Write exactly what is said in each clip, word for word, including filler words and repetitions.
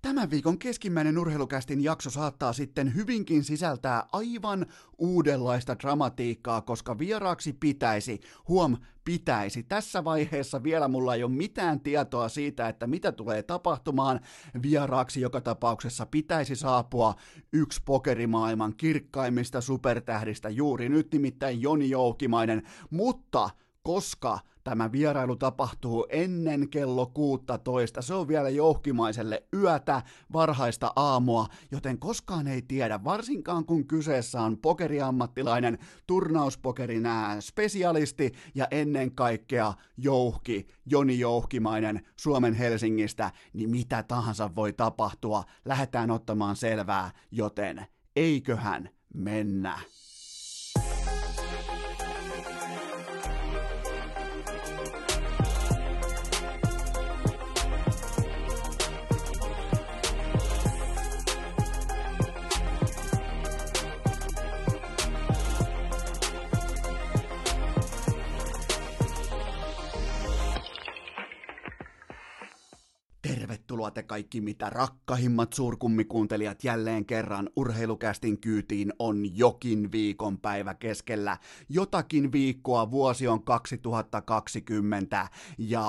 Tämän viikon keskimmäinen Urheilukästin jakso saattaa sitten hyvinkin sisältää aivan uudenlaista dramatiikkaa, koska vieraaksi pitäisi, huom, pitäisi. Tässä vaiheessa vielä mulla ei ole mitään tietoa siitä, että mitä tulee tapahtumaan. Vieraaksi joka tapauksessa pitäisi saapua yksi pokerimaailman kirkkaimmista supertähdistä juuri nyt, nimittäin Joni Joukimainen, mutta koska tämä vierailu tapahtuu ennen kello kuusitoista, se on vielä Joukimaiselle yötä, varhaista aamua, joten koskaan ei tiedä, varsinkaan kun kyseessä on pokeriammattilainen, turnauspokerin spesialisti ja ennen kaikkea Jouhki, Joni Joukimainen Suomen Helsingistä, niin mitä tahansa voi tapahtua, lähdetään ottamaan selvää, joten eiköhän mennä. Tervetuloa te kaikki mitä rakkahimmat suurkummikuuntelijat jälleen kerran Urheilukästin kyytiin on jokin viikonpäivä keskellä. Jotakin viikkoa, vuosi on kaksituhattakaksikymmentä ja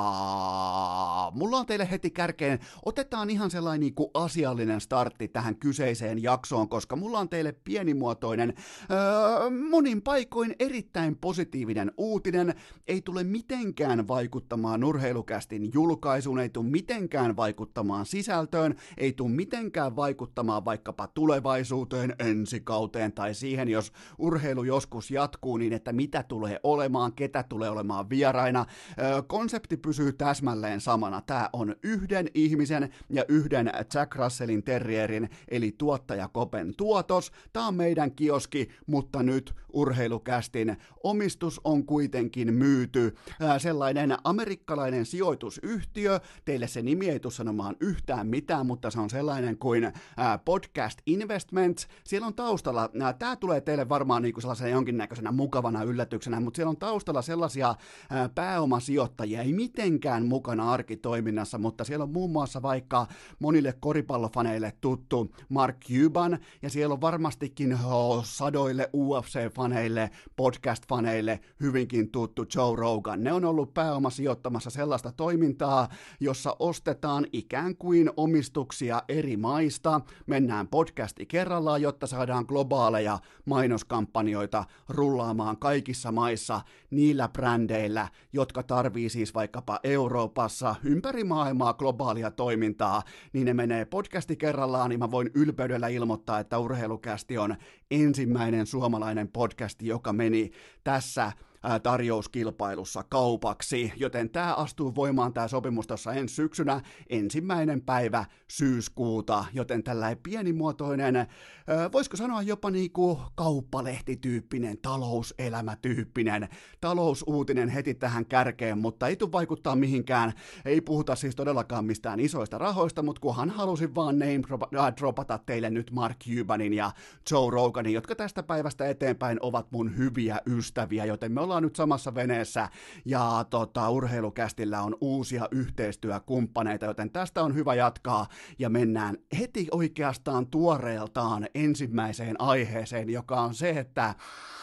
mulla on teille heti kärkeen, otetaan ihan sellainen niin kuin asiallinen startti tähän kyseiseen jaksoon, koska mulla on teille pienimuotoinen, öö, monin paikoin erittäin positiivinen uutinen. Ei tule mitenkään vaikuttamaan Urheilukästin julkaisuun, ei tule mitenkään vaikuttamaan sisältöön, ei tule mitenkään vaikuttamaan vaikkapa tulevaisuuteen, ensikauteen tai siihen, jos urheilu joskus jatkuu, niin että mitä tulee olemaan, ketä tulee olemaan vieraina. Öö, konsepti pysyy täsmälleen samana. Tämä on yhden ihmisen ja yhden Jack Russellin terrierin, eli tuottajakopen tuotos. Tämä on meidän kioski, mutta nyt Urheilukästin omistus on kuitenkin myyty. Öö, sellainen amerikkalainen sijoitusyhtiö, teille se nimi ei tule sanomaan yhtään mitään, mutta se on sellainen kuin ää, Podcast Investments. Siellä on taustalla, ää, tämä tulee teille varmaan niinku sellaisena jonkinnäköisenä mukavana yllätyksenä, mutta siellä on taustalla sellaisia ää, pääomasijoittajia, ei mitenkään mukana arkitoiminnassa, mutta siellä on muun muassa vaikka monille koripallofaneille tuttu Mark Cuban, ja siellä on varmastikin oh, sadoille U F C-faneille, podcast-faneille hyvinkin tuttu Joe Rogan. Ne on ollut pääomasijoittamassa sellaista toimintaa, jossa ostetaan ikään kuin omistuksia eri maista, mennään podcasti kerrallaan, jotta saadaan globaaleja mainoskampanjoita rullaamaan kaikissa maissa niillä brändeillä, jotka tarvii siis vaikkapa Euroopassa ympäri maailmaa globaalia toimintaa, niin ne menee podcasti kerrallaan, niin mä voin ylpeydellä ilmoittaa, että Urheilukästi on ensimmäinen suomalainen podcasti, joka meni tässä tarjouskilpailussa kaupaksi, joten tämä astuu voimaan tämä sopimus tuossa ensi syksynä, ensimmäinen päivä syyskuuta, joten tällainen pienimuotoinen, voisiko sanoa jopa niinku kauppalehtityyppinen, talouselämätyyppinen, talousuutinen heti tähän kärkeen, mutta ei tule vaikuttaa mihinkään, ei puhuta siis todellakaan mistään isoista rahoista, mutta kunhan halusin vaan name dropata teille nyt Mark Cubanin ja Joe Roganin, jotka tästä päivästä eteenpäin ovat mun hyviä ystäviä, joten me ollaan nyt samassa veneessä ja tota, Urheilukästillä on uusia yhteistyökumppaneita, joten tästä on hyvä jatkaa ja mennään heti oikeastaan tuoreeltaan ensimmäiseen aiheeseen, joka on se, että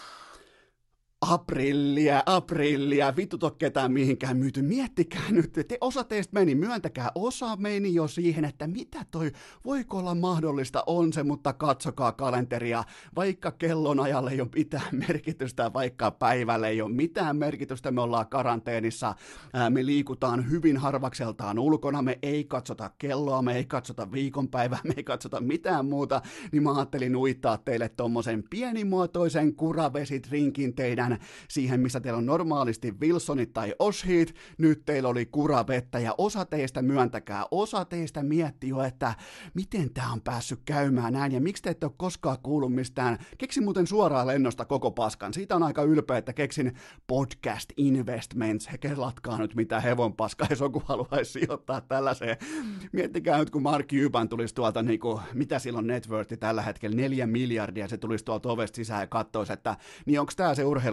Aprillia, aprillia, vitut ole ketään mihinkään myyty, miettikää nyt, te osa teistä meni, myöntäkää, osa meni jo siihen, että mitä toi, voiko olla mahdollista, on se, mutta katsokaa kalenteria, vaikka kellon ajalle ei ole mitään merkitystä, vaikka päivälle ei ole mitään merkitystä, me ollaan karanteenissa, ää, me liikutaan hyvin harvakseltaan ulkona, me ei katsota kelloa, me ei katsota viikonpäivää, me ei katsota mitään muuta, niin mä ajattelin uittaa teille tommosen pienimuotoisen kuravesitrinkin teidän siihen, missä teillä on normaalisti Wilsonit tai Oshit, nyt teillä oli kuravettä ja osa teistä myöntäkää, osa teistä miettii jo, että miten tää on päässyt käymään näin ja miksi te ette ole koskaan kuullut mistään, keksin muuten suoraan lennosta koko paskan, siitä on aika ylpeä, että keksin Podcast Investments, he kelatkaa nyt mitä hevon paskaa, jos joku haluaisi sijoittaa tällaiseen, miettikää nyt kun Mark Cuban tulisi tuolta, niin kuin, mitä silloin net worth tällä hetkellä, neljä miljardia, se tulisi tuolta ovesta sisään ja katsoisi, että niin onko tää se urheilu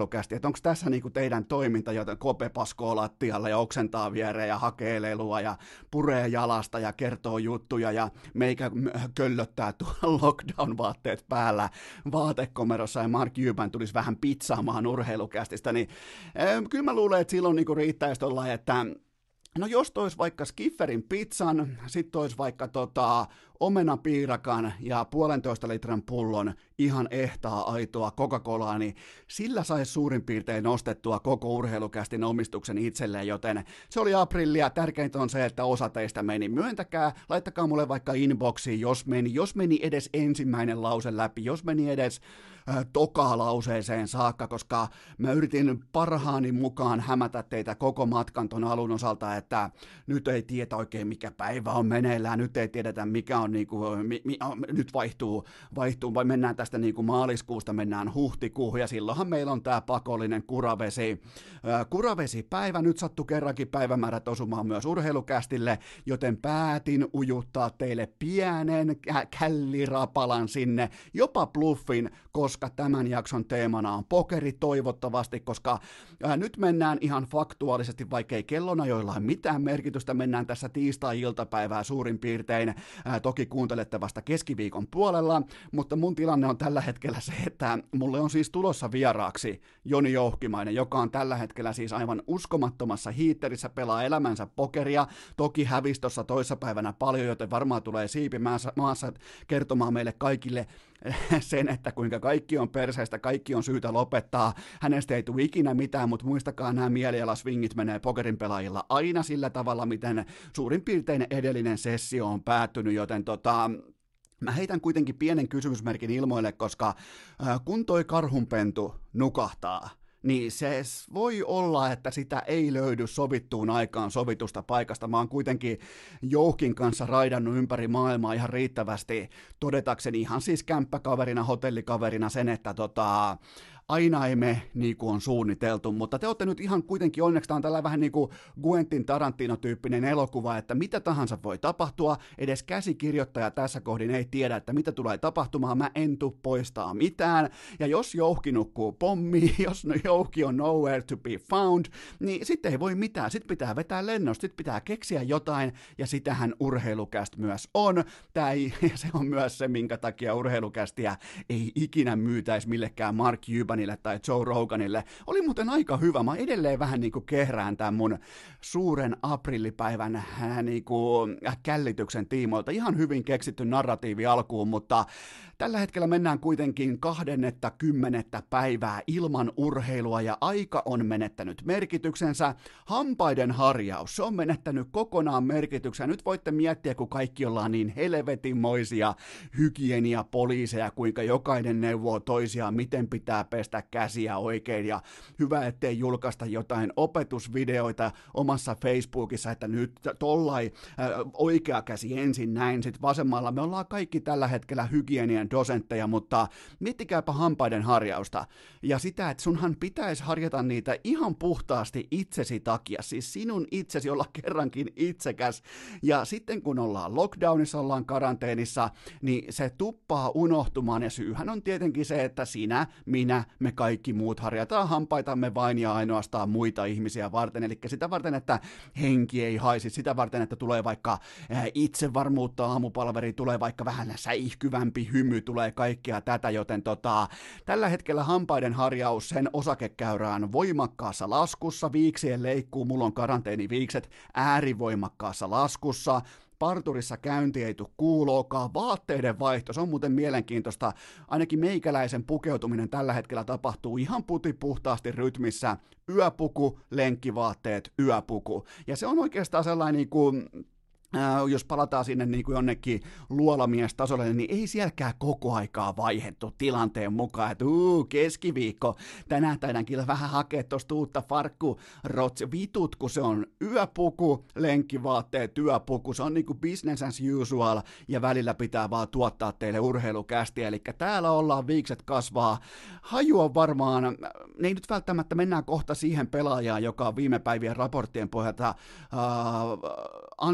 urheilukästi, että onko tässä niinku teidän toiminta, joten Kope paskoo lattialla ja oksentaa viereen ja hakee lelua ja puree jalasta ja kertoo juttuja ja meikä köllöttää tuolla lockdown-vaatteet päällä vaatekomerossa ja Mark Cuban tulisi vähän pizzaamaan urheilukästistä, niin äh, kyllä mä luulen, että silloin niinku riittäisi tollain, että no jos tois vaikka Skifferin pizzan, sit tois vaikka tota omenapiirakan ja puolentoista litran pullon ihan ehtaa aitoa Coca-Colaa, niin sillä saisi suurin piirtein nostettua koko urheilukästin omistuksen itselleen, joten se oli aprillia. Tärkeintä on se, että osa teistä meni. Myöntäkää, laittakaa mulle vaikka inboxiin, jos meni, jos meni edes ensimmäinen lause läpi, jos meni edes äh, tokaa lauseeseen saakka, koska mä yritin parhaani mukaan hämätä teitä koko matkan ton alun osalta, että nyt ei tiedä oikein mikä päivä on meneillään, nyt ei tiedetä mikä on niinku, mi, mi, nyt vaihtuu, vaihtuu, vai mennään tästä niinku maaliskuusta, mennään huhtikuuhun, ja silloinhan meillä on tää pakollinen kuravesi, äh, kuravesipäivä, nyt sattui kerrankin päivämäärät osumaan myös urheilukästille, joten päätin ujuttaa teille pienen kä- källirapalan sinne, jopa bluffin, koska tämän jakson teemana on pokeri toivottavasti, koska äh, nyt mennään ihan faktuaalisesti, vaikkei kellonajoilla ole mitään merkitystä, mennään tässä tiistai-iltapäivää suurin piirtein, äh, toki kuuntelette vasta keskiviikon puolella, mutta mun tilanne on tällä hetkellä se, että mulle on siis tulossa vieraaksi Joni Jouhkimainen, joka on tällä hetkellä siis aivan uskomattomassa hiitterissä, pelaa elämänsä pokeria, toki hävisi tuossa toissapäivänä paljon, joten varmaan tulee siipi maassa kertomaan meille kaikille sen, että kuinka kaikki on perseestä, kaikki on syytä lopettaa, hänestä ei tule ikinä mitään, mutta muistakaa, nämä mielialasvingit menee pokerin pelaajilla aina sillä tavalla, miten suurin piirtein edellinen sessio on päättynyt, joten tota, mä heitän kuitenkin pienen kysymysmerkin ilmoille, koska äh, kun toi karhunpentu nukahtaa, niin se voi olla, että sitä ei löydy sovittuun aikaan sovitusta paikasta. Mä oon kuitenkin Jouhkin kanssa raidannut ympäri maailmaa ihan riittävästi todetakseni ihan siis kämppäkaverina, hotellikaverina sen, että tota, aina ei mene niin kuin on suunniteltu, mutta te olette nyt ihan kuitenkin, onneksi tämä on tällä vähän niin kuin Quentin Tarantino-tyyppinen elokuva, että mitä tahansa voi tapahtua, edes käsikirjoittaja tässä kohdin ei tiedä, että mitä tulee tapahtumaan, mä en tuu poistaa mitään, ja jos Jouhki nukkuu pommiin, jos Jouhki on nowhere to be found, niin sitten ei voi mitään, sitten pitää vetää lennosta, sitten pitää keksiä jotain, ja sitähän urheilukäst myös on, Tää ei, se on myös se, minkä takia urheilukästiä ei ikinä myytäisi millekään Mark Cuban tai Joe Roganille. Oli muuten aika hyvä. Mä edelleen vähän niin kuin kehrään tämän mun suuren aprillipäivän äh, niin kuin, äh, källityksen tiimoilta. Ihan hyvin keksitty narratiivi alkuun, mutta tällä hetkellä mennään kuitenkin kahdennetta kymmenettä päivää ilman urheilua ja aika on menettänyt merkityksensä. Hampaiden harjaus, se on menettänyt kokonaan merkityksen. Nyt voitte miettiä, kun kaikki ollaan niin helvetinmoisia hygieniapoliiseja, kuinka jokainen neuvoo toisiaan, miten pitää pestä käsiä oikein, ja hyvä, ettei julkaista jotain opetusvideoita omassa Facebookissa, että nyt tollai äh, oikea käsi ensin näin, sit vasemmalla. Me ollaan kaikki tällä hetkellä hygienian dosentteja, mutta miettikääpä hampaiden harjausta, ja sitä, että sunhan pitäisi harjata niitä ihan puhtaasti itsesi takia, siis sinun itsesi olla kerrankin itsekäs, ja sitten kun ollaan lockdownissa, ollaan karanteenissa, niin se tuppaa unohtumaan, ja syyhän on tietenkin se, että sinä, minä, me kaikki muut harjataan hampaitamme vain ja ainoastaan muita ihmisiä varten, eli sitä varten, että henki ei haisi, sitä varten, että tulee vaikka itsevarmuutta aamupalveri, tulee vaikka vähän säihkyvämpi hymy, tulee kaikkea tätä, joten tota, tällä hetkellä hampaiden harjaus, sen osakekäyrä on voimakkaassa laskussa, viiksien leikkuu, mulla on karanteeniviikset äärivoimakkaassa laskussa, parturissa käynti ei tule kuulookaan, vaatteiden vaihto, se on muuten mielenkiintoista, ainakin meikäläisen pukeutuminen tällä hetkellä tapahtuu ihan putipuhtaasti rytmissä, yöpuku, lenkkivaatteet, yöpuku, ja se on oikeastaan sellainen niin kuin Äh, jos palataan sinne niin kuin jonnekin luolamiestasolle, niin ei sielläkään koko aikaa vaihettu tilanteen mukaan, että uu, keskiviikko, tänään taidan kyllä vähän hakea tuosta uutta farkku, rots, vitut, kun se on yöpuku, lenkkivaatteet, yöpuku, se on niin kuin business as usual, ja välillä pitää vaan tuottaa teille urheilukästiä, eli täällä ollaan, viikset kasvaa, haju on varmaan, ne ei nyt välttämättä, mennään kohta siihen pelaajaan, joka on viime päivien raporttien pohjalta äh, ansainnut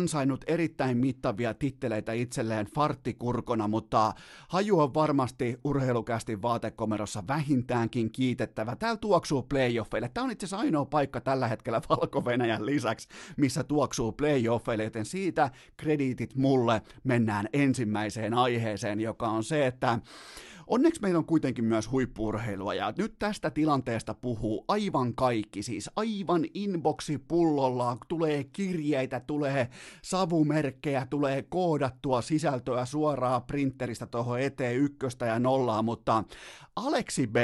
erittäin mittavia titteleitä itselleen farttikurkona, mutta haju on varmasti urheilukästin vaatekomerossa vähintäänkin kiitettävä. Täällä tuoksuu playoffeille. Tämä on itse asiassa ainoa paikka tällä hetkellä Valko-Venäjän lisäksi, missä tuoksuu playoffeille, joten siitä krediitit mulle. Mennään ensimmäiseen aiheeseen, joka on se, että onneksi meillä on kuitenkin myös huippu-urheilua, ja nyt tästä tilanteesta puhuu aivan kaikki, siis aivan inboxi pullollaan, tulee kirjeitä, tulee savumerkkejä, tulee koodattua sisältöä suoraan printeristä tuohon eteen ykköstä ja nollaa, mutta Aleksi B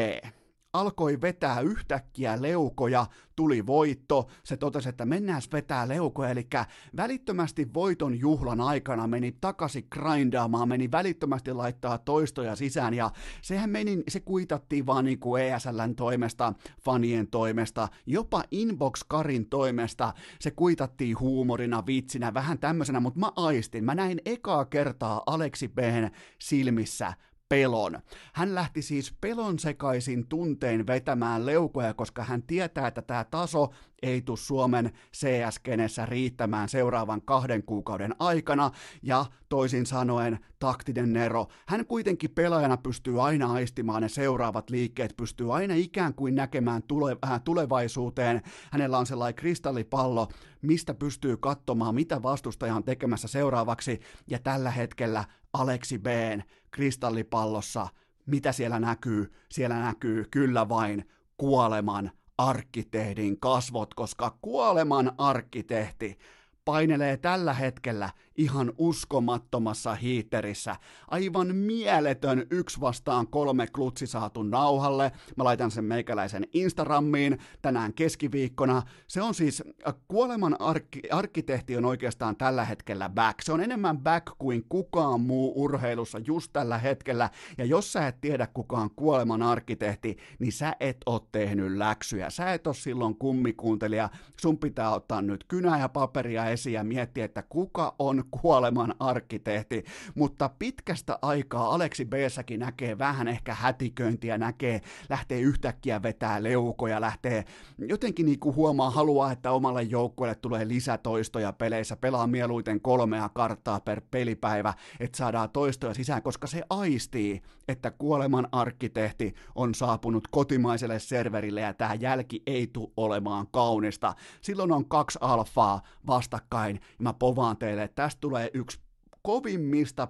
alkoi vetää yhtäkkiä leukoja, tuli voitto, se totesi, että mennään vetää leukoja, eli välittömästi voiton juhlan aikana meni takaisin grindaamaan, meni välittömästi laittaa toistoja sisään, ja sehän meni, se kuitattiin vaan niin kuin E S L:n toimesta, fanien toimesta, jopa Inbox-Karin toimesta, se kuitattiin huumorina, vitsinä, vähän tämmöisenä, mutta mä aistin, mä näin ekaa kertaa Aleksi B:n silmissä pelon. Hän lähti siis pelon sekaisin tuntein vetämään leukoja, koska hän tietää, että tämä taso ei tule Suomen C S-kenessä riittämään seuraavan kahden kuukauden aikana, ja toisin sanoen taktinen nero. Hän kuitenkin pelaajana pystyy aina aistimaan ne seuraavat liikkeet, pystyy aina ikään kuin näkemään tule- äh, tulevaisuuteen. Hänellä on sellainen kristallipallo, mistä pystyy katsomaan, mitä vastustaja on tekemässä seuraavaksi, ja tällä hetkellä Aleksi B:n kristallipallossa, mitä siellä näkyy? Siellä näkyy kyllä vain kuoleman arkkitehdin kasvot, koska kuoleman arkkitehti painelee tällä hetkellä ihan uskomattomassa hiitterissä. Aivan mieletön yksi vastaan kolme klutsi saatu nauhalle. Mä laitan sen meikäläisen Instagramiin tänään keskiviikkona. Se on siis, kuoleman arkki, arkkitehti on oikeastaan tällä hetkellä back. Se on enemmän back kuin kukaan muu urheilussa just tällä hetkellä. Ja jos sä et tiedä kukaan kuoleman arkkitehti, niin sä et oo tehnyt läksyjä. Sä et oo silloin kummikuuntelija. Sun pitää ottaa nyt kynää ja paperia esiin ja miettiä, että kuka on kuoleman arkkitehti, mutta pitkästä aikaa Aleksi B:ssäkin näkee vähän ehkä hätiköintiä, näkee, lähtee yhtäkkiä vetää leukoja, lähtee jotenkin niinku huomaa, haluaa, että omalle joukkueelle tulee lisätoistoja peleissä, pelaa mieluiten kolmea karttaa per pelipäivä, että saadaan toistoja sisään, koska se aistii, että kuoleman arkkitehti on saapunut kotimaiselle serverille ja tämä jälki ei tule olemaan kaunista. Silloin on kaksi alfaa vastakkain ja mä povaan teille, että tästä tulee yksi kovimmista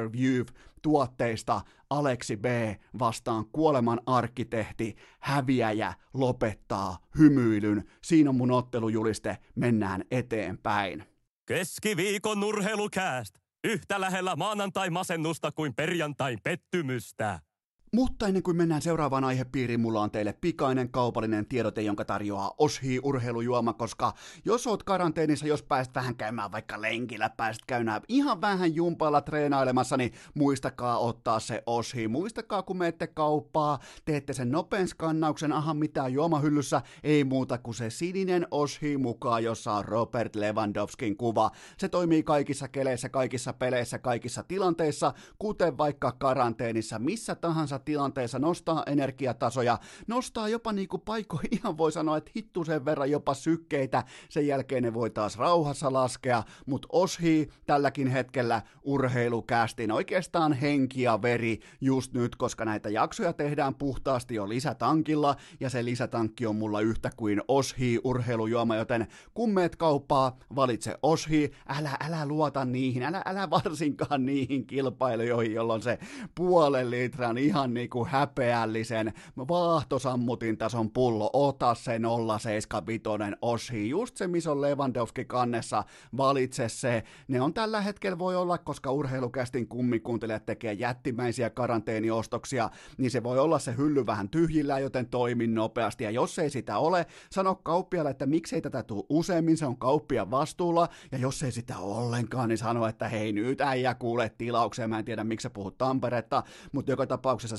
pay-per-view-tuotteista Aleksi B vastaan kuoleman arkkitehti, häviäjä lopettaa hymyilyn. Siinä on mun ottelujuliste, mennään eteenpäin. Keskiviikon urheilukääst. Yhtä lähellä maanantai-masennusta kuin perjantain pettymystä. Mutta ennen kuin mennään seuraavaan aihepiiriin, mulla on teille pikainen kaupallinen tiedote, jonka tarjoaa Oshii urheilujuoma, koska jos oot karanteenissa, jos pääset vähän käymään vaikka lenkillä, pääset käymään ihan vähän jumpailla treenailemassa, niin muistakaa ottaa se Oshii. Muistakaa, kun menette kauppaa, teette sen nopean skannauksen, aha mitään juomahyllyssä, ei muuta kuin se sininen Oshii mukaan, jossa on Robert Lewandowskin kuva. Se toimii kaikissa keleissä, kaikissa peleissä, kaikissa tilanteissa, kuten vaikka karanteenissa, missä tahansa tilanteessa, nostaa energiatasoja, nostaa jopa niinku paikoin, ihan voi sanoa, että hittu sen verran jopa sykkeitä, sen jälkeen ne voi taas rauhassa laskea, mutta Oshii tälläkin hetkellä urheilukästin oikeastaan henki ja veri just nyt, koska näitä jaksoja tehdään puhtaasti jo lisätankilla, ja se lisätankki on mulla yhtä kuin Oshii urheilujuoma, joten kun meet kauppaa, valitse Oshii, älä, älä luota niihin, älä, älä varsinkaan niihin kilpailijoihin, jolloin se puolen litran ihan niinku häpeällisen vaahtosammutin tason pullo, ota se nolla seitsemänkymmentäviisi Oshii, just se missä on Lewandowski kannessa, valitse se, ne on tällä hetkellä voi olla, koska urheilukästin kummikuuntelijat tekee jättimäisiä karanteeniostoksia, niin se voi olla se hylly vähän tyhjillä, joten toimi nopeasti, ja jos ei sitä ole, sano kauppialle, että miksei tätä tule useammin, se on kauppian vastuulla, ja jos ei sitä ole ollenkaan, niin sano, että hei nyt äijä kuule tilaukseen, mä en tiedä miksi sä puhut Tamperetta, mutta joka tapauksessa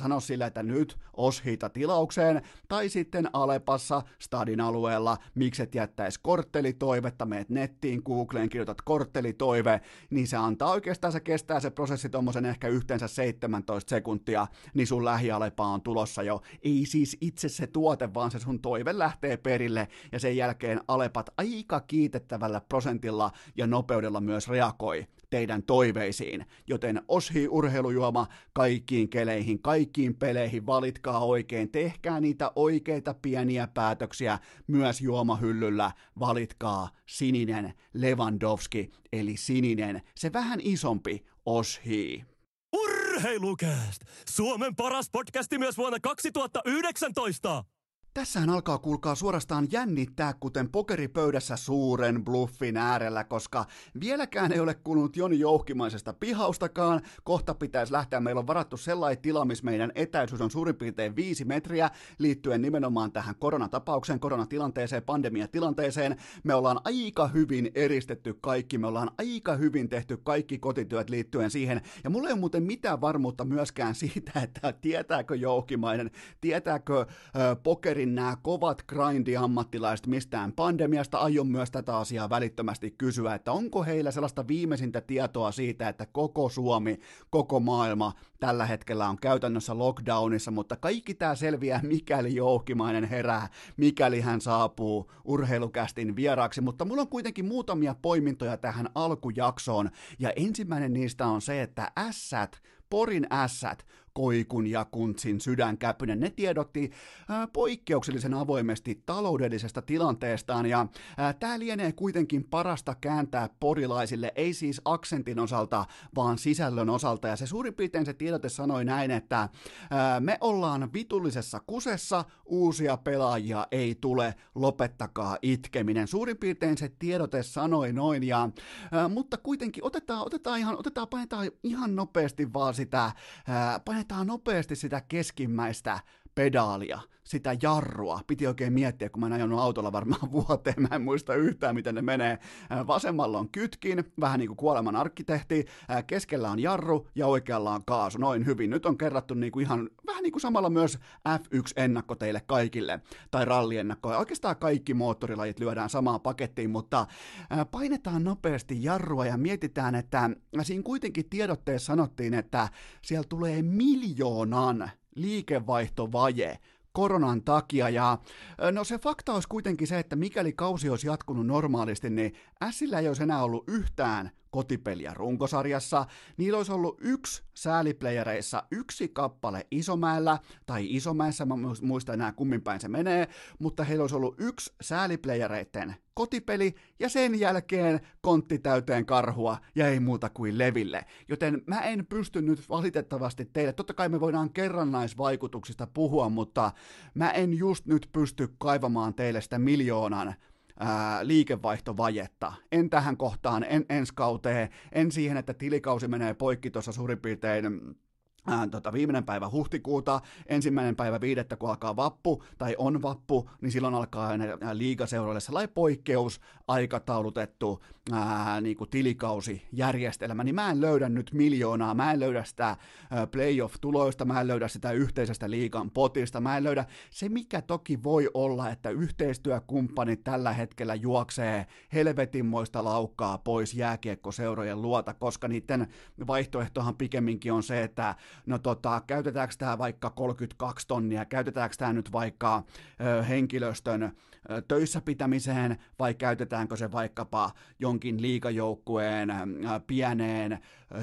sanoa sillä, että nyt Oshita tilaukseen, tai sitten Alepassa, stadin alueella, mikset jättäisi korttelitoivetta, meet nettiin, Googleen, kirjoitat korttelitoive, niin se antaa oikeastaan, se kestää se prosessi tommosen ehkä yhteensä seitsemäntoista sekuntia, niin sun lähialepa on tulossa jo. Ei siis itse se tuote, vaan se sun toive lähtee perille, ja sen jälkeen Alepat aika kiitettävällä prosentilla ja nopeudella myös reagoi teidän toiveisiin, joten Oshi urheilujuoma kaikkiin keleihin, kaikkiin peleihin, valitkaa oikein, tehkää niitä oikeita pieniä päätöksiä myös juomahyllyllä, valitkaa sininen Lewandowski, eli sininen, se vähän isompi Oshi. Urheilukääst! Suomen paras podcasti myös vuonna kaksituhattayhdeksäntoista! Tässähän alkaa kuulkaa suorastaan jännittää, kuten pokeripöydässä suuren bluffin äärellä, koska vieläkään ei ole kulunut Joni Jouhkimaisesta pihaustakaan. Kohta pitäisi lähteä. Meillä on varattu sellainen tila, missä meidän etäisyys on suurin piirtein viisi metriä liittyen nimenomaan tähän koronatapaukseen, koronatilanteeseen, pandemiatilanteeseen. Me ollaan aika hyvin eristetty kaikki, me ollaan aika hyvin tehty kaikki kotityöt liittyen siihen. Ja mulla ei ole muuten mitään varmuutta myöskään siitä, että tietääkö Jouhkimainen, tietääkö äh, pokeri nämä kovat grindi-ammattilaiset mistään pandemiasta. Aion myös tätä asiaa välittömästi kysyä, että onko heillä sellaista viimeisintä tietoa siitä, että koko Suomi, koko maailma tällä hetkellä on käytännössä lockdownissa, mutta kaikki tämä selviää, mikäli Jouhkimainen herää, mikäli hän saapuu urheilukästin vieraaksi, mutta mulla on kuitenkin muutamia poimintoja tähän alkujaksoon, ja ensimmäinen niistä on se, että ässät, Porin ässät, Koikun ja Kuntsin sydänkäpynen, ne tiedotti ää, poikkeuksellisen avoimesti taloudellisesta tilanteestaan, ja tämä lienee kuitenkin parasta kääntää porilaisille, ei siis aksentin osalta, vaan sisällön osalta, ja se suurin piirtein se tiedote sanoi näin, että ää, me ollaan vitullisessa kusessa, uusia pelaajia ei tule, lopettakaa itkeminen. Suurin piirtein se tiedote sanoi noin, ja, ää, mutta kuitenkin otetaan, otetaan ihan, otetaan, painetaan ihan nopeasti vaan sitä, ää, painetaan nopeasti sitä keskimmäistä pedaalia, sitä jarrua. Piti oikein miettiä, kun mä en ajanut autolla varmaan vuoteen, mä en muista yhtään, miten ne menee. Vasemmalla on kytkin, vähän niin kuin kuoleman arkkitehti, keskellä on jarru ja oikealla on kaasu. Noin hyvin. Nyt on kerrattu niin kuin ihan vähän niin kuin samalla myös F yksi-ennakko teille kaikille, tai ralliennakko. Oikeastaan kaikki moottorilajit lyödään samaan pakettiin, mutta painetaan nopeasti jarrua ja mietitään, että siinä kuitenkin tiedotteessa sanottiin, että siellä tulee miljoonan liikevaihtovaje koronan takia, ja no se fakta olisi kuitenkin se, että mikäli kausi olisi jatkunut normaalisti, niin Ässillä ei olisi enää ollut yhtään kotipeliä runkosarjassa, niillä olisi ollut yksi sääliplayereissa yksi kappale Isomäellä, tai Isomäessä, mä muistan enää kummin päin se menee, mutta heillä olisi ollut yksi sääliplayereiden kotipeli, ja sen jälkeen kontti täyteen karhua, ja ei muuta kuin leville. Joten mä en pysty nyt valitettavasti teille, totta kai me voidaan kerrannaisvaikutuksista puhua, mutta mä en just nyt pysty kaivamaan teille sitä miljoonan Ää, liikevaihtovajetta. En tähän kohtaan, en ensi kauteen, en siihen, että tilikausi menee poikki tuossa suurin piirtein Ää, tota, viimeinen päivä huhtikuuta, ensimmäinen päivä viidettä, kun alkaa vappu, tai on vappu, niin silloin alkaa liigaseuroille sellainen poikkeus, aikataulutettu ää, niin kuin tilikausijärjestelmä, niin mä en löydä nyt miljoonaa, mä en löydä sitä ää, playoff-tuloista, mä en löydä sitä yhteisestä liigan potista, mä en löydä se, mikä toki voi olla, että yhteistyökumppanit tällä hetkellä juoksee helvetinmoista laukkaa pois jääkiekkoseurojen luota, koska niiden vaihtoehtohan pikemminkin on se, että no tota, käytetäänkö tämä vaikka kolmekymmentäkaksi tonnia, käytetäänkö tämä nyt vaikka ö, henkilöstön ö, töissä pitämiseen, vai käytetäänkö se vaikkapa jonkin liigajoukkueen ö, pieneen ö,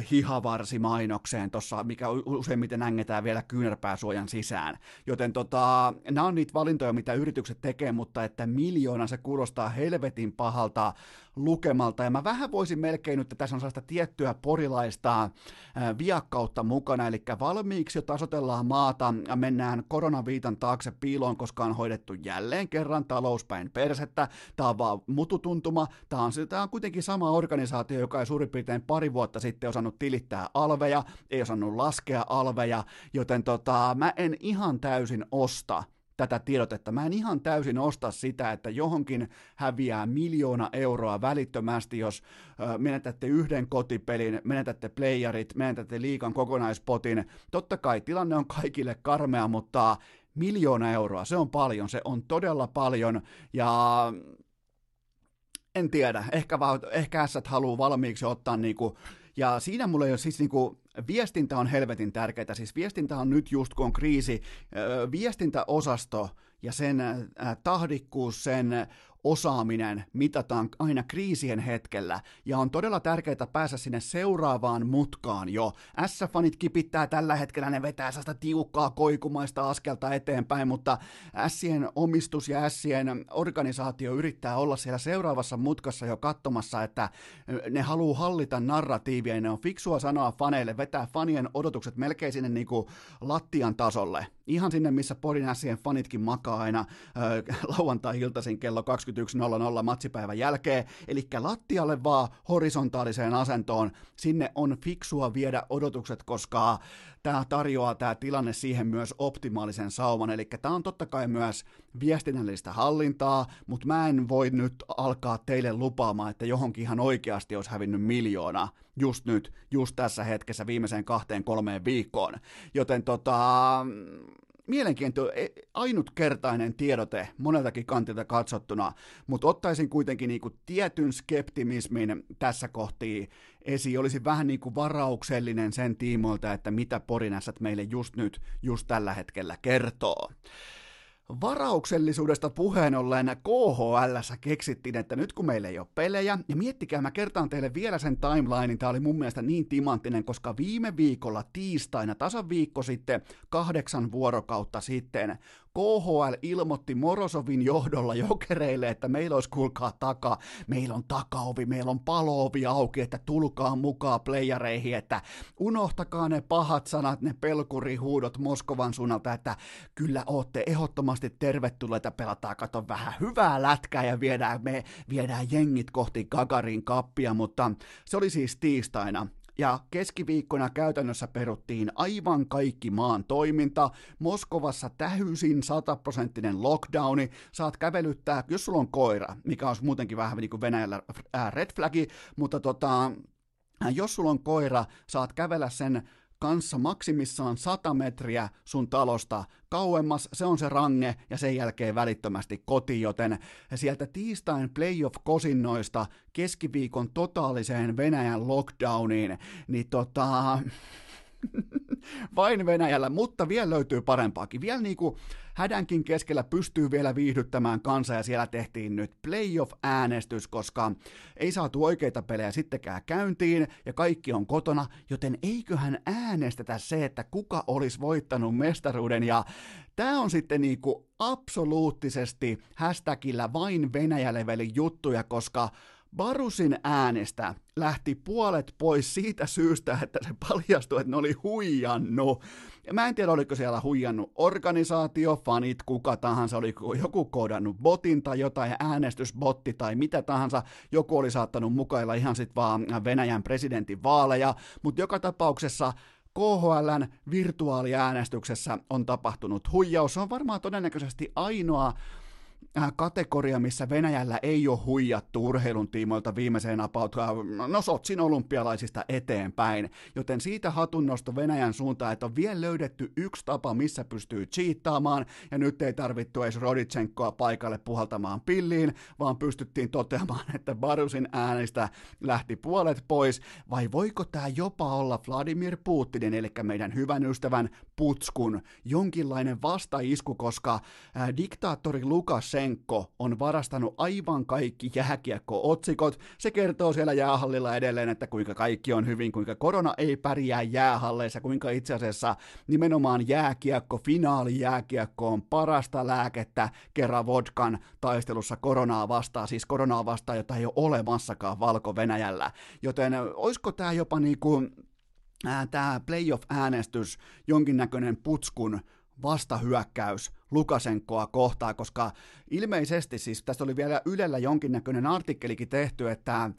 hihavarsimainokseen tuossa, mikä useimmiten ängetään vielä kyynärpääsuojan sisään. Joten tota, nämä on niitä valintoja, mitä yritykset tekee, mutta että miljoona se kuulostaa helvetin pahalta lukemalta, ja mä vähän voisin melkein nyt, että tässä on sellaista tiettyä porilaista äh, viakkautta mukana, eli valmiiksi jo tasotellaan maata, mennään koronaviitan taakse piiloon, koska on hoidettu jälleen kerran talouspäin persettä, tää on vaan mututuntuma, tää on, tää on kuitenkin sama organisaatio, joka ei suurin piirtein pari vuotta sitten osannut tilittää alveja, ei osannut laskea alveja, joten tota, mä en ihan täysin osta tätä tiedotetta. Mä en ihan täysin osta sitä, että johonkin häviää miljoona euroa välittömästi, jos ö, menetätte yhden kotipelin, menetätte playerit, menetätte liigan kokonaispotin. Totta kai tilanne on kaikille karmea, mutta miljoona euroa, se on paljon, se on todella paljon, ja en tiedä, ehkä, vaan, ehkä ässät haluaa valmiiksi ottaa niinku, ja siinä mulla ei ole siis niinku, viestintä on helvetin tärkeää, siis viestintä on nyt just kun on kriisi, viestintäosasto ja sen tahdikkuus, sen osaaminen mitataan aina kriisien hetkellä, ja on todella tärkeää päästä sinne seuraavaan mutkaan jo. S-fanit kipittää tällä hetkellä, ne vetää sitä tiukkaa koikumaista askelta eteenpäin, mutta Sien omistus ja Sien organisaatio yrittää olla siellä seuraavassa mutkassa jo katsomassa, että ne haluaa hallita narratiivia, ja ne on fiksua sanoa faneille, vetää fanien odotukset melkein sinne niin kuin lattian tasolle. Ihan sinne, missä Podin Sien fanitkin makaa aina äh, lauantai-iltaisin kello kaksikymmentäyksi nolla nolla matsipäivän jälkeen, eli lattialle vaan horisontaaliseen asentoon, sinne on fiksua viedä odotukset, koska tämä tarjoaa tämä tilanne siihen myös optimaalisen sauman, eli tämä on totta kai myös viestinnällistä hallintaa, mutta mä en voi nyt alkaa teille lupaamaan, että johonkin ihan oikeasti olisi hävinnyt miljoona just nyt, just tässä hetkessä viimeiseen kahteen kolmeen viikkoon, joten tota... mielenkiintoinen, ainutkertainen tiedote moneltakin kantilta katsottuna, mutta ottaisin kuitenkin niinku tietyn skeptimismin tässä kohtii esiin. Olisi vähän niinku varauksellinen sen tiimoilta, että mitä Porinässät meille just nyt, just tällä hetkellä kertoo. Varauksellisuudesta puheen ollen K H L:ssä keksittiin, että nyt kun meillä ei ole pelejä, ja miettikää, mä kertaan teille vielä sen timelinein, tää oli mun mielestä niin timanttinen, koska viime viikolla tiistaina, tasan viikko sitten, kahdeksan vuorokautta sitten, K H L ilmoitti Morozovin johdolla Jokereille, että meillä olisi kuulkaa taka, meillä on takaovi, meillä on paloovi auki, että tulkaa mukaan playereihin, että unohtakaa ne pahat sanat, ne pelkurihuudot Moskovan suunnalta, että kyllä ootte ehdottomasti tervetulleita, pelataan, kato vähän hyvää lätkää ja viedään, me viedään jengit kohti Gagarin kappia, mutta se oli siis tiistaina. Ja keskiviikkona käytännössä peruttiin aivan kaikki maan toiminta. Moskovassa täysin sataprosenttinen lockdowni. Saat kävelyttää, jos sulla on koira, mikä on muutenkin vähän niin kuin Venäjällä red flagi, mutta tota, jos sulla on koira, saat kävellä sen kanssa maksimissaan sata metriä sun talosta kauemmas, se on se range, ja sen jälkeen välittömästi kotiin, joten sieltä tiistain playoff-kosinnoista keskiviikon totaaliseen Venäjän lockdowniin, niin tota... vain Venäjällä, mutta vielä löytyy parempaakin. Vielä niinku hädänkin keskellä pystyy vielä viihdyttämään kansaa, ja siellä tehtiin nyt playoff-äänestys, koska ei saatu oikeita pelejä sittenkään käyntiin, ja kaikki on kotona, joten eiköhän äänestetä se, että kuka olisi voittanut mestaruuden, ja tämä on sitten niinku absoluuttisesti hashtagillä vain Venäjä-levelin juttuja, koska Barusin äänestä lähti puolet pois siitä syystä, että se paljastui, että ne oli huijannut. Ja mä en tiedä, oliko siellä huijannut organisaatio, fanit, kuka tahansa, oli joku koodannut botin tai jotain äänestysbotti tai mitä tahansa. Joku oli saattanut mukailla ihan sit vaan Venäjän presidentin vaaleja, mutta joka tapauksessa K H L:n virtuaaliäänestyksessä on tapahtunut huijaus. Se on varmaan todennäköisesti ainoa kategoria, missä Venäjällä ei ole huijattu urheilun tiimoilta viimeiseen about, no Sotsin olympialaisista eteenpäin, joten siitä hatunnosto Venäjän suuntaan, että on vielä löydetty yksi tapa, missä pystyy cheattaamaan, ja nyt ei tarvittu edes Roditsenkoa paikalle puhaltamaan pilliin, vaan pystyttiin toteamaan, että Barusin äänistä lähti puolet pois, vai voiko tämä jopa olla Vladimir Putinin, eli meidän hyvän ystävän Putskun, jonkinlainen vastaisku, koska ää, diktaattori Lukashenko on varastanut aivan kaikki jääkiekko-otsikot. Se kertoo siellä jäähallilla edelleen, että kuinka kaikki on hyvin, kuinka korona ei pärjää jäähalleissa, kuinka itse asiassa nimenomaan jääkiekko, finaalijääkiekko on parasta lääkettä kerran vodkan taistelussa koronaa vastaan, siis koronaa vastaan, jota ei ole olemassakaan Valko-Venäjällä. Joten olisiko tämä jopa niinku tämä playoff-äänestys jonkinnäköinen Putskun vastahyökkäys Lukashenkoa kohtaan, koska ilmeisesti siis tästä oli vielä Ylellä jonkinnäköinen artikkelikin tehty, että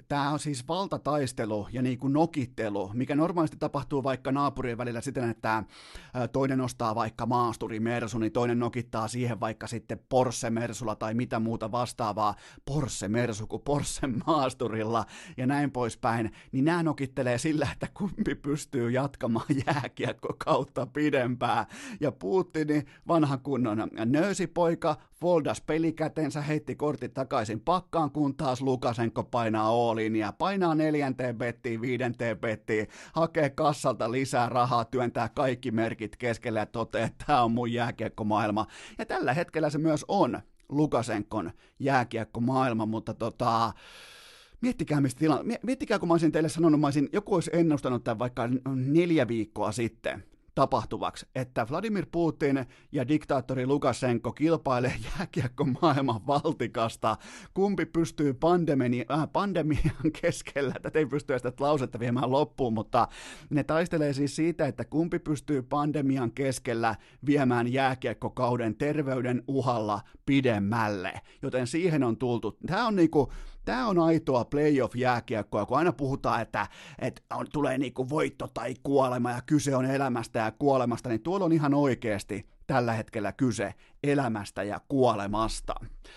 tämä on siis valtataistelu ja niin kuin nokittelu, mikä normaalisti tapahtuu vaikka naapurien välillä siten, että toinen ostaa vaikka maasturi Mersu, niin toinen nokittaa siihen vaikka sitten Porsche Mersulla tai mitä muuta vastaavaa, Porsche Mersu kuin Porsche maasturilla ja näin poispäin, niin nämä nokittelee sillä, että kumpi pystyy jatkamaan jääkiekko kautta pidempään. Ja Putin, vanha kunnon nöösipoika, foldas pelikätensä, heitti kortit takaisin pakkaan, kun taas Lukasenko painaa all-in ja painaa neljänteen bettiin, viidenteen bettiin, hakee kassalta lisää rahaa, työntää kaikki merkit keskelle ja toteaa, että tämä on mun jääkiekkomaailma. Ja tällä hetkellä se myös on Lukasenkon jääkiekkomaailma, mutta tota... Miettikää, mistä tila... Miettikää, kun mä olisin teille sanonut, mä olisin, joku olisi ennustanut tämän vaikka neljä viikkoa sitten tapahtuvaksi, että Vladimir Putin ja diktaattori Lukasenko kilpailee jääkiekkomaailman valtikasta, kumpi pystyy pandemini, äh, pandemian keskellä, tätä ei pysty sitä lausetta viemään loppuun, mutta ne taistelee siis siitä, että kumpi pystyy pandemian keskellä viemään jääkiekkokauden terveyden uhalla pidemmälle, joten siihen on tultu. Tämä on niinku Tämä on aitoa playoff-jääkiekkoa, kun aina puhutaan, että, että on, tulee niinku voitto tai kuolema ja kyse on elämästä ja kuolemasta, niin tuolla on ihan oikeasti tällä hetkellä kyse elämästä ja kuolemasta.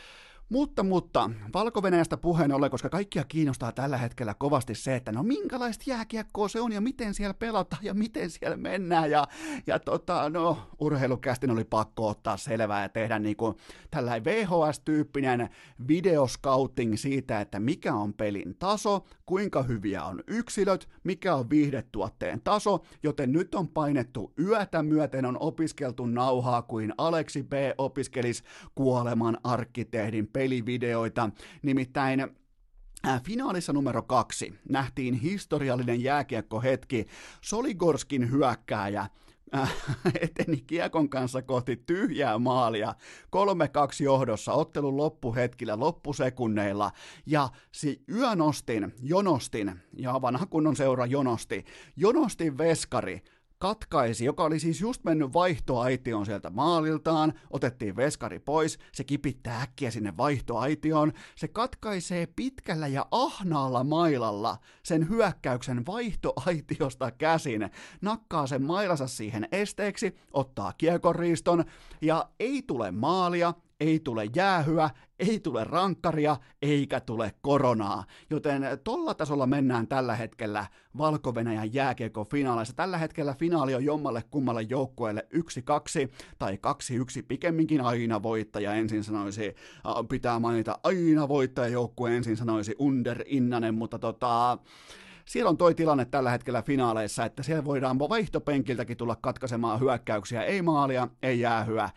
Mutta, mutta, Valko-Venäjästä puheen ollen, koska kaikkia kiinnostaa tällä hetkellä kovasti se, että no minkälaista jääkiekkoa se on ja miten siellä pelataan ja miten siellä mennään ja, ja tota, no urheilukästin oli pakko ottaa selvää ja tehdä niinku tällainen V H S-tyyppinen videoscouting siitä, että mikä on pelin taso, kuinka hyviä on yksilöt, mikä on viihdetuotteen taso, joten nyt on painettu yötä myöten, on opiskeltu nauhaa kuin Aleksi B. opiskelisi kuoleman arkkitehdin pelivideoita, nimittäin äh, finaalissa numero kaksi nähtiin historiallinen jääkiekkohetki, Soligorskin hyökkääjä äh, eteni kiekon kanssa kohti tyhjää maalia, kolme kaksi johdossa ottelun loppuhetkillä, loppusekunneilla, ja si Yönostin, Jonostin, ja vanha kunnon seura Jonosti, Jonostin veskari, katkaisi, joka oli siis just mennyt vaihtoaitioon sieltä maaliltaan, otettiin veskari pois, se kipittää äkkiä sinne vaihtoaitioon, se katkaisee pitkällä ja ahnaalla mailalla sen hyökkäyksen vaihtoaitiosta käsin, nakkaa sen mailansa siihen esteeksi, ottaa kiekonriiston ja ei tule maalia, ei tule jäähyä, ei tule rankkaria, eikä tule koronaa. Joten tolla tasolla mennään tällä hetkellä Valko-Venäjän jääkiekon finaaleissa. Tällä hetkellä finaali on jommalle kummalle joukkueelle yksi kaksi tai kaksi yksi pikemminkin aina voittaja ensin sanoisi, pitää mainita aina voittaja joukkue ensin sanoisi Under Innanen, mutta tota... Siellä on toi tilanne tällä hetkellä finaaleissa, että siellä voidaan vaihtopenkiltäkin tulla katkaisemaan hyökkäyksiä, ei maalia, ei jäähyä,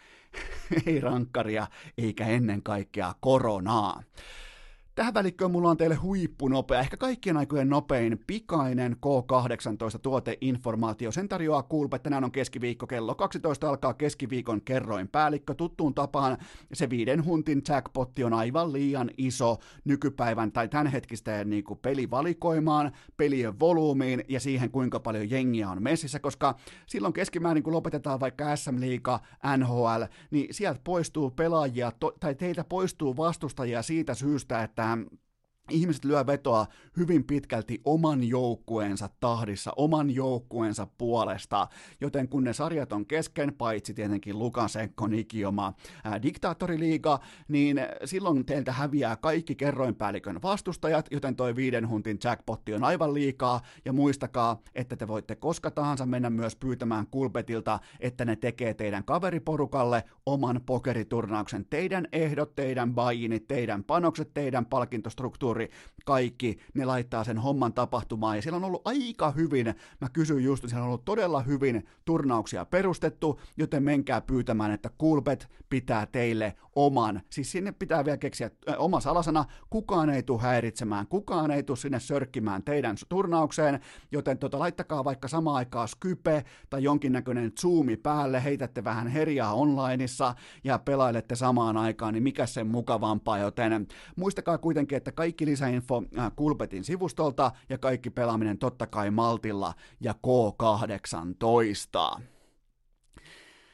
ei rankkaria, eikä ennen kaikkea koronaa. Tähän välikköön mulla on teille huippunopea, ehkä kaikkien aikojen nopein pikainen K kahdeksantoista tuoteinformaatio. Sen tarjoaa Coolbet, tänään on keskiviikko, kello kaksitoista alkaa keskiviikon kerroin päällikkö. Tuttuun tapaan se viiden huntin jackpotti on aivan liian iso nykypäivän tai tämänhetkistä niin kuin pelivalikoimaan, pelien volyymiin ja siihen kuinka paljon jengiä on messissä, koska silloin keskimäärin kun lopetetaan vaikka S M-liiga, N H L, niin sieltä poistuu pelaajia to, tai teiltä poistuu vastustajia siitä syystä, että ihmiset lyö vetoa hyvin pitkälti oman joukkueensa tahdissa, oman joukkueensa puolesta, joten kun ne sarjat on kesken, paitsi tietenkin Lukasenkon ikioma ää, diktaattoriliiga, niin silloin teiltä häviää kaikki kerroinpäällikön vastustajat, joten toi viiden huntin jackpotti on aivan liikaa, ja muistakaa, että te voitte koska tahansa mennä myös pyytämään Coolbetilta, että ne tekee teidän kaveriporukalle oman pokeriturnauksen, teidän ehdot, teidän buy-init, teidän panokset, teidän palkintostruktuuri, kaikki, ne laittaa sen homman tapahtumaan, ja siellä on ollut aika hyvin, mä kysyin just, siellä on ollut todella hyvin turnauksia perustettu, joten menkää pyytämään, että Coolbet pitää teille oman, siis sinne pitää vielä keksiä äh, oma salasana, kukaan ei tule häiritsemään, kukaan ei tule sinne sörkkimään teidän turnaukseen, joten tota, laittakaa vaikka samaan aikaan Skype tai jonkinnäköinen Zoomi päälle, heitätte vähän herjaa onlineissa ja pelailette samaan aikaan, niin mikä sen mukavampaa, joten muistakaa kuitenkin, että kaikki lisäinfo Coolbetin sivustolta ja kaikki pelaaminen totta kai Maltilla ja K kahdeksantoista.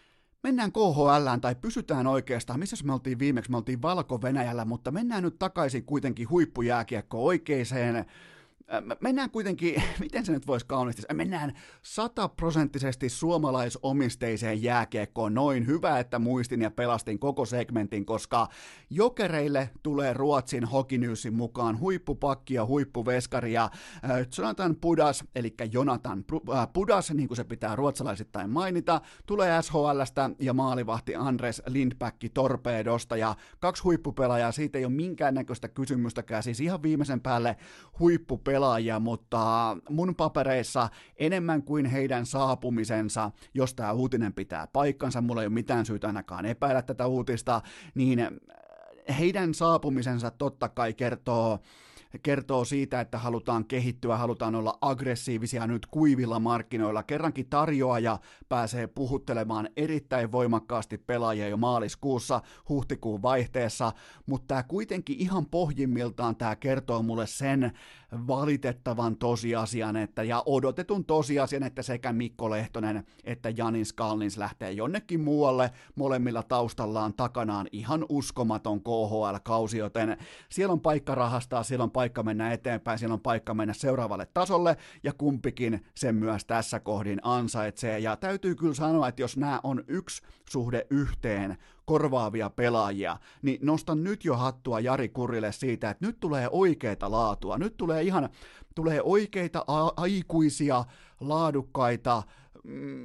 mennään K H L:ään tai pysytään oikeastaan, missä me oltiin viimeksi, me oltiin Valko-Venäjällä, mutta mennään nyt takaisin kuitenkin huippujääkiekko oikeiseen. Mennään kuitenkin, miten se nyt voisi kauniisti, mennään sataprosenttisesti suomalaisomisteiseen jääkiekkoon. Noin, hyvä, että muistin ja pelastin koko segmentin, koska Jokereille tulee Ruotsin Hockey Newsin mukaan huippupakki ja huippuveskari ja äh, Jonathan Pudas, eli Jonathan Pudas, niin kuin se pitää ruotsalaisittain mainita, tulee S H L:stä ja maalivahti Andres Lindback Torpedosta ja kaksi huippupelaajaa, siitä ei ole minkäännäköistä kysymystäkään, siis ihan viimeisen päälle huippupelaajia. Pelaajia, mutta mun papereissa enemmän kuin heidän saapumisensa, jos tämä uutinen pitää paikkansa, mulla ei ole mitään syytä ainakaan epäillä tätä uutista, niin heidän saapumisensa totta kai kertoo kertoo siitä, että halutaan kehittyä, halutaan olla aggressiivisia nyt kuivilla markkinoilla. Kerrankin tarjoaja pääsee puhuttelemaan erittäin voimakkaasti pelaajia jo maaliskuussa, huhtikuun vaihteessa, mutta tämä kuitenkin ihan pohjimmiltaan tämä kertoo mulle sen valitettavan tosiasian, että, ja odotetun tosiasian, että sekä Mikko Lehtonen että Janis Kalnins lähtee jonnekin muualle, molemmilla taustallaan takanaan ihan uskomaton K H L-kausi, joten siellä on paikka rahastaa, siellä on paikka mennä eteenpäin, siellä on paikka mennä seuraavalle tasolle, ja kumpikin sen myös tässä kohdin ansaitsee, ja täytyy kyllä sanoa, että jos nämä on yksi suhde yhteen korvaavia pelaajia, niin nostan nyt jo hattua Jari Kurrille siitä, että nyt tulee oikeita laatua, nyt tulee ihan, tulee oikeita a- aikuisia, laadukkaita, mm,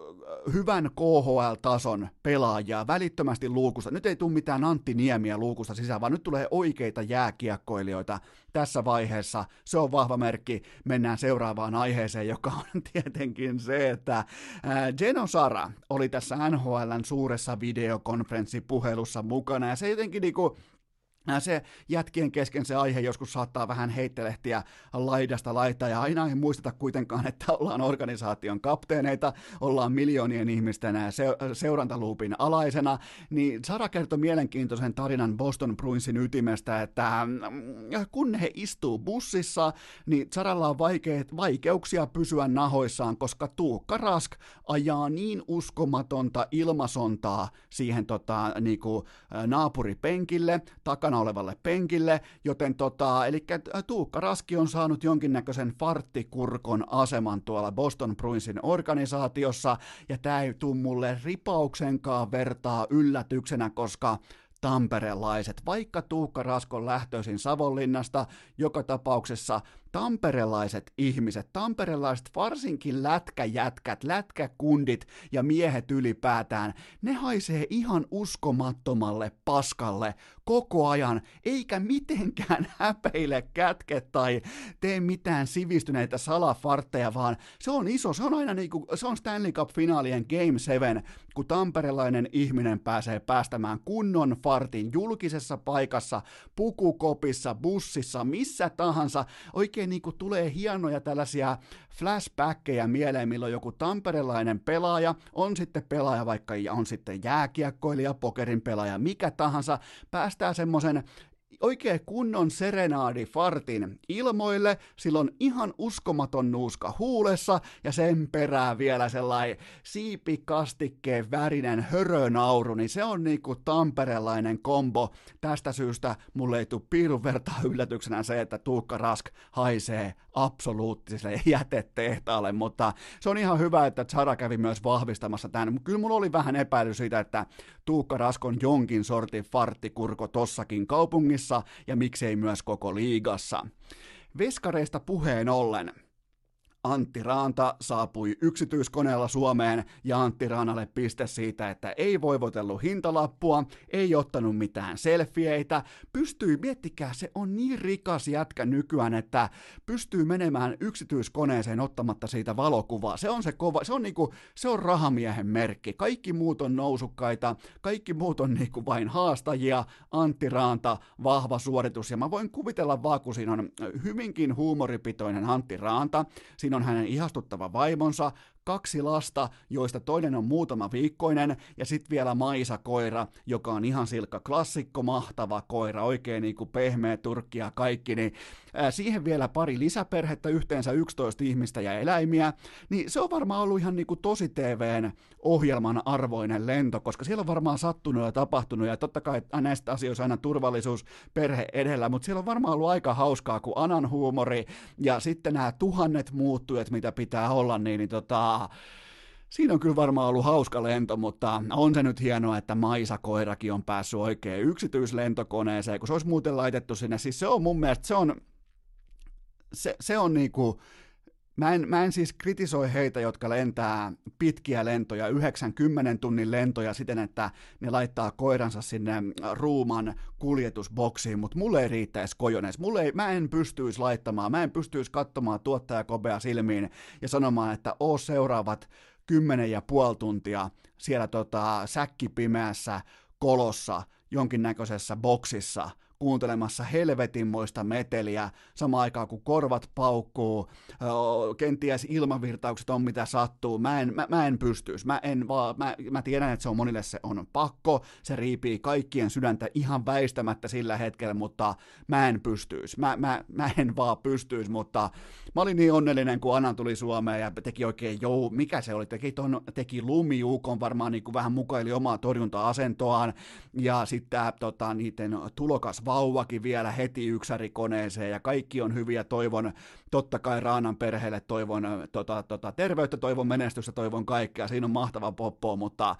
hyvän K H L-tason pelaajia välittömästi luukusta. Nyt ei tule mitään Antti Niemiä luukusta sisään, vaan nyt tulee oikeita jääkiekkoilijoita tässä vaiheessa. Se on vahva merkki. Mennään seuraavaan aiheeseen, joka on tietenkin se, että Geno Sara oli tässä N H L:n suuressa videokonferenssipuhelussa mukana, ja se jotenkin niinku se jätkien kesken se aihe joskus saattaa vähän heittelehtiä laidasta laitaa, ja aina ei muisteta kuitenkaan, että ollaan organisaation kapteeneita, ollaan miljoonien ihmisten seurantaluupin alaisena, niin Sara kertoi mielenkiintoisen tarinan Boston Bruinsin ytimestä, että kun he istuu bussissa, niin Saralla on vaikeet, vaikeuksia pysyä nahoissaan, koska Tuukka Rask ajaa niin uskomatonta ilmasontaa siihen tota, niinku, naapuripenkille, takana olevalle penkille, joten tota, eli Tuukka Raski on saanut jonkinnäköisen farttikurkon aseman tuolla Boston Bruinsin organisaatiossa, ja tää ei tuu mulle ripauksenkaan vertaa yllätyksenä, koska tamperelaiset, vaikka Tuukka Rask on lähtöisin Savonlinnasta, joka tapauksessa tamperelaiset ihmiset, tamperelaiset varsinkin lätkäjätkät, lätkäkundit ja miehet ylipäätään, ne haisee ihan uskomattomalle paskalle koko ajan, eikä mitenkään häpeile kätke tai tee mitään sivistyneitä salafartteja, vaan se on iso, se on aina niinku, se on Stanley Cup-finaalien Game seven, kun tamperelainen ihminen pääsee päästämään kunnon fartin julkisessa paikassa, pukukopissa, bussissa, missä tahansa, oikein niin kuin tulee hienoja tällaisia flashbackkejä mieleen, milloin joku tamperelainen pelaaja, on sitten pelaaja vaikka on sitten jääkiekkoilija, pokerin pelaaja, mikä tahansa, päästää semmoisen oikein kunnon serenaadifartin ilmoille, silloin ihan uskomaton nuuska huulessa ja sen perään vielä sellainen siipikastikkeen värinen hörönauru, niin se on niinku tamperelainen kombo. Tästä syystä mulle ei tule piirun vertaa yllätyksenä se, että Tuukka Rask haisee absoluuttiselle jätetehtaalle, mutta se on ihan hyvä, että Zara kävi myös vahvistamassa tämän. Kyllä mulla oli vähän epäily siitä, että Tuukka Rask on jonkin sortin farttikurko tossakin kaupungissa, ja miksei myös koko liigassa. Veskareista puheen ollen. Antti Raanta saapui yksityiskoneella Suomeen, ja Antti Raanalle piste siitä, että ei voivotellut hintalappua, ei ottanut mitään selfieitä, pystyy, miettikää, se on niin rikas jätkä nykyään, että pystyy menemään yksityiskoneeseen ottamatta siitä valokuvaa. Se on se kova, se on niinku, se on rahamiehen merkki. Kaikki muut on nousukkaita, kaikki muut on niinku vain haastajia. Antti Raanta, vahva suoritus, ja mä voin kuvitella vaan, kun siinä on hyvinkin huumoripitoinen Antti Raanta, siinä on hänen ihastuttava vaimonsa, kaksi lasta, joista toinen on muutama viikkoinen, ja sitten vielä Maisa-koira, joka on ihan silkka klassikko, mahtava koira, oikein niin kuin pehmeä turkki ja kaikki, niin ää, siihen vielä pari lisäperhettä, yhteensä yksitoista ihmistä ja eläimiä, niin se on varmaan ollut ihan niinku tosi T V:n ohjelman arvoinen lento, koska siellä on varmaan sattunut ja tapahtunut, ja totta kai näistä asioista aina turvallisuus, perhe edellä, mutta siellä on varmaan ollut aika hauskaa, kun Anan huumori ja sitten nämä tuhannet muuttujat, mitä pitää olla, niin, niin tota, siinä on kyllä varmaan ollut hauska lento, mutta on se nyt hienoa, että Maisa-koirakin on päässyt oikein yksityislentokoneeseen, kun se olisi muuten laitettu sinne. Siis se on mun mielestä, se on, se, se on niinku, mä en, mä en siis kritisoi heitä, jotka lentää pitkiä lentoja, yhdeksänkymmentä tunnin lentoja siten, että ne laittaa koiransa sinne ruuman kuljetusboksiin, mutta mulle ei riittäisi kojonees. Mulle ei, mä en pystyisi laittamaan, mä en pystyisi katsomaan tuottaja Kobea silmiin ja sanomaan, että oo seuraavat kymmenen ja puoli tuntia siellä tota, säkkipimeässä kolossa jonkinnäköisessä boksissa kuuntelemassa helvetinmoista meteliä samaan aikaan, kun korvat paukkuu, kenties ilmavirtaukset on mitä sattuu. Mä en, mä, mä en pystyisi. Mä, en vaan, mä, mä tiedän, että se on monille se on pakko, se riipii kaikkien sydäntä ihan väistämättä sillä hetkellä, mutta mä en pystyisi. Mä, mä, mä en vaan pystyisi, mutta mä olin niin onnellinen, kun Anna tuli Suomeen ja teki oikein, jou, mikä se oli, teki, ton, teki lumiukon, varmaan niin kuin vähän mukaili omaa torjunta-asentoaan, ja sitten tota, niiden tulokas vauvakin vielä heti yksärikoneeseen, ja kaikki on hyviä, toivon totta kai Raanan perheelle, toivon tota, tota, terveyttä, toivon menestystä, toivon kaikkea, siinä on mahtava poppo, mutta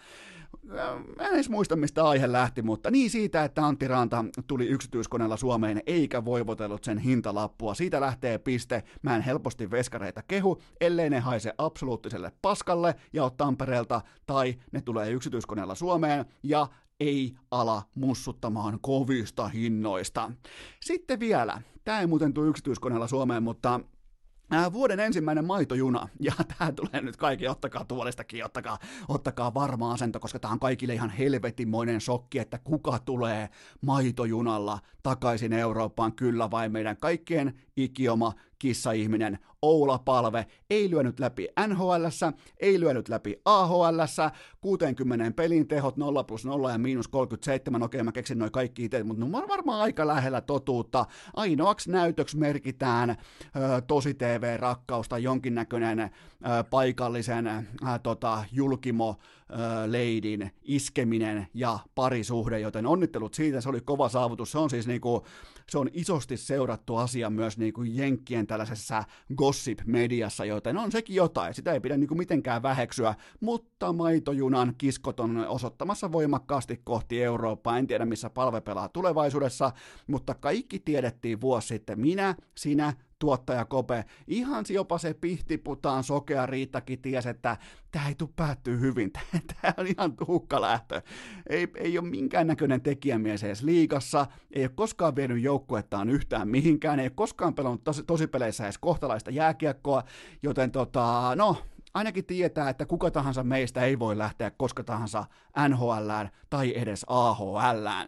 mä en edes muista, mistä aihe lähti, mutta niin siitä, että Antti Raanta tuli yksityiskoneella Suomeen eikä voivotellut sen hintalappua. Siitä lähtee piste. Mä en helposti veskareita kehu, ellei ne haise absoluuttiselle paskalle ja ole Tampereelta, tai ne tulee yksityiskoneella Suomeen ja ei ala mussuttamaan kovista hinnoista. Sitten vielä, tää ei muuten tule yksityiskoneella Suomeen, mutta Ää, vuoden ensimmäinen maitojuna, ja tää tulee nyt kaikki, ottakaa tuolistakin, ottakaa, ottakaa varma asento, koska tää on kaikille ihan helvetinmoinen shokki, että kuka tulee maitojunalla takaisin Eurooppaan, kyllä vai meidän kaikkien ikioma kissaihminen Oula Palve ei lyönyt läpi N H L:ssä, ei lyönyt läpi A H L:ssä, kuusikymmentä pelin tehot nolla plus nolla ja miinus kolmekymmentäseitsemän, okei mä keksin noi kaikki itse, mutta ne on varmaan aika lähellä totuutta. Ainoaksi näytöksi merkitään ö, tosi T V-rakkaus tai jonkinnäköinen ö, paikallisen ö, tota, julkimo ö, leidin iskeminen ja parisuhde, joten onnittelut siitä, se oli kova saavutus, se on siis niinku, se on isosti seurattu asia myös niinku jenkkien tällaisessa gossip-mediassa, joten on sekin jotain, sitä ei pidä niinku mitenkään väheksyä, mutta maitojunan kiskot on osoittamassa voimakkaasti kohti Eurooppaa, en tiedä missä Palve pelaa tulevaisuudessa, mutta kaikki tiedettiin vuosi sitten, minä, sinä, tuottaja Kope, ihan jopa se pihtiputaan sokea Riittakin ties, että tämä ei tule päättyä hyvin, tämä on ihan hukkalähtö. Ei, ei ole minkäännäköinen tekijämies edes liigassa, ei ole koskaan vienyt joukkuettaan yhtään mihinkään, ei ole koskaan pelannut tos, tosipeleissä edes kohtalaista jääkiekkoa, joten tota, no, ainakin tietää, että kuka tahansa meistä ei voi lähteä koska tahansa N H L:ään tai edes A H L:ään.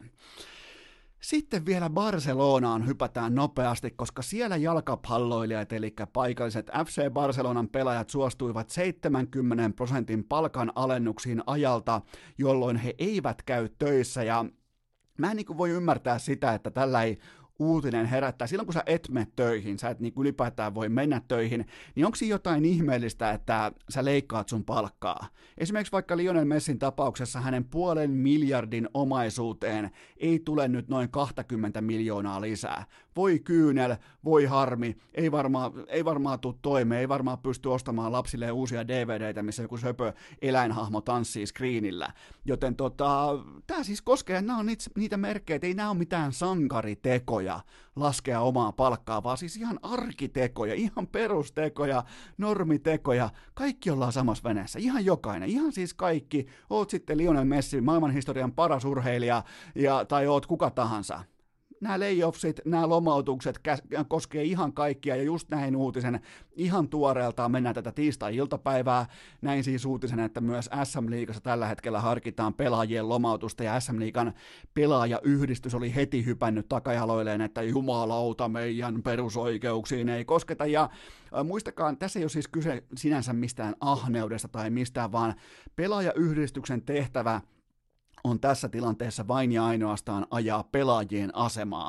Sitten vielä Barcelonaan hypätään nopeasti, koska siellä jalkapalloilijat, eli paikalliset F C Barcelonan pelaajat suostuivat seitsemänkymmentä prosentin palkan alennuksiin ajalta, jolloin he eivät käy töissä, ja mä en niin voi ymmärtää sitä, että tällä ei uutinen herättää. Silloin kun sä et mene töihin, sä et niin ylipäätään voi mennä töihin, niin onko siinä jotain ihmeellistä, että sä leikkaat sun palkkaa? Esimerkiksi vaikka Lionel Messin tapauksessa hänen puolen miljardin omaisuuteen ei tule nyt noin kaksikymmentä miljoonaa lisää. Voi kyynel, voi harmi, ei varmaan, ei varmaan tule toimeen, ei varmaan pysty ostamaan lapsille uusia D V D:tä, missä joku söpö eläinhahmo tanssii screenillä. Joten tota, tää siis koskee, nämä on niitä, niitä merkkejä, ei nämä ole mitään sankaritekoja laskea omaa palkkaa, vaan siis ihan arkitekoja, ihan perustekoja, normitekoja, kaikki ollaan samassa veneessä, ihan jokainen, ihan siis kaikki, oot sitten Lionel Messi, maailmanhistorian paras urheilija, ja, tai oot kuka tahansa. Nämä layoffsit, nämä lomautukset käs- koskee ihan kaikkia, ja just näin uutisen ihan tuoreeltaan mennään tätä tiistai-iltapäivää. Näin siis uutisen, että myös S M-liigassa tällä hetkellä harkitaan pelaajien lomautusta, ja S M-liigan pelaajayhdistys oli heti hypännyt takajaloilleen, että jumalauta meidän perusoikeuksiin ei kosketa, ja äh, muistakaa, tässä ei ole siis kyse sinänsä mistään ahneudesta tai mistään, vaan pelaajayhdistyksen tehtävä on tässä tilanteessa vain ja ainoastaan ajaa pelaajien asemaa,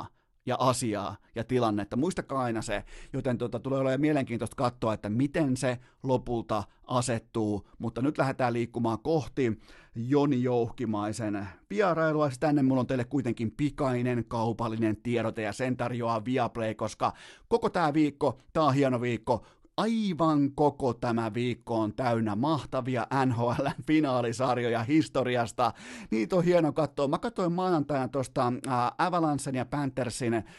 ja asiaa ja tilannetta. Muistakaa aina se, joten tota, tulee olemaan mielenkiintoista katsoa, että miten se lopulta asettuu, mutta nyt lähdetään liikkumaan kohti Joni Jouhkimaisen vierailua. Siis tänne mulla on teille kuitenkin pikainen kaupallinen tiedote ja sen tarjoaa Viaplay, koska koko tämä viikko, tämä on hieno viikko, aivan koko tämä viikko on täynnä mahtavia N H L-finaalisarjoja historiasta. Niitä on hieno katsoa. Mä katsoin maanantaina tuosta äh, Avalancen ja Panthersin äh,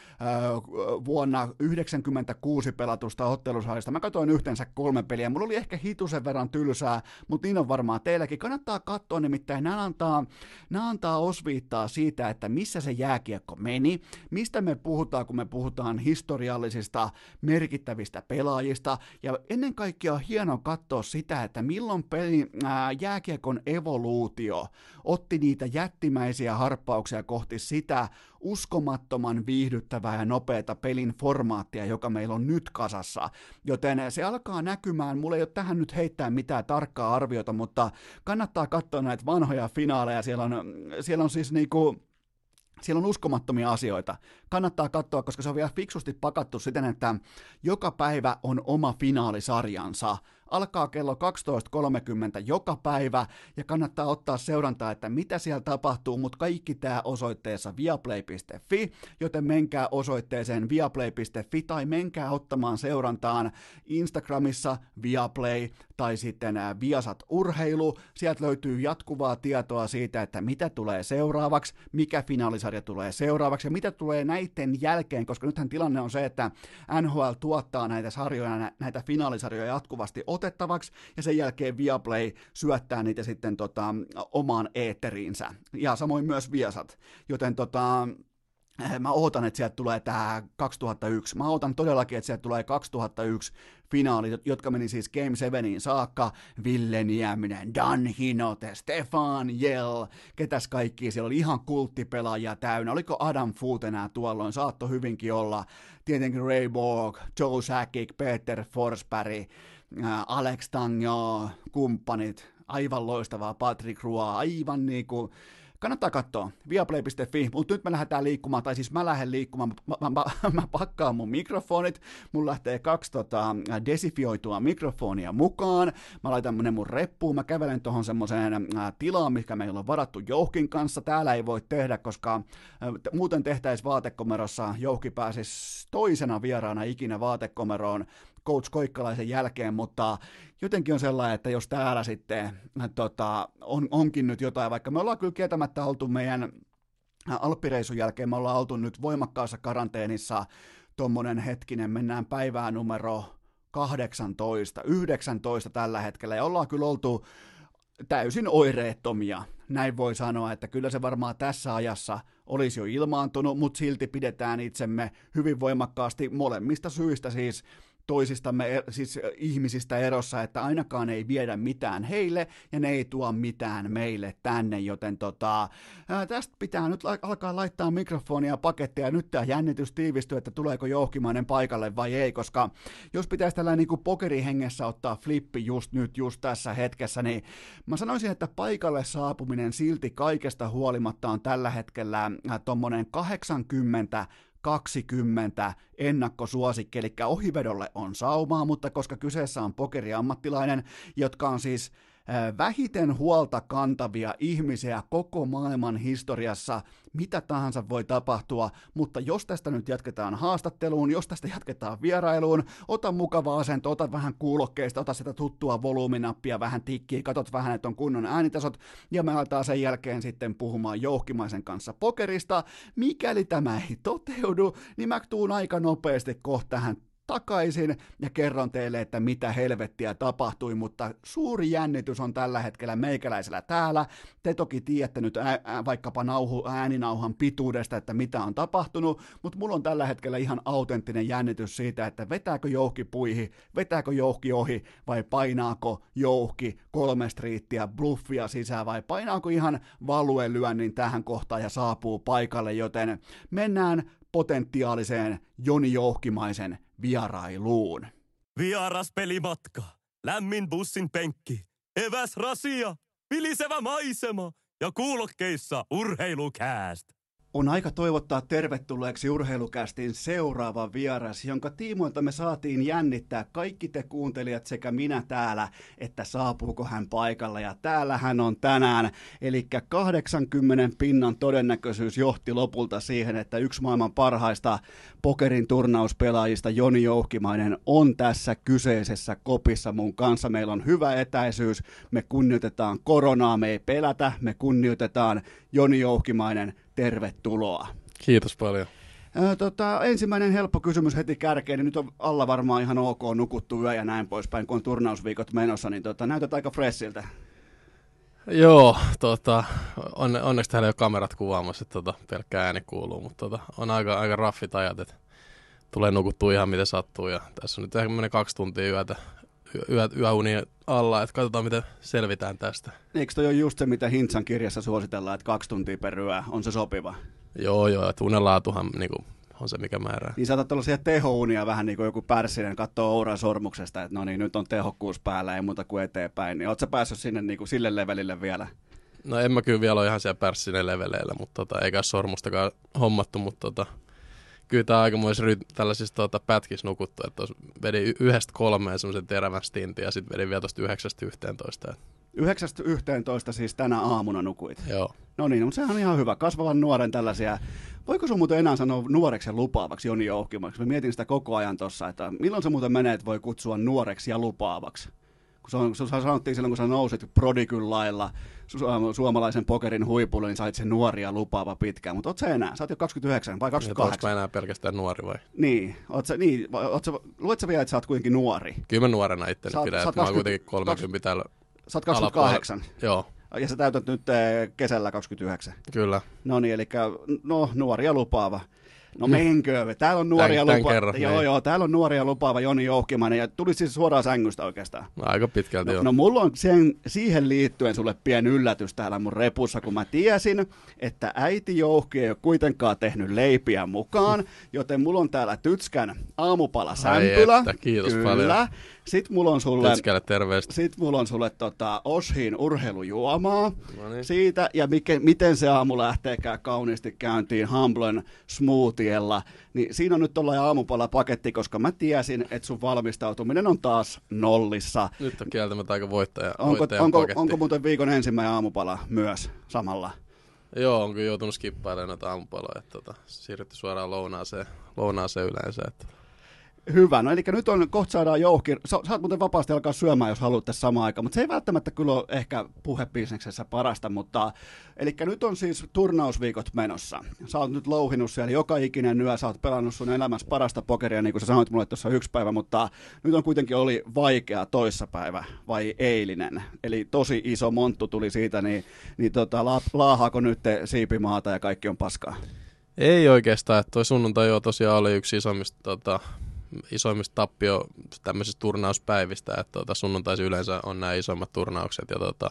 vuonna yhdeksänkymmentäkuusi pelatusta ottelusarjasta. Mä katsoin yhteensä kolme peliä. Mulla oli ehkä hitusen verran tylsää, mutta niin on varmaan teilläkin. Kannattaa katsoa, nimittäin nämä antaa, nämä antaa osviittaa siitä, että missä se jääkiekko meni, mistä me puhutaan, kun me puhutaan historiallisista merkittävistä pelaajista. Ja ennen kaikkea on hienoa katsoa sitä, että milloin peli, ää, jääkiekon evoluutio otti niitä jättimäisiä harppauksia kohti sitä uskomattoman viihdyttävää ja nopeata pelin formaattia, joka meillä on nyt kasassa. Joten se alkaa näkymään, mulla ei ole tähän nyt heittää mitään tarkkaa arviota, mutta kannattaa katsoa näitä vanhoja finaaleja, siellä on, siellä on siis niinku... Siellä on uskomattomia asioita. Kannattaa katsoa, koska se on vielä fiksusti pakattu siten, että joka päivä on oma finaalisarjansa. Alkaa kello kaksitoista kolmekymmentä joka päivä ja kannattaa ottaa seurantaa, että mitä siellä tapahtuu, mutta kaikki tämä osoitteessa viaplay piste fi, joten menkää osoitteeseen viaplay piste fi tai menkää ottamaan seurantaan Instagramissa Viaplay tai sitten Viasat Urheilu. Sieltä löytyy jatkuvaa tietoa siitä, että mitä tulee seuraavaksi, mikä finaalisarja tulee seuraavaksi ja mitä tulee näiden jälkeen, koska nythän tilanne on se, että N H L tuottaa näitä sarjoja, näitä finaalisarjoja jatkuvasti otettavaksi, ja sen jälkeen Viaplay syöttää niitä sitten tota, omaan eetteriinsä, ja samoin myös Viasat, joten tota, mä ootan, että sieltä tulee tää kaksituhattayksi, mä ootan todellakin, että sieltä tulee kaksituhattayksi finaalit, jotka meni siis Game seitsemään saakka, Ville Nieminen, Dan Hinote, Stefan Jell, ketäs kaikki, siellä oli ihan kulttipelaajia täynnä, oliko Adam Foote enää tuolloin, saattoi hyvinkin olla, tietenkin Ray Borg, Joe Sakic, Peter Forsberg, Alex Tangio, kumppanit, aivan loistavaa, Patrick Roy, aivan niinku, kannattaa katsoa, viaplay piste fi, mutta nyt me lähdetään liikkumaan, tai siis mä lähden liikkumaan, mä, mä, mä, mä pakkaan mun mikrofonit, mun lähtee kaksi tota, desifioitua mikrofonia mukaan, mä laitan ne mun reppuun, mä kävelen tohon semmoiseen äh, tilaan, mikä meillä on varattu Jouhkin kanssa, täällä ei voi tehdä, koska äh, t- muuten tehtäisiin vaatekomerossa, Jouhki pääsisi toisena vieraana ikinä vaatekomeroon, Coach Koikkalaisen jälkeen, mutta jotenkin on sellainen, että jos täällä sitten tota, on, onkin nyt jotain, vaikka me ollaan kyllä kieltämättä oltu meidän alppireisun jälkeen, me ollaan oltu nyt voimakkaassa karanteenissa, tuommoinen hetkinen, mennään päivään numero kahdeksantoista, yhdeksäntoista tällä hetkellä, ja ollaan kyllä oltu täysin oireettomia, näin voi sanoa, että kyllä se varmaan tässä ajassa olisi jo ilmaantunut, mutta silti pidetään itsemme hyvin voimakkaasti molemmista syistä siis, toisistamme, siis ihmisistä erossa, että ainakaan ei viedä mitään heille ja ne ei tuo mitään meille tänne, joten tota, ää, tästä pitää nyt la- alkaa laittaa mikrofonia ja pakettia ja nyt tämä jännitys tiivistyy, että tuleeko Jouhkimainen paikalle vai ei, koska jos pitäisi tällainen niin kuin pokerihengessä ottaa flippi just nyt, just tässä hetkessä, niin mä sanoisin, että paikalle saapuminen silti kaikesta huolimatta on tällä hetkellä tommonen kahdeksankymmentä kaksikymmentä ennakkosuosikki, eli ohivedolle on saumaa, mutta koska kyseessä on pokeriammattilainen, jotka on siis vähiten huolta kantavia ihmisiä koko maailman historiassa, mitä tahansa voi tapahtua, mutta jos tästä nyt jatketaan haastatteluun, jos tästä jatketaan vierailuun, ota mukava asento, ota vähän kuulokkeista, ota sitä tuttua volyyminappia, vähän tikkiä, katot vähän, että on kunnon äänitasot, ja me aletaan sen jälkeen sitten puhumaan Jouhkimaisen kanssa pokerista. Mikäli tämä ei toteudu, niin mä tuun aika nopeasti kohta tähän takaisin ja kerron teille, että mitä helvettiä tapahtui, mutta suuri jännitys on tällä hetkellä meikäläisellä täällä. Te toki tiedätte nyt ää, ää, vaikkapa nauhu, ääninauhan pituudesta, että mitä on tapahtunut, mutta mulla on tällä hetkellä ihan autenttinen jännitys siitä, että vetääkö Jouhki puihi, vetääkö Jouhki ohi vai painaako Jouhki kolme striittiä bluffia sisään vai painaako ihan valuelyönnin tähän kohtaan ja saapuu paikalle, joten mennään potentiaaliseen Joni Jouhkimaisen vierailuun. Vieras pelimatka, lämmin bussin penkki, eväs rasia, vilisevä maisema ja kuulokkeissa urheilukääst. On aika toivottaa tervetulleeksi Urheilukästin seuraava vieras, jonka tiimoilta me saatiin jännittää kaikki te kuuntelijat sekä minä täällä, että saapuuko hän paikalla. Ja täällä hän on tänään, eli kahdeksankymmenen pinnan todennäköisyys johti lopulta siihen, että yksi maailman parhaista pokerin turnauspelaajista, Joni Jouhkimainen, on tässä kyseisessä kopissa mun kanssa. Meillä on hyvä etäisyys, me kunnioitetaan koronaa, me ei pelätä, me kunnioitetaan. Joni Jouhkimainen, tervetuloa. Kiitos paljon. Ää, tota, ensimmäinen helppo kysymys heti kärkeen, niin nyt on alla varmaan ihan ok nukuttu yö ja näin poispäin, kun on turnausviikot menossa, niin tota, näytät aika freshiltä. Joo, tota, onne, onneksi täällä ei ole kamerat kuvaamassa, että tota, pelkkä ääni kuuluu, mutta tota, on aika, aika raffit ajat, että tulee nukuttua ihan miten sattuu ja tässä on nyt ehkä menee kaksi tuntia yötä. Yö, yöuni alla, että katsotaan miten selvitään tästä. Eikö toi ole just se, mitä Hintsan kirjassa suositellaan, että kaksi tuntia per yö on se sopiva? Joo, joo, että unenlaatuhan niin kuin, on se, mikä määrää. Niin saatat olla siellä teho-unia vähän niin kuin joku pärssinen, katsoo Ouran sormuksesta, että no niin, nyt on tehokkuus päällä, ei muuta kuin eteenpäin. Niin ootko sä päässyt sinne niin kuin sille levelille vielä? No en mä kyllä vielä ole ihan siellä pärssinen leveleillä, mutta tota, eikä sormustakaan hommattu, mutta tota, kyllä tämä aikamoisessa ry- tällaisissa tota, pätkissä nukuttu, että vedin y- yhdestä kolmeen semmoisen terävän stintin ja sitten vedin vielä tuosta yhdeksästä yhteentoista. Yhdeksästä yhteentoista siis tänä aamuna nukuit? Joo. No niin, mutta sehän on ihan hyvä. Kasvavan nuoren tällaisia. Voiko sun muuten enää sanoa nuoreksi ja lupaavaksi Joni Jouhkimaksi? Mä mietin sitä koko ajan tossa, että milloin se muuten menee, että voi kutsua nuoreksi ja lupaavaksi? Kun se on, se sanottiin silloin, kun sä nousit Prodigyn lailla su- suomalaisen pokerin huipulle, niin sait sen nuori ja lupaava pitkään. Mutta oot sä enää? Sä oot jo kaksikymmentäyhdeksän vai kaksikymmentäkahdeksan? Onko mä enää pelkästään nuori vai? Niin. Oot sä, niin oot sä, luet sä vielä, että sä oot kuitenkin nuori? Kyllä mä nuorena itteni pidän, että kaksikymmentä, mä oon kuitenkin kolmekymmentä täällä. Sä oot kaksikymmentäkahdeksan? Joo. Ja sä täytät nyt kesällä kaksikymmentäyhdeksän? Kyllä. No niin, eli no, nuori ja lupaava. No menkö, täällä on nuoria Tän, lupaava. kerran, joo, niin. joo, täällä on nuoria lupaava Joni Jouhkimainen ja tuli siis suoraan sängystä oikeastaan. No, aika pitkälti no, joo. No mulla on sen, siihen liittyen sulle pieni yllätys täällä mun repussa, kun mä tiesin, että äiti Jouhki ei ole kuitenkaan tehnyt leipiä mukaan, joten mulla on täällä Tytskän aamupalasämpylä. Ai että, kiitos Kyllä. paljon. Sitten mulla on sulle, Tytskälle terveistä. sit mulla on sulle tota, Oshin urheilujuomaa Noniin. siitä, ja mikä, miten se aamu lähteekään kauniisti käyntiin Humblen smoothiella. Niin siinä on nyt tollainen aamupalapaketti, koska mä tiesin, että sun valmistautuminen on taas nollissa. Nyt on kieltämättä aika voittaja, Onko, voittajan onko, paketti. onko muuten viikon ensimmäinen aamupala myös samalla? Joo, on kyllä joutunut skippailemaan näitä aamupaloja. Että, tota, siirrytty suoraan lounaaseen, lounaaseen yleensä. Että. Hyvä, no eli nyt on, kohta saadaan Jouhki, sä, sä oot muuten vapaasti alkaa syömään, jos haluat tässä samaan aikaan, mutta se ei välttämättä kyllä ole ehkä puhebisneksessä parasta, mutta eli nyt on siis turnausviikot menossa. Sä oot nyt louhinut siellä joka ikinen yö, sä oot pelannut sun elämässä parasta pokeria, niin kuin sä sanoit mulle tuossa yksi päivä, mutta nyt on kuitenkin oli vaikea toissapäivä vai eilinen, eli tosi iso monttu tuli siitä, niin, niin tota, la, laahaako nyt siipimaata ja kaikki on paskaa? Ei oikeastaan, että toi sunnuntai jo tosiaan oli yksi isommista tota, isoimmista tappio tämmöisistä turnauspäivistä, että tuota, sunnuntaisi yleensä on nämä isommat turnaukset. Ja, tuota,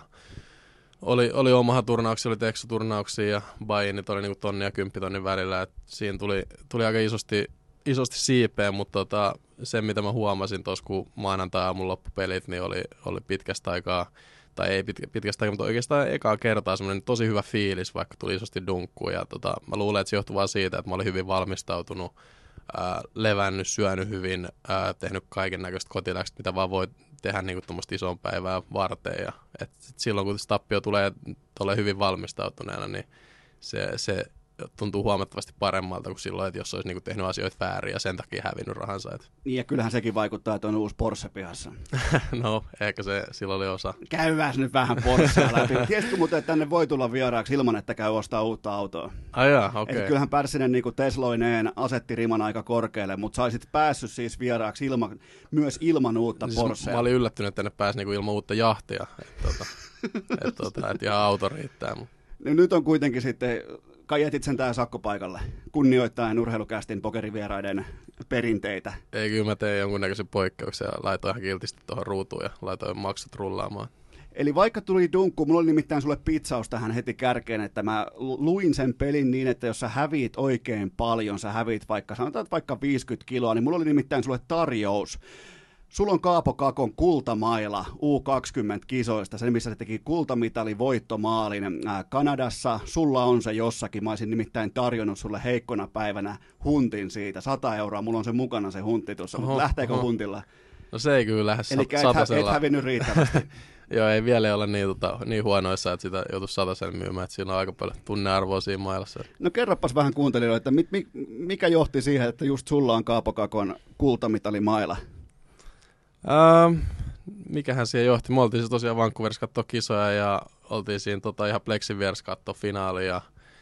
oli, oli omaha turnauksia, oli teksoturnauksia ja buy-init oli niinku tonni ja kymppitonnin välillä. Et siinä tuli, tuli aika isosti, isosti siipeä, mutta tota, se mitä mä huomasin tuossa, kun maanantai-aamun loppupelit, niin oli, oli pitkästä aikaa, tai ei pitkä, pitkästä aikaa, mutta oikeastaan ekaa kertaa semmoinen tosi hyvä fiilis, vaikka tuli isosti dunkkuu. Ja tota, mä luulen, että se johtui vaan siitä, että mä olin hyvin valmistautunut. Ää, levännyt, syönyt hyvin, ää, tehnyt kaiken näköistä kotiläkset, mitä vaan voi tehdä niin kuin tuommoista isoa päivää varten. Ja, et silloin kun tappio tulee, tulee hyvin valmistautuneena, niin se, se tuntuu huomattavasti paremmalta kuin silloin, että jos olisi niin kuin tehnyt asioita väärin ja sen takia hävinnyt rahansa. Et. Niin ja kyllähän sekin vaikuttaa, että on uusi Porsche pihassa. No, ehkä se silloin oli osa. Käydään nyt vähän Porschea läpi. Tiesitkö muuten, että tänne voi tulla vieraaksi ilman, että käy ostaa uutta autoa? Ai jaa, okei. Okay. Kyllähän Pärssinen niin kuin Tesloineen asetti riman aika korkealle, mutta saisit päässyt siis vieraaksi ilman, myös ilman uutta siis Porschea. Mä olin yllättynyt, että tänne pääsi niin kuin ilman uutta jahtia. Että tota, et, tota, et ihan auto riittää. Mutta. Nyt on kuitenkin sitten, kai jätit sen tähän sakkopaikalle, kunnioittaen Urheilukästin pokerivieraiden perinteitä. Ei, kyllä mä tein jonkunnäköisen poikkeuksen ja laitoin ihan kiltisti tuohon ruutuun ja laitoin maksut rullaamaan. Eli vaikka tuli dunkku, mulla oli nimittäin sulle pitsaus tähän heti kärkeen, että mä luin sen pelin niin, että jos sä häviit oikein paljon, sä häviit vaikka, sanotaan vaikka viisikymmentä kiloa, niin mulla oli nimittäin sulle tarjous. Sulla on Kaapo Kakon kultamaila U kaksikymmentä-kisoista, se missä se teki kultamitalin voittomaalin ää, Kanadassa. Sulla on se jossakin, mä olisin nimittäin tarjonnut sulle heikkona päivänä huntin siitä, sata euroa, mulla on se mukana se huntti tuossa, mutta lähteekö oho. huntilla? No se ei kyllä lähde Eli satasella. et, et hävinnyt riittävästi. Joo, ei vielä ole niin, tota, niin huonoissa, että sitä joutuisi satasella myymään, että siinä on aika paljon tunnearvoa siinä mailassa. No kerropas vähän kuuntelijoille, että mit, mit, mikä johti siihen, että just sulla on Kaapo Kakon kultamitalimaila? Ähm, mikähän siihen johti? Me oltiin siis tosiaan Vancouverissa katsoa kisoja ja oltiin siinä tota, ihan pleksin vieressä katsoa finaalia.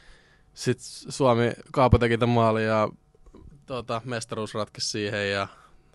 Sitten Suomi, Kaapo teki tämän maalin ja tota, mestaruus ratkesi siihen ja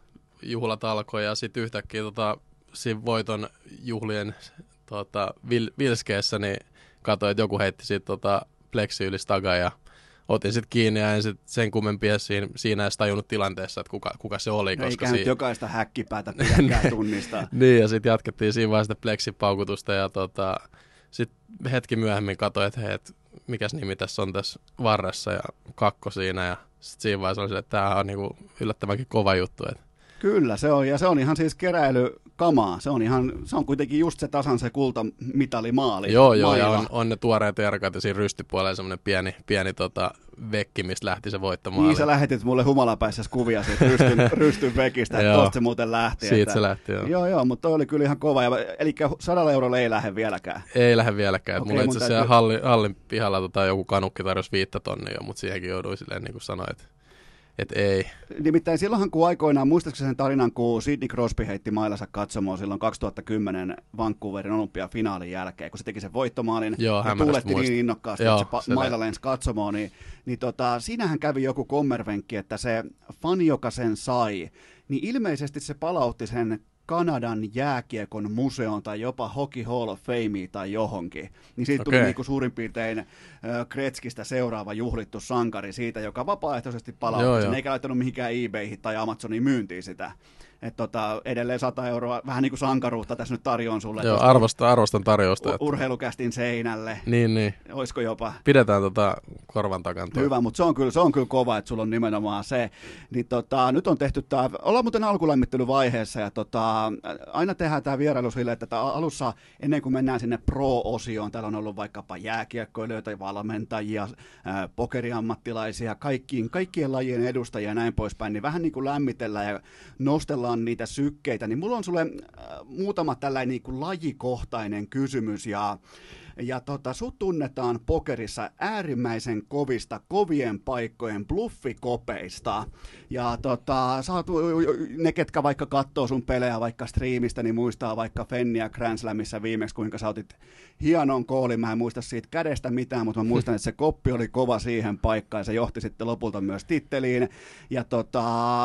juhlat alkoi ja sitten yhtäkkiä tota, siinä voiton juhlien tota, vil, vilskeessä niin katsoin, että joku heitti siitä tota, pleksi yli staga ja otin sitten kiinni ja en sit sen kummempia siinä, siinä edes tajunnut tilanteessa, että kuka, kuka se oli. No koska eikä nyt siinä... jokaista häkkipäätä pidäkään tunnistaa. Niin, ja sitten jatkettiin siinä vaiheessa pleksin paukutusta ja tota, sitten hetki myöhemmin katsoin, että hei, et mikäs nimi tässä on tässä varressa ja kakko siinä ja sitten siinä vaiheessa oli se, että tämä on niinku yllättävänkin kova juttu. Et. Kyllä, se on, ja se on ihan siis keräilykamaa. Se on, ihan, se on kuitenkin just se tasan se kultamitalimaali. Joo, joo, ja on, on ne tuoreet erkat ja siinä rystypuolella semmoinen pieni, pieni tota, vekki, mistä lähti se voittomaali. Niin, sä lähetit mulle humalapäissä kuvia siitä rystyn, rystyn vekistä, että tosta se muuten lähti. Siitä että, se lähti, joo. Joo, joo, mutta toi oli kyllä ihan kova. Ja, eli sadalla eurolla ei lähde vieläkään. Ei lähde vieläkään. Okei, mulla itse asiassa täytyy... hallin, hallin pihalla tota, joku kanukki tarjosi viittä tonnia, mutta siihenkin jouduin silleen niin kuin sanoin, että et ei. Nimittäin silloinhan kun aikoinaan, muistatko sen tarinan, kun Sidney Crosby heitti mailansa katsomoon silloin kaksituhattakymmenen Vancouverin olympiafinaalin jälkeen, kun se teki sen voittomaalin Joo, ja tuuletti niin innokkaasti, Joo, että se, se maila lensi katsomoon, niin, niin tota, siinähän kävi joku kommervenkki, että se fani, joka sen sai, niin ilmeisesti se palautti sen Kanadan jääkiekon museoon tai jopa Hockey Hall of Fameen tai johonkin. Niin siitä tuli okay. niinku suurin piirtein äh, Gretzkistä seuraava juhlittu sankari siitä, joka vapaaehtoisesti palautti sen, eikä laittanut mihinkään eBayhin tai Amazoniin myyntiin sitä. Että tota, edelleen sata euroa, vähän niin kuin sankaruutta tässä nyt tarjoan sulle. Joo, arvostan, arvostan tarjousta. U- urheilukästin seinälle. Niin, niin. Olisiko jopa? Pidetään tota korvan takana. Hyvä, mutta se on, kyllä, se on kyllä kova, että sulla on nimenomaan se. Niin tota, nyt on tehty tämä, ollaan muuten alkulämmittelyvaiheessa ja tota, aina tehdään tämä vierailu sille, että alussa ennen kuin mennään sinne pro-osioon, täällä on ollut vaikkapa jääkiekkoilijoita, valmentajia, ää, pokeriammattilaisia, kaikkiin, kaikkien lajien edustajia ja näin poispäin, niin vähän niin kuin lämmitellään ja nostellaan niitä sykkeitä, niin mulla on sulle äh, muutama tällainen niin kuin lajikohtainen kysymys, ja, ja tota, sut tunnetaan pokerissa äärimmäisen kovista, kovien paikkojen bluffikopeista, ja tota, sä oot, ne, ketkä vaikka katsoo sun pelejä vaikka striimistä, niin muistaa vaikka Fennia Grand Slamissa viimeksi, kuinka sä otit hienon koolin, mä en muista siitä kädestä mitään, mutta mä muistan, että se koppi oli kova siihen paikkaan, ja se johti sitten lopulta myös titteliin, ja tota,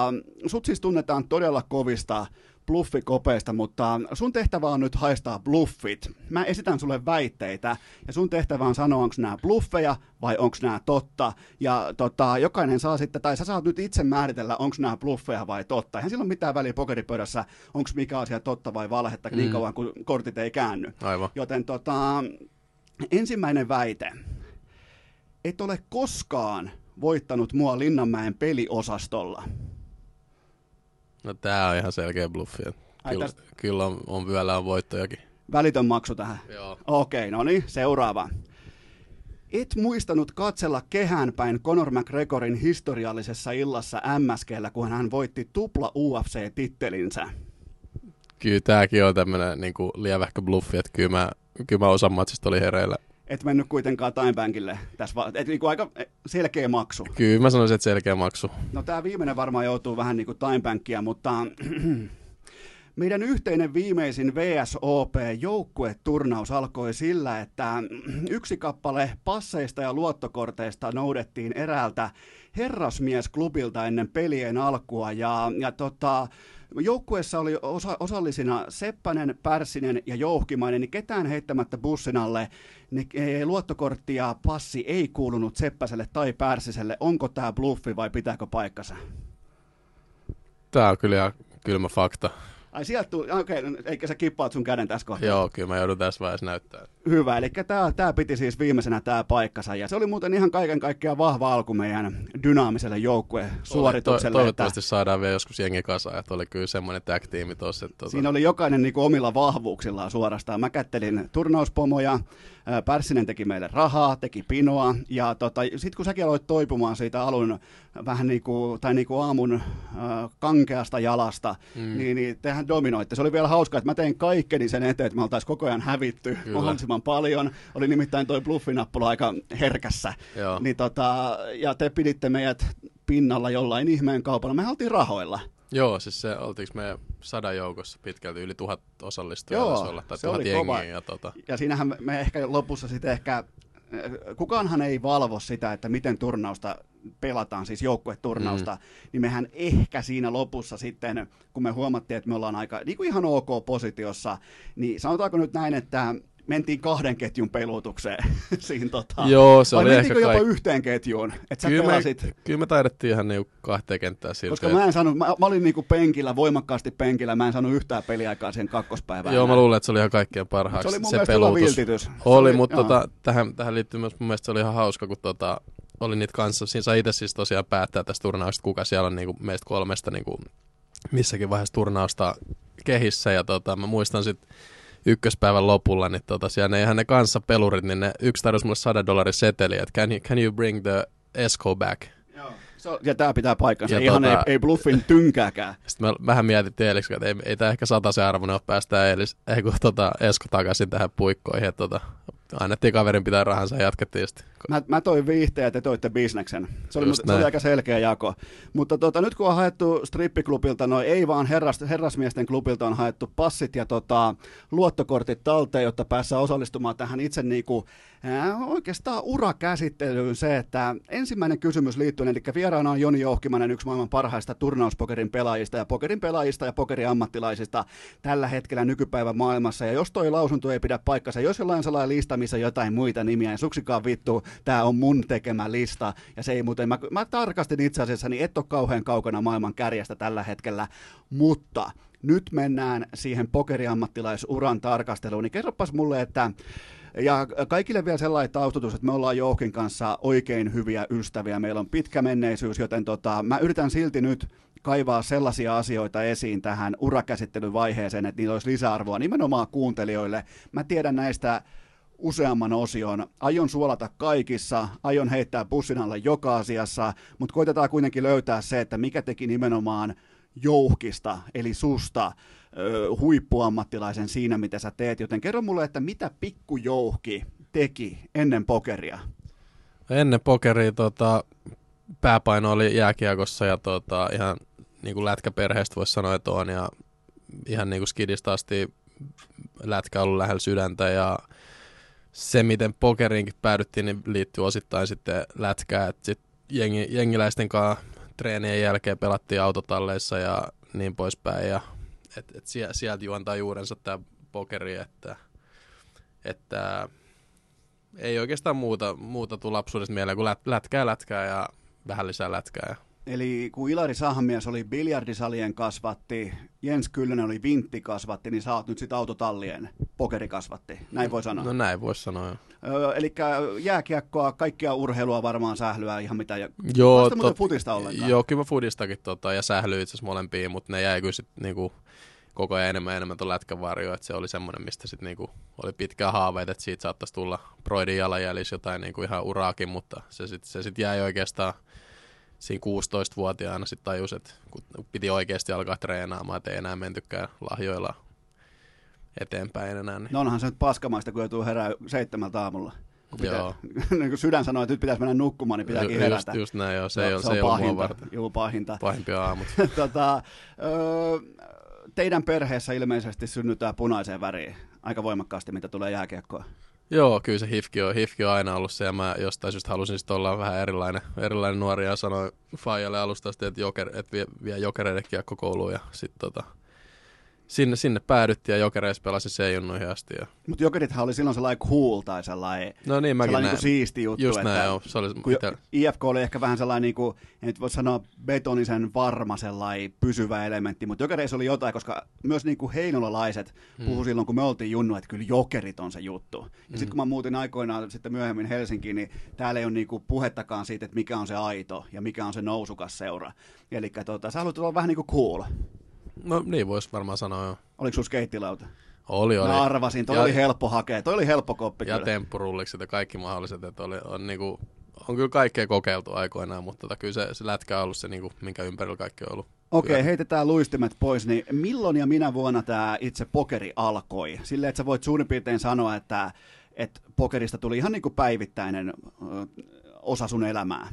sut siis tunnetaan todella kovista bluffikopeista, mutta sun tehtävä on nyt haistaa bluffit. Mä esitän sulle väitteitä, ja sun tehtävä on sanoa, onko nämä bluffeja vai onko nämä totta, ja tota, jokainen saa sitten, tai sä saat nyt itse määritellä, onko nämä bluffeja vai totta. Eihän sillä ole mitään väliä pokeripöydässä, onko mikä asia totta vai valhetta, mm. niin kauan kuin kortit ei käänny. Aivan. Joten tota, ensimmäinen väite. Et ole koskaan voittanut mua Linnanmäen peliosastolla. No tää on ihan selkeä bluffi. Kyllä, tästä... kyllä on, on vielä on voittojakin. Välitön maksu tähän? Joo. Okei, no niin, seuraava. Et muistanut katsella kehään päin Conor McGregorin historiallisessa illassa M S G:llä, kun hän voitti tupla U F C-tittelinsä. Kyllä tääkin on tämmönen niinku lievähkö bluffi, että kyllä mä, kyllä mä osan matsista oli hereillä. Et mennyt kuitenkaan timebankille tässä, va- et niinku aika selkeä maksu. Kyllä mä sanoisin, että selkeä maksu. No tää viimeinen varmaan joutuu vähän niinku timebankia, mutta meidän yhteinen viimeisin V S O P-joukkueturnaus alkoi sillä, että yksi kappale passeista ja luottokorteista noudettiin eräältä herrasmiesklubilta ennen pelien alkua, ja, ja tota, joukkueessa oli osa, osallisina Seppänen, Pärssinen ja Jouhkimainen, niin ketään heittämättä bussin alle, niin luottokortti ja passi ei kuulunut Seppäselle tai Pärssiselle. Onko tämä bluffi vai pitääkö paikkansa? Tämä on kyllä kylmä fakta. Ai sieltä tuli, okei, okay, eikä sä kippaat sun käden tässä kohtaa. Joo, kyllä mä joudun tässä vaiheessa näyttää. Hyvä, eli tää, tää piti siis viimeisenä tää paikkansa, ja se oli muuten ihan kaiken kaikkiaan vahva alku meidän dynaamiselle joukkuesuoritukselle. To- toivottavasti että saadaan vielä joskus jengi kasaan, että oli kyllä semmoinen tag-tiimi tuossa. Tota... Siinä oli jokainen niinku omilla vahvuuksillaan suorastaan. Mä kättelin turnauspomoja, Pärssinen teki meille rahaa, teki pinoa, ja tota, sitten kun säkin aloit toipumaan siitä alun vähän niinku, tai niinku aamun äh, kankeasta jalasta, mm. niin, niin tehän dominoitte. Se oli vielä hauskaa, että mä tein kaikkeni sen eteen, että me oltaisiin koko ajan hävitty Kyllä. mahdollisimman paljon. Oli nimittäin toi bluffinappula aika herkässä. Niin tota, ja te piditte meidät pinnalla jollain ihmeen kaupalla. Me oltiin rahoilla. Joo, siis se oltiinko me sadan joukossa pitkälti yli tuhat osallistujaa Joo, olla, tai se tuhat oli jengiä. Kova. Ja, tota... ja siinähän me ehkä lopussa sitten ehkä, kukaanhan ei valvo sitä, että miten turnausta pelataan, siis joukkueturnausta, mm. niin mehän ehkä siinä lopussa sitten, kun me huomattiin, että me ollaan aika niin kuin ihan ok positiossa, niin sanotaanko nyt näin, että mentiin kahden ketjun pelutukseen siinä tota. Joo, se vai oli ehkä jopa kaik... yhteen ketjuun? Että kyllä, pelasit... me, kyllä me taidettiin ihan niinku kahteen kenttään siltä. Koska mä en saanut, mä, mä olin niinku penkillä, voimakkaasti penkillä, mä en saanut yhtään peliaikaa sen kakkospäivään. Joo, mä luulen, että se oli ihan kaikkien parhaaksi. Se oli mun se mielestä hyvä viltitys. Oli, oli mutta tota, tähän, tähän liittyy myös mun mielestä se oli ihan hauska, kun tota, oli niitä kanssa. Siinä sai itse siis tosiaan päättää tästä turnauksesta, kuka siellä on niinku meistä kolmesta niinku missäkin vaiheessa turnausta kehissä. Ja tota, mä muistan sitten ykköspäivän lopulla, niin tota, siellä ne ihan ne kanssa pelurit, niin ne yksi tarjosi mulle sadan dollarin seteliä, että can you, can you bring the Esco back? Joo. So, ja tää pitää paikkansa, ja ihan tota, ei, ei bluffin tynkääkään. Sitten me vähän mietittiin eiliskin, että ei, ei tää ehkä sataisen arvoinen ole päästään eilis, ei kun tota, Esko takaisin tähän puikkoihin, että tota, annettiin kaverin pitää rahansa ja jatkettiin sitten. Mä, mä toin viihteen ja te toitte bisneksen. Se oli, se oli aika selkeä jako. Mutta tota, nyt kun on haettu strippiklubilta, no ei vaan herras, herrasmiesten klubilta on haettu passit ja tota, luottokortit talteen, jotta päässään osallistumaan tähän itse niinku, äh, oikeastaan urakäsittelyyn se, että ensimmäinen kysymys liittyy, eli vieraana on Joni Jouhkimainen, yksi maailman parhaista turnauspokerin pelaajista ja pokerin pelaajista ja pokerin ammattilaisista tällä hetkellä nykypäivän maailmassa. Ja jos toi lausunto ei pidä paikkansa, jos jollain sellainen lista, missä jotain muita nimiä, niin suksikaan vittu, tämä on mun tekemä lista, ja se ei muuten, mä, mä tarkastin itse asiassa, niin et ole kauhean kaukana maailman kärjestä tällä hetkellä, mutta nyt mennään siihen pokeriammattilaisuran tarkasteluun, niin kerropas mulle, että ja kaikille vielä sellainen taustatus, että me ollaan Jouhkin kanssa oikein hyviä ystäviä, meillä on pitkä menneisyys, joten tota, mä yritän silti nyt kaivaa sellaisia asioita esiin tähän urakäsittelyvaiheeseen, että niillä olisi lisäarvoa nimenomaan kuuntelijoille. Mä tiedän näistä useamman osion. Aion suolata kaikissa, aion heittää bussin alle joka asiassa, mutta koitetaan kuitenkin löytää se, että mikä teki nimenomaan Jouhkista, eli susta, ö, huippuammattilaisen siinä, mitä sä teet. Joten kerro mulle, että mitä pikku Jouhki teki ennen pokeria? Ennen pokeria tota, pääpaino oli jääkiekossa ja tota, ihan niin kuin lätkäperheestä voisi sanoa, että on. Ja ihan niin kuin skidista asti lätkä on ollut lähellä sydäntä ja se, miten pokeriinkin päädyttiin, niin liittyy osittain sitten lätkään, että sitten jengi, jengiläisten kanssa treenien jälkeen pelattiin autotalleissa ja niin poispäin, ja et, et sieltä juontaa juurensa tämä pokeri, että, että ei oikeastaan muuta, muuta tule lapsuudesta mieleen kuin lät, lätkää lätkää ja vähän lisää lätkää. Eli kun Ilari Sahamies oli biljardisalien kasvatti, Jens Kyllönen oli vinttikasvatti, niin sä oot nyt sitten autotallien pokerikasvatti, näin voi sanoa. No näin voisi sanoa, jo. Öö, eli jääkiekkoa, kaikkea urheilua varmaan, sählyä, ihan mitä. Joo, tot, muuten futista ollenkaan? Joo, kyllä mä futistakin tota, ja sählyä itse asiassa molempiin, mutta ne jäi kyllä sitten niinku koko ajan enemmän enemmän tuon lätkän varjoon, että se oli semmoinen, mistä sitten niinku oli pitkää haaveita, että siitä saattaisi tulla Broidin jalanjäljissä jotain niinku ihan uraakin, mutta se sitten se sit jäi oikeastaan siinä kuusitoistavuotiaana sitten tajus, että kun piti oikeasti alkaa treenaamaan, että ei enää mentykään lahjoilla eteenpäin enää. Niin. No onhan se nyt paskamaista, kun joutuu herää seitsemältä aamulla. Pitää, joo. niin kun sydän sanoo, että nyt pitäisi mennä nukkumaan, niin pitääkin herätä. Just, just näin, joo. Se, no, ei, se, se ei on ole mua varten. Juu, pahinta. Pahimpia aamut. tota, öö, teidän perheessä ilmeisesti synnytään punaiseen väriin aika voimakkaasti, mitä tulee jääkiekkoa. Joo, kyllä se hifki on, hifki on aina ollut se, ja mä jostain syystä halusin sitten olla vähän erilainen, erilainen nuori, ja sanoin Fajalle alusta asti, että, joker, että vie, vie jokereiden kiekkokouluun, ja sitten tota, sinne, sinne päädyttiin ja Jokereissa pelasin C-junnuihin asti. Ja... Mutta Jokerithan oli silloin sellainen cool tai sellainen, no niin, mäkin sellainen näin. Niin siisti juttu. Just että näin, joo. Se oli ite... I F K oli ehkä vähän sellainen, niin kuin, en nyt voi sanoa betonisen varma sellainen pysyvä elementti, mutta Jokereissa oli jotain, koska myös niin kuin heinolalaiset hmm. puhui silloin, kun me oltiin junnu, että kyllä Jokerit on se juttu. Ja hmm. sitten kun mä muutin aikoinaan sitten myöhemmin Helsinkiin, niin täällä ei ole niin kuin puhettakaan siitä, että mikä on se aito ja mikä on se nousukas seura. Eli tota, sä haluat olla vähän niin kuin cool. No niin voisi varmaan sanoa, joo. Oliko sun skeittilauta? Oli, oli. Mä arvasin, toi ja, oli helppo hakea, toi oli helppo koppi. Ja temppurullikset ja kaikki mahdolliset, että oli, on, niinku, on kyllä kaikkea kokeiltu aikoinaan, mutta tota, kyllä se, se lätkä on ollut se, niinku, minkä ympärillä kaikki on ollut. Okei, okay, heitetään luistimet pois, niin milloin ja minä vuonna tämä itse pokeri alkoi? Silleen, että sä voit suurin piirtein sanoa, että, että pokerista tuli ihan niin kuin päivittäinen osa sun elämää.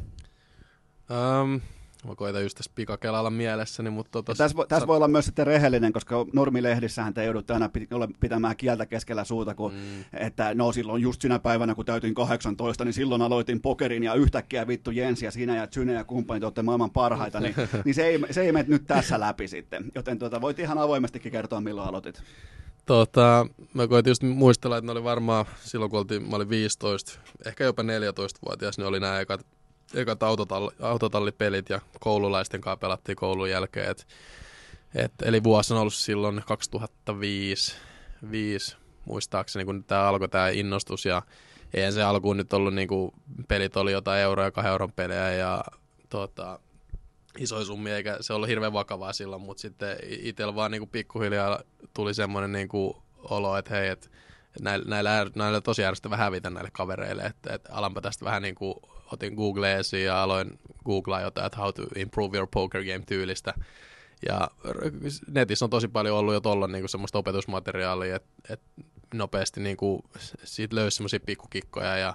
Um, Mä koitan just tässä pikakelailla mielessäni, mutta... Tota, tässä vo, täs voi olla myös sitten rehellinen, koska normilehdissähän te joudutte aina pitämään kieltä keskellä suuta, kun, mm. että no silloin just sinä päivänä, kun täytin kahdeksantoista, niin silloin aloitin pokerin ja yhtäkkiä vittu Jensi ja sinä ja Tsyne ja kumppanit olette maailman parhaita, niin, niin se ei, se ei mene nyt tässä läpi sitten. Joten tuota, voit ihan avoimestikin kertoa, milloin aloitit. Tota, mä koitin just muistella, että ne oli varmaan silloin, kun oltiin, mä olin viisitoista, ehkä jopa neljätoistavuotias, ne oli nämä ekat ekat autotalli, autotallipelit ja koululaisten kanssa pelattiin koulun jälkeen. Et, et, eli vuosi on ollut silloin kaksituhattaviisi viisi, muistaakseni, kun tämä alkoi tämä innostus. Ja eihän se alkuun nyt ollut, niinku, pelit oli jotain euroa ja kahden euron pelejä ja tota, isoja summia, eikä se ollut hirveän vakavaa silloin, mutta sitten itsellä vaan niinku, pikkuhiljaa tuli semmoinen niinku, olo, että hei, et, näillä, näillä, näillä tosi järjestävä hävitä näille kavereille, että et, alanpa tästä vähän niin kuin otin Google esiin ja aloin googlaa jotain, että how to improve your poker game -tyylistä. Ja netissä on tosi paljon ollut jo tuolla niinku semmoista opetusmateriaalia, että et nopeasti niinku siitä löysi semmoisia pikkukikkoja. Ja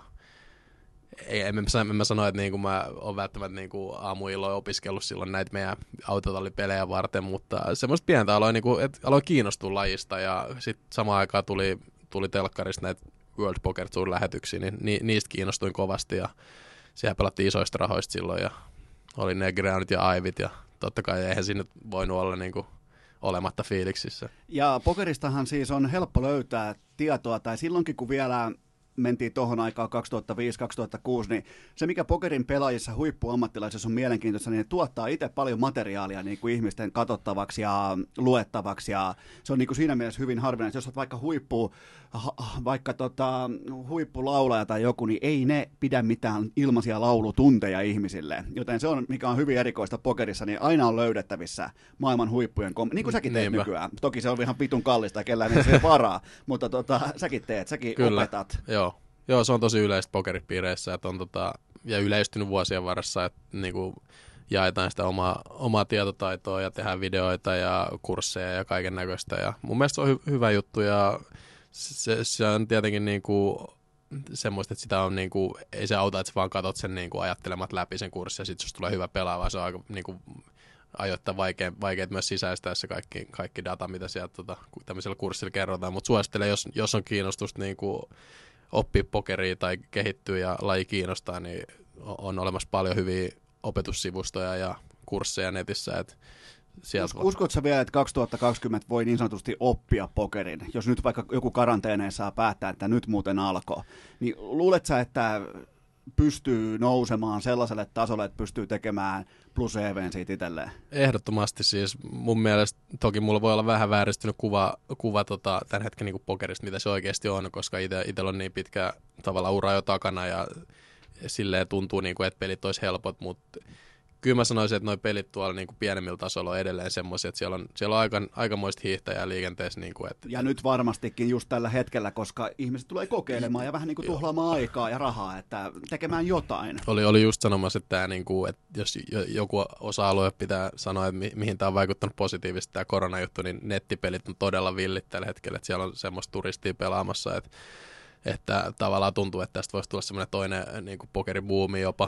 ei, en, mä, en mä sano, että niinku mä oon välttämättä niinku aamuilloin opiskellut silloin näitä meidän autotallipelejä varten, mutta semmoista pientä aloin, niinku, että aloin kiinnostua lajista ja sitten samaan aikaan tuli, tuli telkkarista näitä World Poker Tour -lähetyksiä, niin ni, niistä kiinnostuin kovasti ja siellä pelattiin isoista rahoista silloin ja oli ne Groundit ja Aivit ja totta kai eihän siinä voinut olla niinku olematta fiiliksissä. Ja pokeristahan siis on helppo löytää tietoa, tai silloinkin kun vielä mentiin tuohon aikaan kaksituhattaviisi kaksituhattakuusi, niin se mikä pokerin pelaajissa huippuammattilaisissa on mielenkiintoista, niin ne tuottaa itse paljon materiaalia niin kuin ihmisten katsottavaksi ja luettavaksi, ja se on niin kuin siinä mielessä hyvin harvinaista. Jos olet vaikka huippu, vaikka tota, huippulaulaja tai joku, niin ei ne pidä mitään ilmaisia laulutunteja ihmisille, joten se on, mikä on hyvin erikoista pokerissa, niin aina on löydettävissä maailman huippujen kom- niin kuin säkin teet Niinpä. nykyään. Toki se on ihan vitun kallista ja kellään ei se varaa, mutta tota, säkin teet, säkin Kyllä. opetat. Joo. Joo, se on tosi yleistä pokeripiireissä, että on tota, ja yleistynyt vuosien varressa, että niinku jaetaan sitä omaa, omaa tietotaitoa ja tehdään videoita ja kursseja ja kaiken näköistä. Ja mun mielestä se on hy- hyvä juttu ja se, se on tietenkin niinku semmoista, että sitä on niinku, ei se auta, että sä vaan katot sen niinku ajattelemat läpi sen kurssin ja sitten jos tulee hyvä pelaa, vaan se on aika niinku ajoittaa vaikea, vaikeat myös sisäistää se kaikki, kaikki data, mitä sieltä tota, tämmöisellä kurssilla kerrotaan, mutta suosittelen, jos, jos on kiinnostusta niinku oppia pokeria tai kehittyä ja laji kiinnostaa, niin on olemassa paljon hyviä opetussivustoja ja kursseja netissä. Että Us, uskotko vielä, että kaksituhattakaksikymmentä voi niin sanotusti oppia pokerin? Jos nyt vaikka joku karanteeneen saa päättää, että nyt muuten alkoi, niin luuletko sä, että pystyy nousemaan sellaiselle tasolle, että pystyy tekemään plus E V:n siitä itselleen? Ehdottomasti siis mun mielestä, toki mulla voi olla vähän vääristynyt kuva, kuva tota, tämän hetken niin pokerista, mitä se oikeasti on, koska itsellä on niin pitkä tavallaan ura jo takana ja silleen tuntuu, niin kuin, että pelit olisi helpot, mutta kyllä mä sanoisin, että nuo pelit tuolla niin kuin pienemmillä tasoilla on edelleen semmoisia, että siellä on, siellä on aika, aikamoista hiihtäjää liikenteessä. Niin kuin, että... Ja nyt varmastikin just tällä hetkellä, koska ihmiset tulee kokeilemaan ja vähän niin kuin tuhlaamaan aikaa ja rahaa, että tekemään jotain. Oli, oli just sanomassa, että, tämä, niin kuin, että jos joku osa-alue pitää sanoa, että mi- mihin tämä on vaikuttanut positiivisesti tämä koronajuttu, niin nettipelit on todella villit tällä hetkellä, että siellä on semmoista turistia pelaamassa, että, että tavallaan tuntuu, että tästä voisi tulla semmoinen toinen niin kuin pokeribuumi jopa.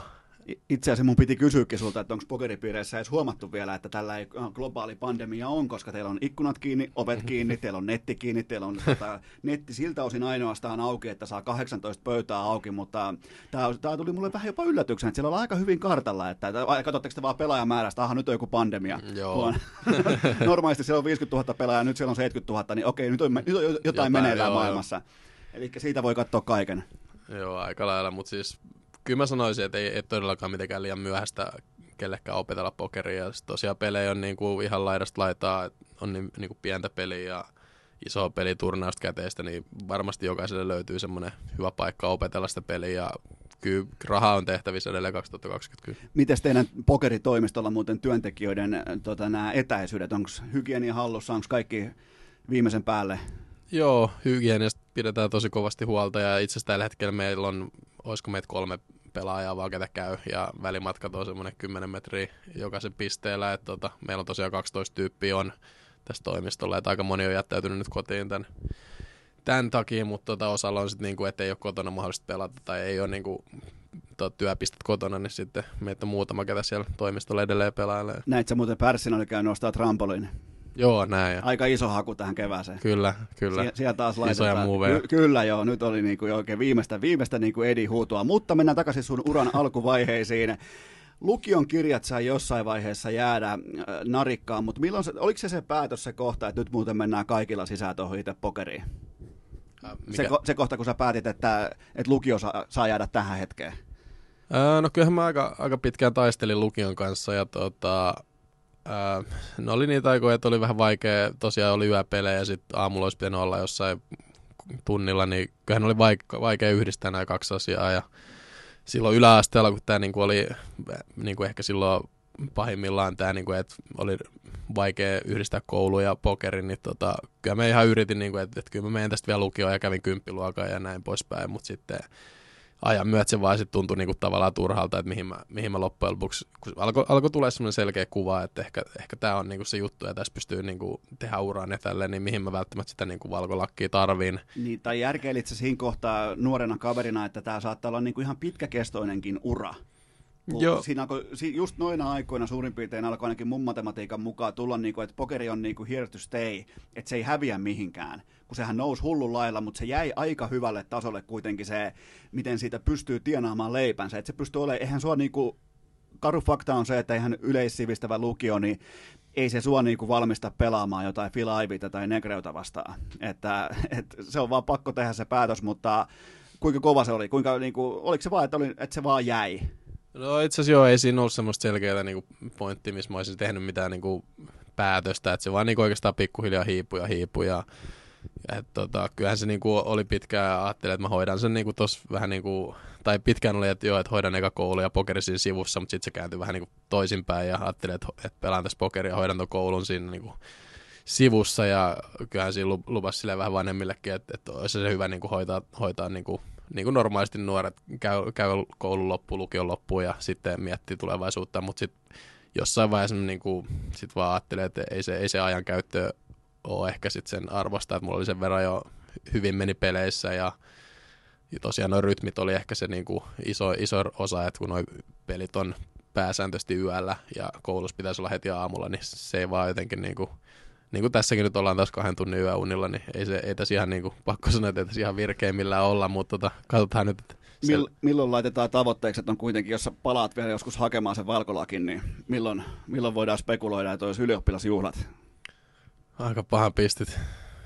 Itse asiassa mun piti kysyäkin sulta, että onko pokeripiireissä edes huomattu vielä, että tällä ei globaali pandemia on, koska teillä on ikkunat kiinni, ovet kiinni, teillä on netti kiinni, teillä on tota, netti siltä osin ainoastaan auki, että saa kahdeksantoista pöytää auki, mutta tämä tuli mulle vähän jopa yllätyksenä, että siellä on aika hyvin kartalla, että katsotteko te vaan pelaajamäärästä, aha nyt on joku pandemia. Joo. Normaalisti siellä on viisikymmentätuhatta pelaajaa, nyt siellä on seitsemänkymmentätuhatta, niin okei, nyt on, nyt on jotain, jotain meneillään maailmassa. Eli siitä voi katsoa kaiken. Joo, aika lailla, mutta siis kyllä mä sanoisin, että ei, ei todellakaan mitenkään liian myöhäistä kellekään opetella pokeria. Ja tosiaan pelejä on niinku ihan laidasta laitaa, on niin, niinku pientä peliä ja isoa peliturnausta käteistä, niin varmasti jokaiselle löytyy semmoinen hyvä paikka opetella sitä peliä. Ja kyllä rahaa on tehtävissä edelleen kaksituhattakaksikymmentä. Miten teidän pokeritoimistolla muuten työntekijöiden tota, nämä etäisyydet, onko hygienia hallussa, onko kaikki viimeisen päälle? Joo, hygieniasta pidetään tosi kovasti huolta ja itse asiassa tällä hetkellä meillä on, olisiko meitä kolme pelaajaa vaan ketä käy ja välimatkat on semmoinen kymmenen metriä jokaisen pisteellä, että tota, meillä on tosiaan kaksitoista tyyppiä on tässä toimistolla, että aika moni on jättäytynyt nyt kotiin tämän, tämän takia, mutta tota, osalla on sitten niinku, että ei ole kotona mahdollista pelata tai ei ole niinku, to, työpistet kotona, niin sitten meitä on muutama ketä siellä toimistolla edelleen pelailee. Näit sä muuten Pärssin oli käynyt nostaa trampoliin? Joo, näin. Aika iso haku tähän kevääseen. Kyllä, kyllä. Sie- siellä taas laitetaan. Isoja muuveja. Ky- kyllä joo, nyt oli niinku oikein viimeistä, viimeistä niinku Edi huutoa. Mutta mennään takaisin sun uran alkuvaiheisiin. Lukion kirjat sai jossain vaiheessa jäädä äh, narikkaan, mutta milloin se, oliko se se päätös se kohta, että nyt muuten mennään kaikilla sisään tuohon itse pokeriin? Äh, se, se kohta, kun sä päätit, että, että lukio saa, saa jäädä tähän hetkeen? Äh, no kyllähän mä aika, aika pitkään taistelin lukion kanssa ja tota... Äh, no oli niitä aikoja, että oli vähän vaikea, tosiaan oli yöpelejä ja sitten aamulla olisi pitänyt olla jossain tunnilla, niin kyllähän oli vaikea, vaikea yhdistää nämä kaksi asiaa ja silloin yläasteella, kun tämä niinku oli niinku ehkä silloin pahimmillaan tämä, niinku, että oli vaikea yhdistää koulu ja pokerin, niin tota, kyllä mä ihan yritin, niinku, että, että kyllä mä menen tästä vielä lukioon ja kävin kymppiluokan ja näin poispäin, mutta sitten ajan myötä se vaan sitten tuntui niinku tavallaan turhalta, että mihin mä, mihin mä loppujen lopuksi, kun alkoi alko tulla semmoinen selkeä kuva, että ehkä, ehkä tämä on niinku se juttu ja tässä pystyy niinku tehdä uraan ja tälleen, niin mihin mä välttämättä sitä niinku valkolakkia tarviin. Niin, tai järkeilit sä siinä kohtaa nuorena kaverina, että tämä saattaa olla niinku ihan pitkäkestoinenkin ura? Joo. Siinä alkoi, just noina aikoina suurin piirtein alkoi ainakin mun matematiikan mukaan tulla, niinku, että pokeri on niinku here to stay, että se ei häviä mihinkään. Kun sehän nousi hullun lailla, mutta se jäi aika hyvälle tasolle kuitenkin se, miten siitä pystyy tienaamaan leipänsä. Että se pystyy olemaan, eihän sua niinku, karu fakta on se, että eihän yleissivistävä lukio, niin ei se sua niinku valmista pelaamaan jotain Phil Iveytä tai Negreuta vastaan. Että, et se on vaan pakko tehdä se päätös, mutta kuinka kova se oli? Kuinka, niinku, oliko se vaan, että, oli, että se vaan jäi? No itse asiassa joo, ei siinä ollut semmoista selkeää niinku pointtia, missä mä olisin tehnyt mitään niinku päätöstä, että se vaan niinku oikeastaan pikkuhiljaa hiipui ja hiipui ja et tota, kyllähän se niinku oli pitkään ja ajattelin, että mä hoidan sen niinku tossa vähän niinku, tai pitkään oli, että joo, että hoidan eka koulu ja pokeri siinä sivussa, mutta sitten se kääntyi vähän niinku toisinpäin ja ajattelin, että, että pelaan tässä pokeria ja hoidan ton koulun siinä niinku sivussa ja kyllähän siinä lupasi silleen vähän vanhemmillekin, että, että olisi se hyvä niinku hoitaa, hoitaa niinku niin kuin normaalisti nuoret käy, käy koulun loppuun, lukion loppuun ja sitten miettii tulevaisuutta, mutta sitten jossain vaiheessa niin kuin, sit vaan ajattelee, että ei se, ei se ajan käyttö ole ehkä sit sen arvosta, että mulla oli sen verran jo hyvin meni peleissä ja, ja tosiaan nuo rytmit oli ehkä se niin kuin iso, iso osa, että kun nuo pelit on pääsääntöisesti yöllä ja koulussa pitäisi olla heti aamulla, niin se ei vaan jotenkin niin kuin niin kuin tässäkin nyt ollaan taas kahden tunnin yöunilla, niin ei, se, ei tässä ihan niin kuin, pakko sanoa, että ei tässä ihan virkeimmillään olla, mutta tota, katsotaan nyt. Että se... Mill, milloin laitetaan tavoitteeksi, että on kuitenkin, jos sä palaat vielä joskus hakemaan sen valkolakin, niin milloin, milloin voidaan spekuloida, että olisi ylioppilasjuhlat? Aika pahan pistit.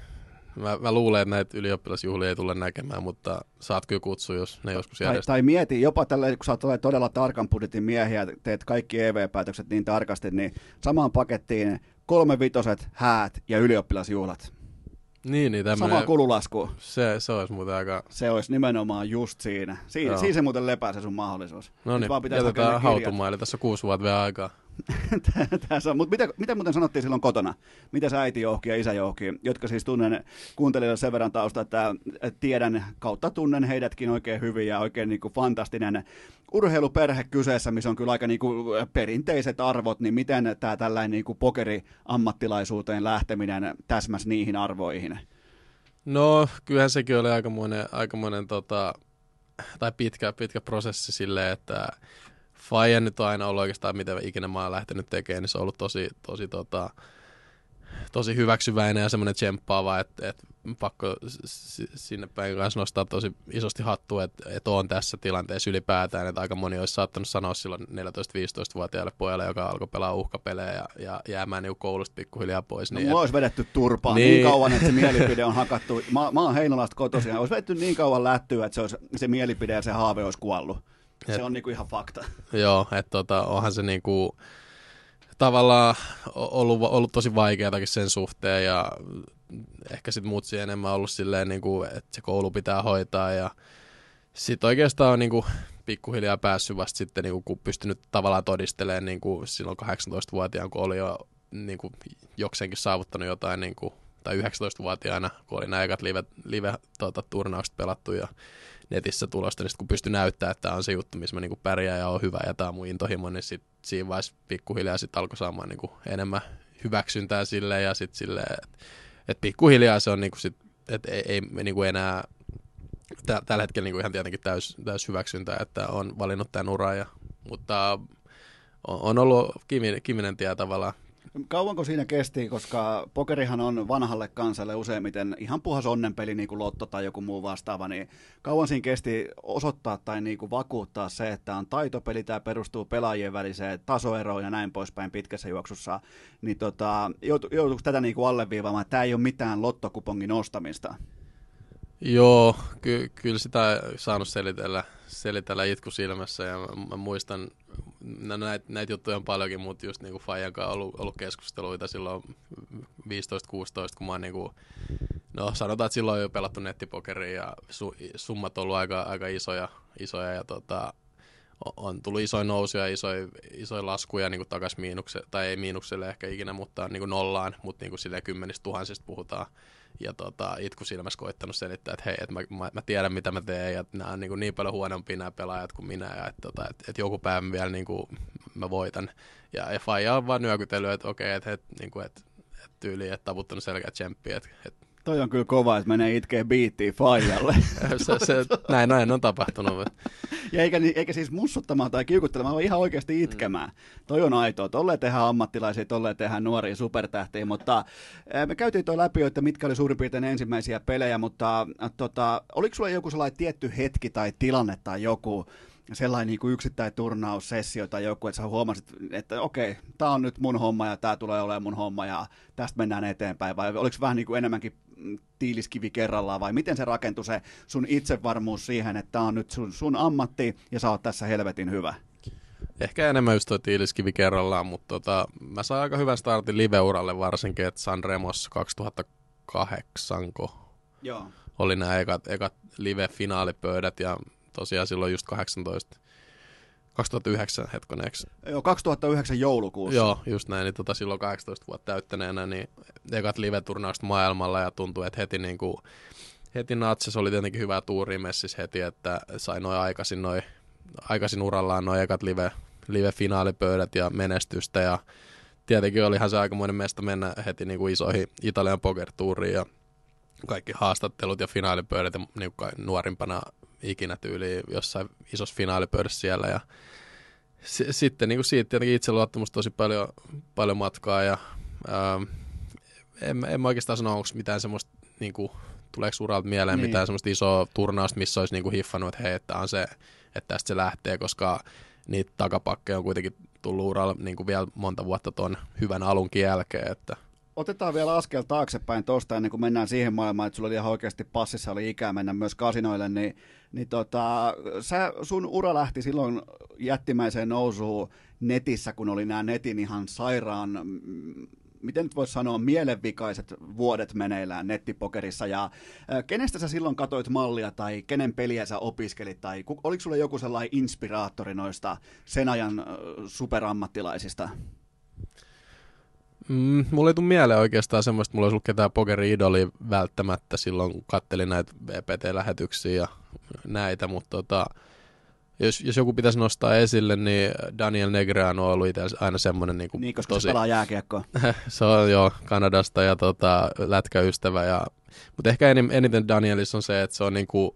Mä, mä luulen, että näitä ylioppilasjuhlia ei tule näkemään, mutta saat kyllä kutsua, jos ne joskus järjestetään. Tai, tai mieti, jopa tällä, kun sä oot todella tarkan budjetin miehiä, teet kaikki E V-päätökset niin tarkasti, niin samaan pakettiin kolme vitoset, häät ja ylioppilasjuhlat. Niin, niin tämmönen... Sama kululasku. Se, se olisi muuten aika... Se olisi nimenomaan just siinä. Siin, siinä se muuten lepää se sun mahdollisuus. No niin, jätetään hautumaan, eli tässä on kuusi vuotta vielä aikaa. Mutta mitä, mitä muuten sanottiin silloin kotona? Mitä sä äiti johki ja isä johki, jotka siis tunnen kuuntelijoille sen verran tausta, että tiedän kautta tunnen heidätkin oikein hyvin ja oikein niin kuin fantastinen urheiluperhe kyseessä, missä on kyllä aika niin kuin perinteiset arvot, niin miten tämä tällainen niin kuin pokeri-ammattilaisuuteen lähteminen täsmäsi niihin arvoihin? No kyllähän sekin oli aikamoinen, aikamoinen tota, tai pitkä, pitkä prosessi silleen, että faija nyt on aina ollut oikeastaan, mitä ikinä mä oon lähtenyt tekemään, niin se on ollut tosi, tosi, tota, tosi hyväksyväinen ja semmoinen tsemppaava, että et pakko sinne päin kanssa nostaa tosi isosti hattua, että et on tässä tilanteessa ylipäätään, että aika moni olisi saattanut sanoa silloin neljätoista-viisitoista-vuotiaalle pojalle, joka alkoi pelaa uhkapelejä ja, ja jäämään niin koulusta pikkuhiljaa pois. No niin, mulla et, olisi vedetty turpaan niin, niin kauan, että se mielipide on hakattu. Mä, mä oon Heinolasta kotoisin, olisi vedetty niin kauan lättyä, että se, olisi, se mielipide ja se haave olisi kuollut. Se et, on niinku ihan fakta. Joo, että tota, onhan se niinku tavallaan ollut, ollut tosi vaikeatakin sen suhteen ja ehkä sitten muut siihen enemmän ollut silleen, niinku, että se koulu pitää hoitaa ja sitten oikeastaan on niinku pikkuhiljaa päässyt vasta sitten, niinku, kun pystynyt tavallaan todistelemaan niinku silloin kahdeksantoistavuotiaan, kun oli jo niinku, jokseenkin saavuttanut jotain, niinku, tai yhdeksäntoistavuotiaana, kun oli nämä ekat live, live tuota, turnaukset pelattu ja netissä tulosta, niin sitten kun pystyi näyttämään, että tämä on se juttu, missä mä niinku pärjään ja on hyvä ja tämä on mun intohimo, niin sitten siinä vaiheessa pikkuhiljaa sit alkoi saamaan niinku enemmän hyväksyntää silleen ja sitten silleen, että et pikkuhiljaa se on niinku sit, että ei, ei niinku enää tä, tällä hetkellä niinku ihan tietenkin täys, täys hyväksyntää, että on valinnut tämän uran, ja, mutta on, on ollut kivinen, kivinen tie tavallaan. Kauanko siinä kesti, koska pokerihan on vanhalle kansalle useimmiten ihan puhas onnenpeli, niin kuin lotto tai joku muu vastaava, niin kauan siinä kesti osoittaa tai niin kuin vakuuttaa se, että on taitopeli, tämä perustuu pelaajien väliseen tasoeroon ja näin poispäin pitkässä juoksussa, niin tota, joutu, joutuiko tätä niin kuin alleviivaamaan, että tämä ei ole mitään lottokupongin ostamista? Joo, ky- kyllä sitä saanut selitellä, selitellä itku silmässä ja mä, mä muistan, no näitä näit juttuja on paljonkin, mutta just niinku Fajan kanssa on ollut, ollut keskusteluita silloin viisitoista kuusitoista, kun mä oon niinku, no sanotaan, että silloin on jo pelattu nettipokeria ja su, summat on ollut aika, aika isoja, isoja ja tota, on tullut isoja nousuja, isoja, isoja laskuja niin takaisin miinukselle, tai ei miinukselle ehkä ikinä, mutta niin nollaan, mutta niin silleen kymmenistä tuhansista puhutaan. Ja tota, itku silmässä koittanut selittää, että hei, että mä, mä, mä tiedän mitä mä teen, ja nämä on niin, niin paljon huonompia nämä pelaajat kuin minä, ja että, tota, että, että joku päivä vielä niin kuin mä voitan. Ja, ja Faija on vaan nyökytellyt, että okei, että, että, että, että, että tyyliin, että taputtanut selkeä tsemppiä, että, että toi on kyllä kova, että menee itkee biittiin Faijalle. se, se, näin, näin on tapahtunut. Ja eikä, eikä siis mussuttamaan tai kiukuttelemaan, vaan ihan oikeasti itkemään. Mm. Toi on aitoa. Tolleen tehdään ammattilaisia, tolleen tehdään nuoria supertähtiä, mutta me käytiin toi läpi, että mitkä oli suurin piirtein ensimmäisiä pelejä, mutta tota, oliko sulla joku sellainen tietty hetki tai tilanne tai joku sellainen niin kuin yksittäin turnaussessio tai joku, että sä huomasit, että okei, tää on nyt mun homma ja tää tulee olemaan mun homma ja tästä mennään eteenpäin, vai oliko vähän niin kuin enemmänkin tiiliskivi kerrallaan, vai miten se rakentui se sun itsevarmuus siihen, että tää on nyt sun, sun ammatti ja sä oot tässä helvetin hyvä? Ehkä enemmän just toi tiiliskivi kerrallaan, mutta tota, mä sain aika hyvän startin live-uralle varsinkin, että Sanremossa kaksituhattakahdeksan Joo. oli nämä ekat, ekat live-finaalipöydät ja tosiaan silloin just kahdeksantoista kaksituhattayhdeksän hetkoneeksi. Joo, kaksituhattayhdeksän joulukuussa. Joo, just näin, niin tota, silloin kahdeksantoista vuotta täyttäneenä, niin ekat live-turnaukset maailmalla ja tuntui, että heti, niin kuin, heti Natses oli tietenkin hyvä tuuri messissä heti, että sai noin aikaisin, noi, aikaisin urallaan noin ekat live, live-finaalipöydät ja menestystä ja tietenkin olihan se aikamoinen mesta mennä heti niin kuin isoihin Italian poker-tuuriin ja kaikki haastattelut ja finaalipöydät ja niin kuin nuorimpana ikinä tyyliin jossain isossa finaalipöydässä siellä ja s- sitten niin kuin siitä tietenkin itseluottamusta tosi paljon, paljon matkaa ja ää, en, en mä oikeastaan sano, onko mitään semmoista, niin kuin, tuleeko uralta mieleen niin. mitään semmoista isoa turnausta, missä olisi niin kuin hiffannut, että hei, että on se, että tästä se lähtee, koska niitä takapakkeja on kuitenkin tullut uralla niin kuin vielä monta vuotta ton hyvän alunkin jälkeen, että otetaan vielä askel taaksepäin tuosta ennen kuin mennään siihen maailmaan, että sulla oli ihan oikeasti passissa oli ikää mennä myös kasinoille, niin, niin tota, sä, sun ura lähti silloin jättimäiseen nousuun netissä, kun oli nämä netin ihan sairaan, miten nyt voisi sanoa, mielenvikaiset vuodet meneillään nettipokerissa, ja ä, kenestä sä silloin katoit mallia, tai kenen peliä sä opiskelit, tai ku, oliko sulla joku sellainen inspiraattori noista sen ajan ä, superammattilaisista? Mm, mulla ei tule mieleen oikeastaan semmoista, mulla olisi ollut ketään pokeri-idolia välttämättä silloin, kun kattelin näitä V P T-lähetyksiä ja näitä, mutta tota, jos, jos joku pitäisi nostaa esille, niin Daniel Negreanu on ollut itse aina semmoinen niin kuin niin, koska tosi... se pelaa jääkiekkoa. Se on jo Kanadasta ja tota, lätkäystävä, ja... mutta ehkä eniten Danielissa on se, että se on niin kuin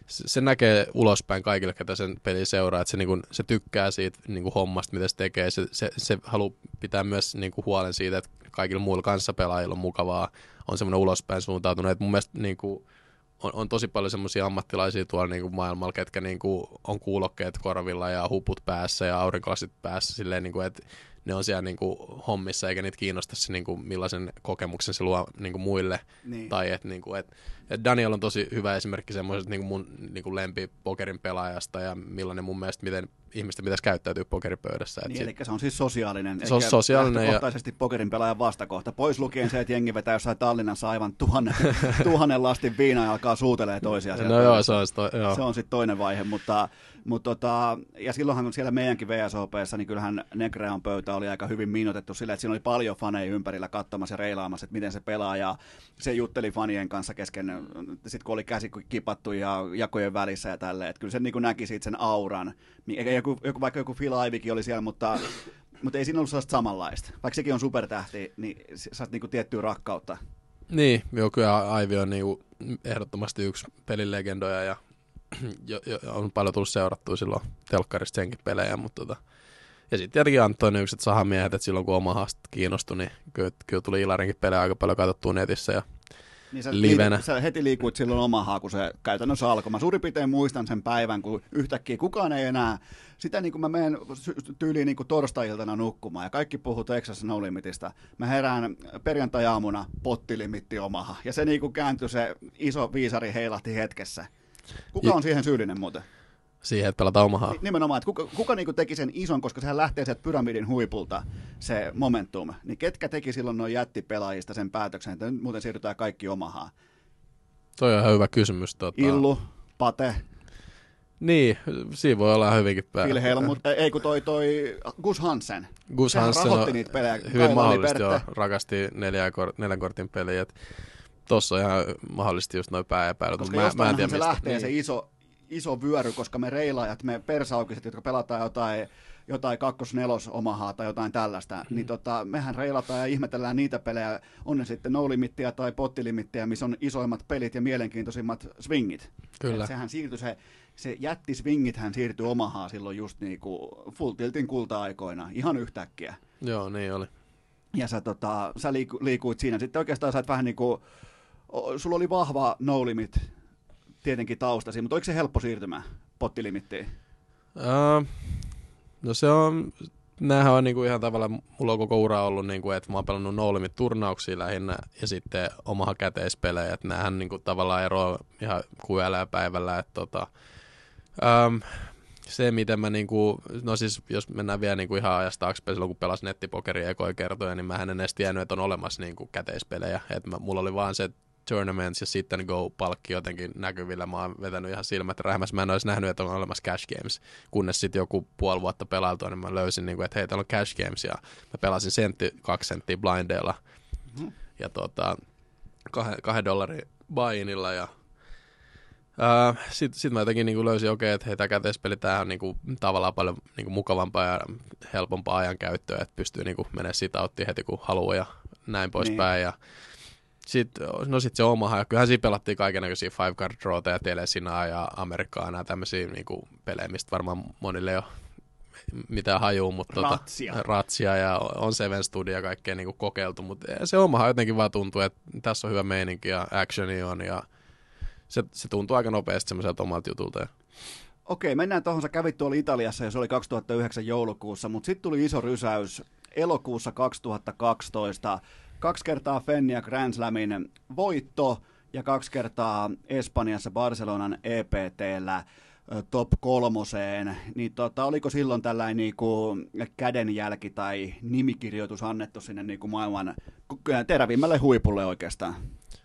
se näkee ulospäin kaikille, ketä sen peli seuraa, että se, niin kuin, se tykkää siitä niin kuin hommasta, mitä se tekee. Se, se, se haluaa pitää myös niin kuin huolen siitä, että kaikilla muilla kanssapelaajilla on mukavaa, on semmoinen ulospäin suuntautunut. Että mun mielestä niin kuin, on, on tosi paljon semmoisia ammattilaisia tuolla niin kuin maailmalla, ketkä niin kuin, on kuulokkeet korvilla ja huput päässä ja aurinkolasit päässä, silleen, niin kuin, että ne on siellä niin kuin, hommissa, eikä niitä kiinnosta se, niin kuin, millaisen kokemuksen se luo niin kuin, muille. Niin. Tai että niin kuin, et, et Daniel on tosi hyvä esimerkki semmoisesta niin kuin mun niin kuin lempipokerin pelaajasta ja millainen mun mielestä, miten ihmisten pitäisi käyttäytyä pokeripöydässä. Niin, eli se on siis sosiaalinen. Se on sosiaalinen. Lähtökohtaisesti ja pokerin pelaajan vastakohta. Pois lukien se, että jengi vetää jossain Tallinnassa aivan tuhannen, tuhannen lastin viinaa ja alkaa suutelee toisiaan. No joo, se on, to, joo. se on sitten toinen vaihe, mutta, mutta tota, ja silloinhan siellä meidänkin V S O P:ssä, niin kyllähän Negreon pöytä oli aika hyvin miinotettu sillä, että siinä oli paljon faneja ympärillä katsomassa ja reilaamassa, että miten se pelaa, ja se jutteli fanien kanssa kesken, sitten kun oli käsi kipattu ja jakojen välissä ja tälleen, että kyllä se niin kuin näki siitä sen auran, joku, joku, vaikka joku Phil Ivykin oli siellä, mutta, mutta ei siinä ollut sellaista samanlaista, vaikka sekin on supertähti, niin saat niin kuin tiettyä rakkautta. Niin, joo, kyllä Ivy on niin kuin ehdottomasti yksi pelilegendoja ja jo, jo, on paljon tullut seurattua silloin telkkarista senkin pelejä, mutta tota, ja sitten tietenkin Antoni yksi, että sahamiehet, että silloin kun Omahasta kiinnostui, niin kyllä, kyllä tuli Ilarinkin pelejä aika paljon katsottua netissä ja niin sä livenä. Liik- sä heti liikuit silloin Omahaa, kun se käytännössä alkoi. Mä suurin piirtein muistan sen päivän, kun yhtäkkiä kukaan ei enää, sitä niin kuin mä menen tyyliin niin kuin torstai-iltana nukkumaan ja kaikki puhuu Texas No Limitistä. Mä herään perjantai-aamuna, pottilimitti Omaha ja se niin kuin kääntyi, se iso viisari heilahti hetkessä. Kuka on siihen syyllinen muuten? Siihen, että pelataan Omahaa. Nimenomaan, että kuka, kuka niinku teki sen ison, koska sehän lähtee sieltä pyramidin huipulta, se momentum. Niin ketkä teki silloin noin jättipelaajista sen päätöksen, että nyt muuten siirrytään kaikki Omahaan? Toi on ihan hyvä kysymys. Tota... Illu, Pate. Niin, siinä voi olla hyvinkin päin. Phil Helmut, ei kun toi, toi Gus Hansen. Gus sehän Hansen rahoitti on niitä pelejä. hyvin mahdollisesti jo, rakasti neljän, neljän kortin peliä. Tossa on ihan mahdollisesti just noin pää ja päällä. Koska mä, jostain mä en tiedä, se mistä. lähtee niin. se iso, iso vyöry, koska me reilaajat, me persaukiset, jotka pelataan jotain, jotain kakkos-nelos Omahaa tai jotain tällaista, mm. niin tota, mehän reilataan ja ihmetellään niitä pelejä, on ne sitten no-limittiä tai pottilimittiä, missä on isoimmat pelit ja mielenkiintoisimmat swingit. Kyllä. Et sehän siirtyi se, se jätti swingithän siirtyi Omahaan silloin just niinku full tiltin kulta-aikoina, ihan yhtäkkiä. Joo, niin oli. Ja sä, tota, sä liiku, liikuit siinä. Sitten oikeastaan sä et vähän niinku, sulla oli vahva no-limit tietenkin taustasi, mutta oliko se helppo siirtymään pottilimittiin? Uh, no se on, näähän on niinku ihan tavallaan, mulla on koko ura ollut, niinku, että mä oon pelannut no-limit-turnauksia lähinnä ja sitten omaha käteispelejä, että näähän niinku, tavallaan eroaa ihan kuyöllä ja päivällä, että tota, um, se miten mä niinku, no siis jos mennään vielä niinku ihan ajasta taaksepäin, silloin kun pelasin nettipokeria ekoja kertoja, niin mä en edes tiennyt, että on olemassa niinku käteispelejä, että mä, mulla oli vaan se tournaments ja sit and go-palkki jotenkin näkyvillä. Mä oon vetänyt ihan silmät rähmässä. Mä en olisi nähnyt, että on olemassa cash games. Kunnes sitten joku puoli vuotta pelailtua, niin mä löysin, että hei, täällä on cash games. Ja mä pelasin sentti, kaksi senttiä blindeilla. Mm-hmm. Ja tota, kahden, kahden dollarin buy-inilla. Ja uh, sitten sit mä jotenkin niin löysin, okei, okay, että hei, tämä käteispeli, tää on niin kuin, tavallaan paljon niin kuin, mukavampaa ja helpompaa ajankäyttöä, että pystyy niin kuin, menemään sit-outtiin heti kun haluaa ja näin poispäin. Niin. Ja sitten, no sit se Omaha, ja kyllähän siinä pelattiin kaikennäköisiä five card drawta ja Telesinaa ja Amerikaanaa, tämmöisiä niinku pelejä, mistä varmaan monille ei ole mitään hajuu, mutta ratsia. Tota, ratsia ja on Seven Studia ja kaikkea niinku kokeiltu, mutta se Omaha jotenkin vaan tuntuu, että tässä on hyvä meininki ja actioni on ja se, se tuntuu aika nopeasti semmoiselta omalta jutulta. Okei, mennään tuohon, sä kävit tuolla Italiassa ja se oli kaksituhattayhdeksän joulukuussa, mutta sitten tuli iso rysäys elokuussa kaksituhattakaksitoista. Kaksi kertaa Fennia Grand Slamin voitto ja kaksi kertaa Espanjassa Barcelonan E P T:llä top kolmoseen. Niin tota, oliko silloin tällainen niinku kädenjälki tai nimikirjoitus annettu sinne niinku maailman terävimmälle huipulle oikeastaan?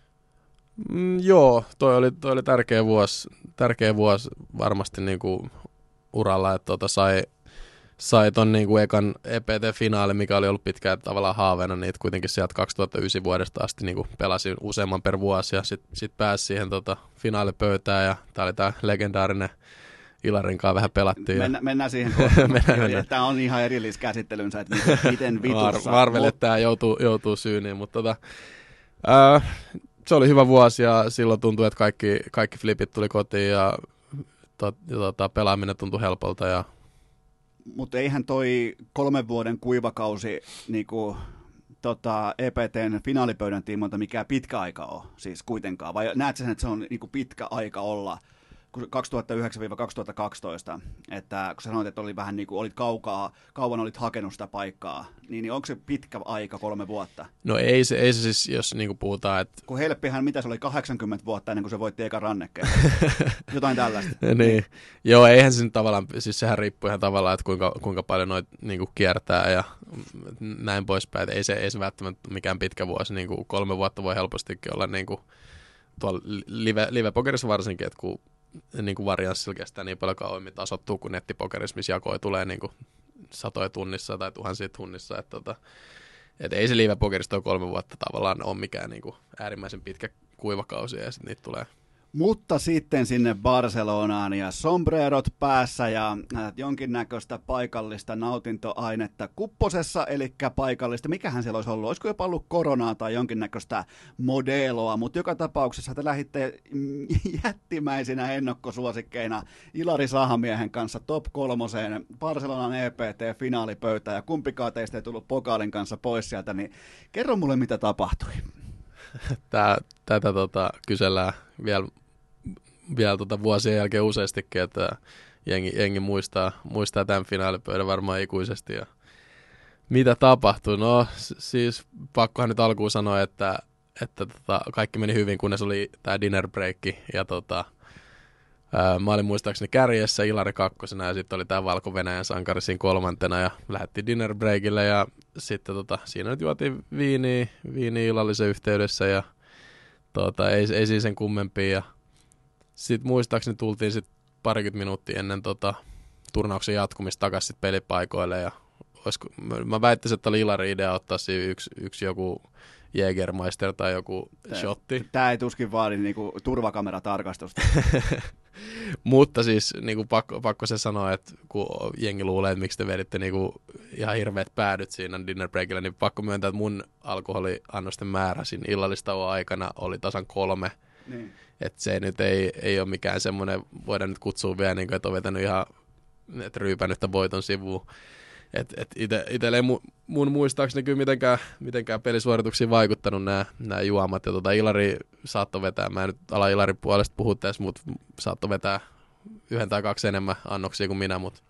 Mm, joo, toi oli, toi oli tärkeä vuosi, tärkeä vuosi varmasti niinku uralla, että tota sai sai ton niinku ekan E P T-finaali, mikä oli ollut pitkään tavallaan haaveena, niin kuitenkin sieltä kaksituhattayhdeksän vuodesta asti niinku pelasin useamman per vuosi ja sitten sit pääsi siihen tota finaalipöytään ja tää oli tää legendaarinen Ilarin kanssa vähän pelattiin. Mennä, ja... mennään siihen kohtaan. Tämä on ihan erilliskäsittelynsä, että miten, miten vitussa. Var, Varvelle, että tämä joutuu, joutuu syyniin, mutta tota, äh, se oli hyvä vuosi ja silloin tuntui, että kaikki, kaikki flipit tuli kotiin ja, to, ja tota, pelaaminen tuntui helpolta. Ja... Mutta eihän toi kolmen vuoden kuivakausi niinku, tota, E P T:n finaalipöydän tiimoilta mikään pitkä aika ole siis kuitenkaan, vai näet sen, että se on niinku pitkä aika olla kaksituhattayhdeksän kaksituhattakaksitoista, että kun sanoit, että oli vähän niin kuin olit kaukaa, kauan olit hakenut sitä paikkaa, niin, niin onko se pitkä aika, kolme vuotta? No ei se, ei se siis, jos niin kuin puhutaan, että... Kun Helppihän, mitä se oli, kahdeksankymmentä vuotta ennen kuin se voitti eka rannekkeen. Jotain tällaista. niin. niin. Joo, eihän se nyt tavallaan, siis sehän riippuu ihan tavallaan, että kuinka, kuinka paljon noit niin kuin kiertää ja näin poispäin. Ei se, ei se välttämättä mikään pitkä vuosi, niin kuin kolme vuotta voi helpostikin olla niin kuin tuolla live, live-pokerissa varsinkin, että kun niin kuin varianssilla kestää niin paljon kauemmin tasottuu, kun nettipokerissa, missä jakoja tulee niin kuin satoja tunnissa tai tuhansia tunnissa. Että tota, et ei se live-pokerissa tuo kolme vuotta tavallaan ole mikään niin kuin äärimmäisen pitkä kuivakausi ja sitten niitä tulee. Mutta sitten sinne Barcelonaan ja sombrerot päässä ja jonkinnäköistä paikallista nautintoainetta kupposessa, eli paikallista, mikähän siellä olisi ollut, olisiko jopa ollut koronaa tai jonkinnäköistä modeloa, mutta joka tapauksessa te lähditte jättimäisinä ennakkosuosikkeina Ilari Sahamiehen kanssa top kolmoseen Barcelonan E P T-finaalipöytään ja kumpikaan teistä ei tullut pokaalin kanssa pois sieltä, niin kerro mulle mitä tapahtui. Tää, tätä tota, kysellään vielä vielä tota vuosien jälkeen useastikin, että jengi, jengi muistaa, muistaa tämän finaalipöydän varmaan ikuisesti. Ja mitä tapahtui? No siis pakkohan nyt alkuun sanoa, että, että tota, kaikki meni hyvin, kunnes oli tämä dinner break. Ja tota, ää, mä olin muistaakseni kärjessä Ilari kakkosena ja sitten oli tämä Valko-Venäjän sankari siinä kolmantena ja lähdettiin dinner breakille ja sitten tota, siinä nyt juotiin viiniä, viiniä illallisen yhteydessä ja tota, ei, ei siinä sen kummempia. Sitten muistaakseni tultiin sit parikymmentä minuuttia ennen tota, turnauksen jatkumista takaisin sit pelipaikoille. Ja olisiko, mä väittäisin, että oli Ilari idea ottaa siinä yksi, yksi joku Jägermeister tai joku tää, shotti. Tämä ei tuskin vaadi niinku turvakameratarkastusta. Mutta siis niinku, pakko, pakko se sanoa, että kun jengi luulee, että miksi te veditte niinku, ihan hirveät päädyt siinä dinner breakillä, niin pakko myöntää, että mun alkoholiannosten määrä siinä illallistauon aikana oli tasan kolme. Niin. Että se nyt ei, ei ole mikään semmoinen, voidaan nyt kutsua vielä, niin kuin, että on vetänyt ihan, että ryypännyttä voiton sivuun. Että et itselle ei mu, mun muistaakseni kyllä mitenkään, mitenkään pelisuorituksiin vaikuttanut nämä juomat. Ja tota Ilari saattoi vetää, mä en nyt ala Ilarin puolesta puhua tässä, mutta saattoi vetää yhden tai kaksi enemmän annoksia kuin minä. Mut.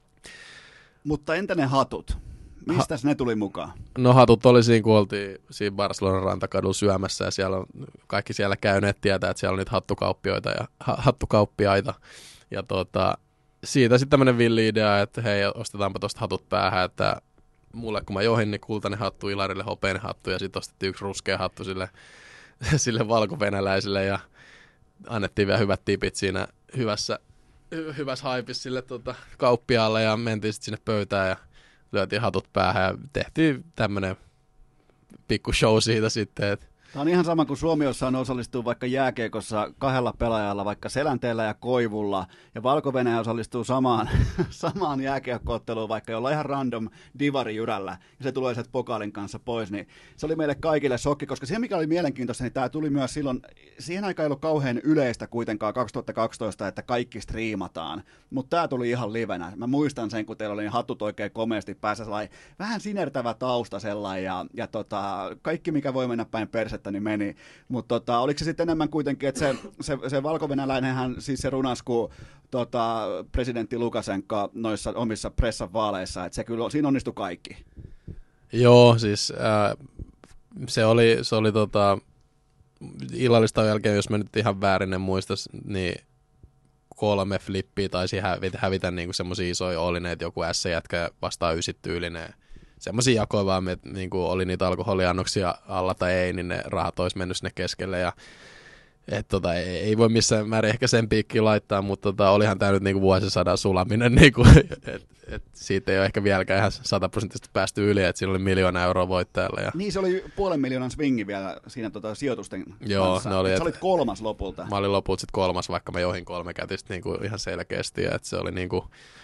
Mutta entä ne hatut? Mistäs ha- ne tuli mukaan? No hatut oli siinä, kun oltiin siinä Barcelonan rantakadulla syömässä ja siellä on, kaikki siellä käyneet tietää, että siellä on niitä hattukauppioita ja ha- hattukauppiaita. Ja tota, siitä sitten tämmöinen villi idea, että hei, ostetaanpa tuosta hatut päähän, että mulle kun mä johin, niin kultainen hattu, Ilarille hopeinen hattu ja sitten ostettiin yksi ruskea hattu sille, sille valkovenäläiselle ja annettiin vielä hyvät tipit siinä hyvässä, hy- hyvässä haipissa sille tota, kauppiaalle ja mentiin sitten sinne pöytään ja lyötiin hatut päähän ja tehtiin tämmönen pikku show siitä sitten. Et. Tämä on ihan sama kuin Suomi, jossa on osallistuu vaikka jääkiekossa kahdella pelaajalla, vaikka Selänteellä ja Koivulla, ja Valko-Venäjä osallistuu samaan, samaan jääkiekko-otteluun, vaikka jollain ihan random divarijyrällä, ja se tulee sieltä pokaalin kanssa pois, niin se oli meille kaikille shokki, koska se mikä oli mielenkiintoista, niin tämä tuli myös silloin, siihen aikaan ei ollut kauhean yleistä kuitenkaan kaksituhattakaksitoista, että kaikki striimataan, mutta tämä tuli ihan livenä. Mä muistan sen, kun teillä oli hatut oikein komeasti päässä, sellainen vähän sinertävä tausta sellainen, ja, ja tota, kaikki mikä voi mennä päin persettä, niin meni, mutta tota, oliko se sitten enemmän kuitenkin, että se, se, se valko-venäläinenhän, siis se runasku tota, presidentti Lukasenka noissa omissa pressan vaaleissa, että se kyllä, siinä onnistui kaikki. Joo, siis äh, se oli, se oli tota, illallista jälkeen, jos mä nyt ihan väärin en muista, niin kolme flippiä taisi hävitä, hävitä niinku semmosia isoja olineet, joku S-jätkä vastaan ysit tyylinen. Semmoisia jakoja vaan, että niin oli niitä alkoholiannoksia alla tai ei, niin ne rahat olisi mennyt sinne keskelle. Ja, et, tota, ei, ei voi missään määrin ehkä sen piikkiin laittaa, mutta tota, olihan tämä nyt niin vuosisadan sulaminen. Niin et, et, siitä ei ole ehkä vieläkään ihan sataprosenttisesti päästy yli, että siinä oli miljoona euroa voittajalle. Ja. Niin, se oli puolen miljoonan swingi vielä siinä tota, sijoitusten Joo, kanssa. Ne oli, et, sä olit kolmas lopulta. Mä olin lopulta sitten kolmas, vaikka mä johin kolme kätistä niin kuin ihan selkeästi. Ja, se oli niin kuin,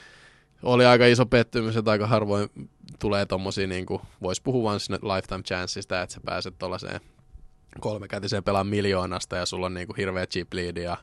oli aika iso pettymys, että aika harvoin tulee tommosia, niin kuin, vois puhua once in a lifetime chanceista, että sä pääset tollaiseen kolmekätiseen pelaa miljoonasta ja sulla on niinku hirveä chip lead ja,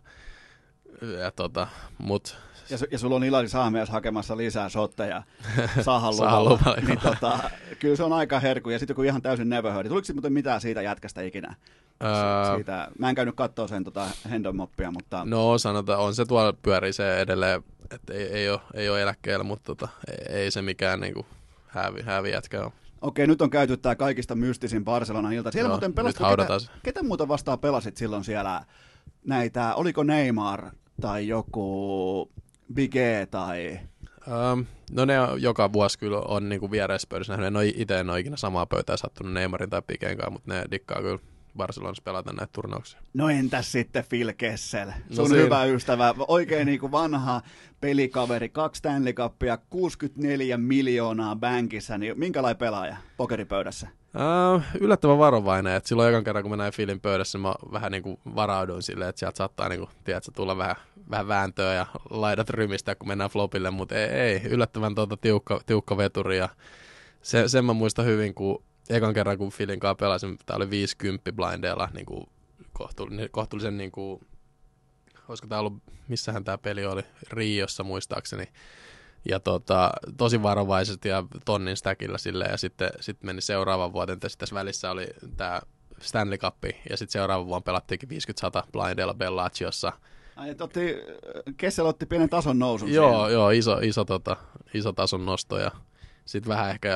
ja tota, mut... Ja, ja sulla on Ilari Saamies hakemassa lisää shotteja Sahan Sahan luvalla, luvalla, niin tota, kyllä se on aika herkku. Ja sitten joku ihan täysin never heard. Tuliko muuten mitään siitä jätkästä ikinä? Öö, Siitä, mä en käynyt katsoa sen tota Hendon-moppia, mutta... No sanotaan, on se tuolla pyörii se edelleen, että ei, ei, ole, ei ole eläkkeellä, mutta tota, ei, ei se mikään niinku hävi, hävi jätkä ole. Okei, nyt on käyty tää kaikista mystisin Barcelonan ilta. Siellä Joo, muuten pelasitko, ketä, ketä muuta vastaan pelasit silloin siellä näitä, oliko Neymar tai joku Big E tai... Um, no ne on, joka vuosi kyllä on niinku vierespöydässä nähnyt. En ole itse en ole ikinä samaa pöytää sattunut Neymarin tai Piquén kanssa, mutta ne dikkaa kyllä Barcelonassa pelata näitä turnauksia. No entäs sitten Phil Kessel, sun no hyvä ystävä, oikein niinku vanha pelikaveri, kaksi Stanley Cupia, kuusikymmentäneljä miljoonaa bankissa, niin minkälainen pelaaja pokeripöydässä? Uh, yllättävän varovainen, että silloin ekan kerran kun mä näin Philin pöydässä, mä vähän niinku varauduin silleen, että sieltä saattaa niinku, tiedätkö, tulla vähän, vähän vääntöä ja laidat rymistää, kun mennään flopille, mutta ei, ei yllättävän tuota tiukka, tiukka veturi ja se, sen mä muistan hyvin, kun ekan kerran kun Philin kanssa pelasin, tää oli viisikymmentä blindeilla, niinku kohtuullisen, kohtuullisen niinku, olisiko tää ollut, missähän tää peli oli, Riossa muistaakseni. Ja tota, tosi varovaisesti ja tonnin stackilla silleen, ja sitten sit meni seuraavan vuoden, tässä, tässä välissä oli tämä Stanley Cup, ja sitten seuraavan vuonna pelattiinkin viisikymmentä sata blindeilla Bellagiossa. Ai, otti, Kessel otti pienen tason nousun. Joo, siihen. joo iso, iso, tota, iso tason nosto, ja sitten vähän ehkä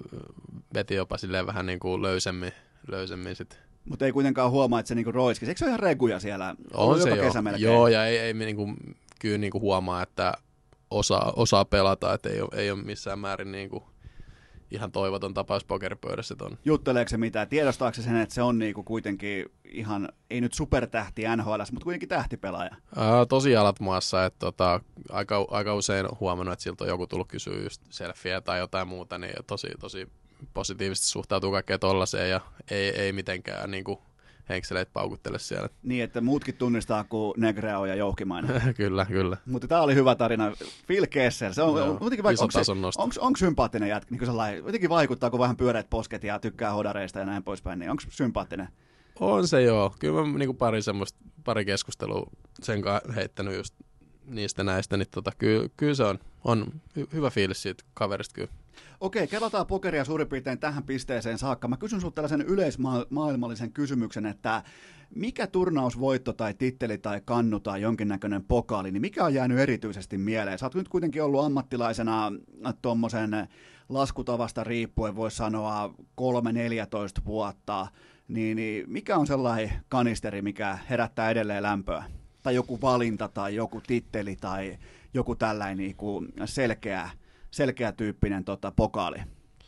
veti jopa silleen vähän niin kuin löysemmin, löysemmin sitten. Mutta ei kuitenkaan huomaa, että se niinku roiskisi. Eikö se ole ihan reguja siellä? On, on se joka joo. kesä melkein. Joo, ja ei, ei niinku, kyllä niinku huomaa, että osaa, osaa pelata, että ei ole, ei ole missään määrin niinku ihan toivoton tapaus pokeripöydässä ton. Jutteleeko se mitään? Tiedostaako se sen, että se on niinku kuitenkin ihan, ei nyt supertähti N H L:ssä, mutta kuitenkin tähtipelaaja? Ää, tosi jalat maassa, että tota, aika, aika usein on huomannut, että siltä on joku tullut kysyä just selfieä tai jotain muuta, niin tosi, tosi positiivisesti suhtautuu kaikkeen tollaiseen ja ei, ei mitenkään niinku henkseleitä paukuttele siellä. Niin, että muutkin tunnistaa kuin Negreo ja Jouhkimainen. Kyllä, kyllä. Mutta tämä oli hyvä tarina. Phil Kessel, se on, Joo, jotenkin vaik- iso tason nosto. onko sympaattinen jätkä? Niin sellainen, jotenkin vaikuttaa, kun vähän pyöreät posket ja tykkää hodareista ja näin poispäin, niin onko sympaattinen? On se joo. Kyllä mä niinku pari semmoista, pari keskustelua sen kanssa heittänyt just niistä näistä, niin tota, kyllä, kyllä se on, on hy- hyvä fiilis siitä kaverista kyllä. Okei, kelataan pokeria suurin piirtein tähän pisteeseen saakka. Mä kysyn sinulta tällaisen yleismaailmallisen kysymyksen, että mikä turnausvoitto tai titteli tai kannu tai jonkinnäköinen pokaali, niin mikä on jäänyt erityisesti mieleen? Sä oot nyt kuitenkin ollut ammattilaisena tuommoisen laskutavasta riippuen, voisi sanoa kolme neljätoista vuotta, niin, niin mikä on sellainen kanisteri, mikä herättää edelleen lämpöä? Tai joku valinta tai joku titteli tai joku tällainen niin kuin selkeä selkeä tyyppinen tota, pokaali?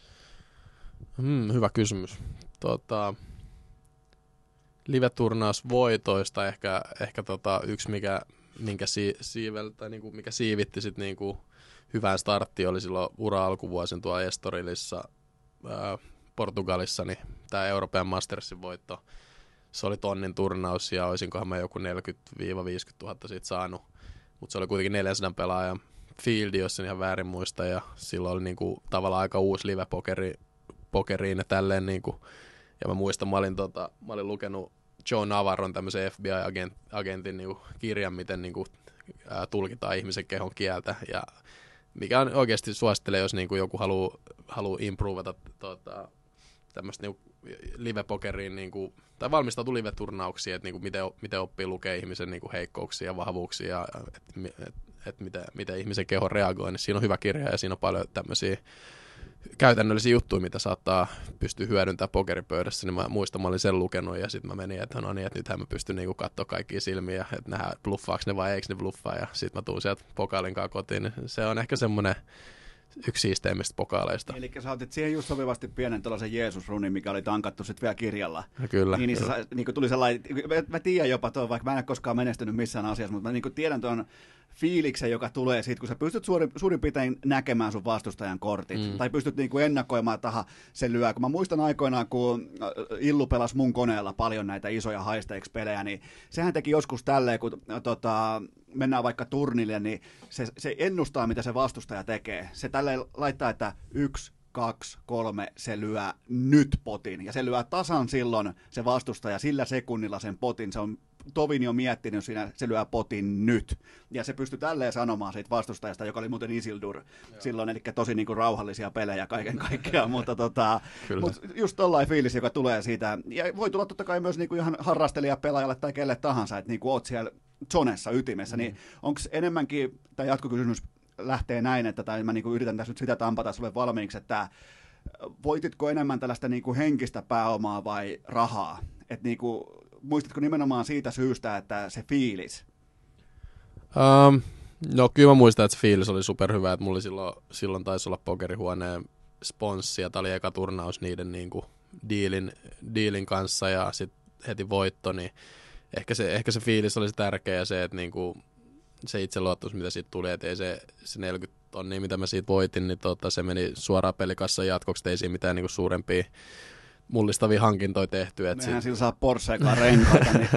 Hmm, hyvä kysymys. Tota, live-turnausvoitoista ehkä, ehkä tota, yksi, mikä, minkä si- siivel, tai niinku, mikä siivitti sit niinku hyvään starttiin, oli silloin ura-alkuvuosin tuolla Estorilissa ää, Portugalissa, niin tämä Euroopan Mastersin voitto. Se oli tonnin turnaus ja olisinkohan mä joku neljäkymmentä viisikymmentä tuhatta siitä saanut, mutta se oli kuitenkin neljäsataa pelaajan fieldi, jos en ihan väärin muista, ja silloin oli niinku tavallaan aika uusi live-pokeriin ja tälleen niinku, ja mä muistan, mä olin, tota, mä olin lukenut Joe Navarron tämmöisen F B I-agentin niinku kirjan, miten niinku, ää, tulkitaan ihmisen kehon kieltä, ja mikä on oikeasti suosittelee, jos niinku joku haluaa haluu improvata tota, tämmöistä niinku live-pokeriin, niinku, tai valmistautuu live-turnauksiin, että niinku, miten, miten oppii lukea ihmisen niinku, heikkouksia ja vahvuuksia, ja et, et, että miten, miten ihmisen keho reagoi, niin siinä on hyvä kirja ja siinä on paljon tämmöisiä käytännöllisiä juttuja, mitä saattaa pystyä hyödyntämään pokeripöydässä, niin mä muistan, mä olin sen lukenut ja sitten mä menin, että no niin, että nythän mä pystyn niinku katsoa kaikkia silmiä, että nähdään bluffaako ne vai eikö ne bluffaa, ja sitten mä tuun sieltä pokaalin kanssa kotiin, niin se on ehkä semmoinen yksi siisteimmistä pokaaleista. Eli sä otit siihen just sopivasti pienen tällaisen Jeesus-runin, mikä oli tankattu sitten vielä kirjalla. Ja kyllä. Niin, niin, kyllä. se, niin tuli sellainen, mä, mä tiedän jopa tuon, vaikka mä en ole koskaan menestynyt missään asiassa, mutta mä niin tiedän tuon fiiliksen, joka tulee siitä, kun sä pystyt suurin, suurin piirtein näkemään sun vastustajan kortit, mm. tai pystyt niin kuin ennakoimaan, että aha, se lyö. Kun mä muistan aikoinaan, kun Illu pelasi mun koneella paljon näitä isoja high-stakes-pelejä, niin sehän teki joskus tälleen, kun tota, mennään vaikka turnille, niin se, se ennustaa, mitä se vastustaja tekee. Se tälleen laittaa, että yksi, kaksi, kolme, se lyö nyt potin. Ja se lyö tasan silloin se vastustaja sillä sekunnilla sen potin. Se on Tovin jo miettinyt siinä, se lyö potin nyt. Ja se pystyi tälleen sanomaan siitä vastustajasta, joka oli muuten Isildur Joo. silloin, eli tosi niinku rauhallisia pelejä kaiken kaikkiaan. mutta tota, mut just tollain fiilis, joka tulee siitä. Ja voi tulla totta kai myös niinku ihan harrastelijapelaajalle tai kelle tahansa, että niinku oot siellä zonessa, ytimessä. Mm. Niin onko enemmänkin, tämä jatkokysymys lähtee näin, että tai mä niinku yritän tässä nyt sitä tampata sulle valmiiksi, että voititko enemmän tällaista niinku henkistä pääomaa vai rahaa? Et niinku, muistatko nimenomaan siitä syystä, että se fiilis? Um, no kyllä mä muistan, että se fiilis oli superhyvä, että mulla silloin, silloin taisi olla pokerihuoneen sponssi, ja tämä oli eka turnaus niiden niinku diilin, diilin kanssa, ja sitten heti voitto, niin ehkä se, ehkä se fiilis oli se tärkeä, ja se, että niinku, se itseluottamus, mitä siitä tuli, että ei se, se neljäkymmentä tonnia, mitä mä siitä voitin, niin tota, se meni suoraan pelikassan jatkoksi, ei siinä mitään niinku suurempia mullistavia hankintoja tehty. Mehän sit... sillä saa Porschekaan renkaita. Niin...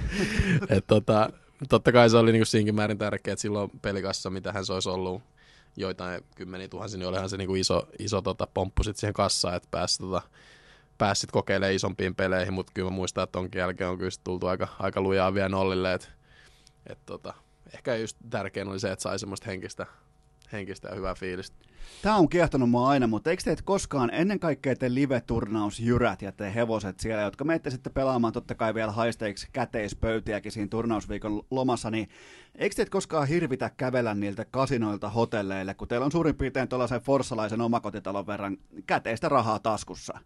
et, tota, totta kai se oli niinku siinkin määrin tärkeää, että silloin pelikassa, mitä hän se olisi ollut joitain kymmeniä tuhansia, niin olihan se niinku iso, iso tota, pomppu sit siihen kassaan, että pääsi tota, pääs sit kokeilemaan isompiin peleihin, mutta kyllä mä muistan, että tonkin jälkeen on kyllä tultu aika, aika lujaa vielä nollille. Et, et, tota, ehkä just tärkein oli se, että sai semmoista henkistä, henkistä ja hyvää fiilistä. Tämä on kiehtonut mua aina, mutta eikö teet koskaan, ennen kaikkea te live-turnausjyrät ja te hevoset siellä, jotka menette sitten pelaamaan totta kai vielä haisteiksi käteispöytiäkin siinä turnausviikon lomassa, niin eikö teet koskaan hirvitä kävellä niiltä kasinoilta hotelleille, kun teillä on suurin piirtein tuollaisen forssalaisen omakotitalon verran käteistä rahaa taskussa?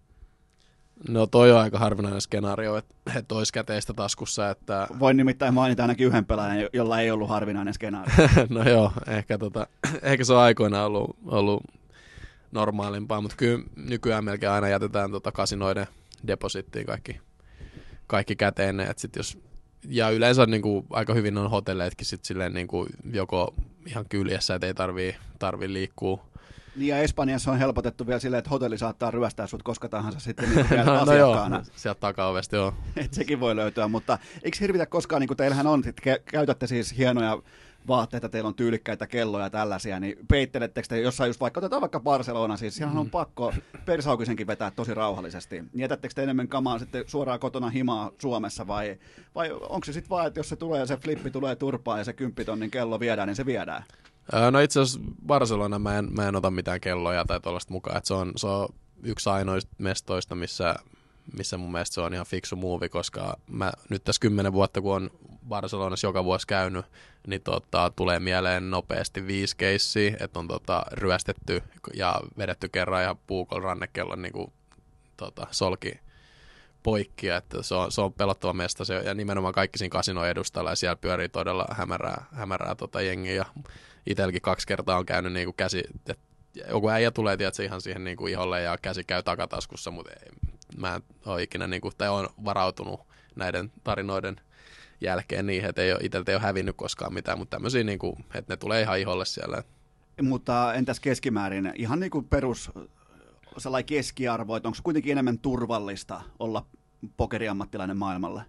No toi on aika harvinainen skenaario, että et olisi käteistä taskussa. Että... Voin nimittäin mainita ainakin yhden pelaajan, jolla ei ollut harvinainen skenaario. No joo, ehkä, tota, ehkä se on aikoinaan ollut, ollut normaalimpaa, mutta kyllä nykyään melkein aina jätetään tota kasinoiden deposittiin kaikki, kaikki käteen. Et sit jos, ja yleensä niin kuin, aika hyvin on hotelleetkin sit silleen, niin kuin, joko ihan kyljessä, että ei tarvii, tarvii liikkua. Niin ja Espanjassa on helpotettu vielä silleen, että hotelli saattaa ryöstää sut koska tahansa sitten niin no, asiakkaana. No joo, sieltä takaovesta joo. Et sekin voi löytyä, mutta eikö hirvitä koskaan, niin kuin teillähän on, sit käytätte siis hienoja vaatteita, teillä on tyylikkäitä kelloja ja tällaisia, niin peittelettekö te jossain just vaikka, otetaan vaikka Barcelona, siis siellä on pakko persaukisenkin vetää tosi rauhallisesti. Jätättekö te enemmän kamaa sitten suoraan kotona himaa Suomessa vai, vai onko se sitten vaan, että jos se tulee, se flippi tulee turpaan ja se kymppitonnin kello viedään, niin se viedään? No itse asiassa Barcelona mä en, mä en ota mitään kelloja tai tuollaista mukaan, että se on, se on yksi ainoista mestoista, missä, missä mun mielestä se on ihan fiksu muuvi, koska mä nyt tässä kymmenen vuotta, kun on Barcelonassa joka vuosi käynyt, niin tota, tulee mieleen nopeasti viisi keissiä, että on tota, ryöstetty ja vedetty kerran ja puukolla rannekellon niin kuin, tota, solki poikki, että se on, se on pelottava mesta se, ja nimenomaan kaikki siinä kasinojen edustalla ja siellä pyörii todella hämärää, hämärää tota jengiä ja itselläkin kaksi kertaa on käynyt niin kuin käsi, että joku äijä tulee tiedätkö, ihan siihen niin kuin iholle ja käsi käy takataskussa, mutta ei, mä en ole ikinä niin kuin, tai olen varautunut näiden tarinoiden jälkeen niin, että ei ole, itseltä ei ole hävinnyt koskaan mitään, mutta tämmöisiä, niin kuin, että ne tulee ihan iholle siellä. Mutta entäs keskimäärin, ihan niin kuin perus sellainen keskiarvo, että onko se kuitenkin enemmän turvallista olla pokeriammattilainen maailmalla?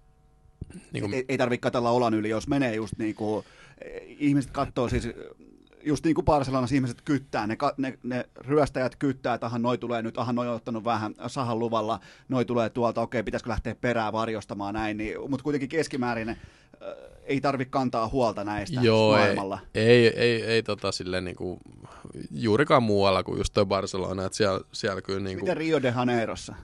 Niin kuin... Ei, ei tarvitse katsella olan yli, jos menee just niin kuin, ihmiset katsoo siis, just niin kuin Barcelonassa ihmiset kyttää, ne, ne, ne ryöstäjät kyttää, että aha, noi tulee nyt, aha, noi on ottanut vähän sahan luvalla, noi tulee tuolta, okei, pitäisikö lähteä perään varjostamaan näin, niin, mutta kuitenkin keskimäärin äh, ei tarvitse kantaa huolta näistä Joo, maailmalla. Ei, ei, ei, ei tota silleen niin kuin, juurikaan muualla kuin just toi Barcelona, että siellä, siellä kyllä niin kuin... Miten Rio de Janeirossa?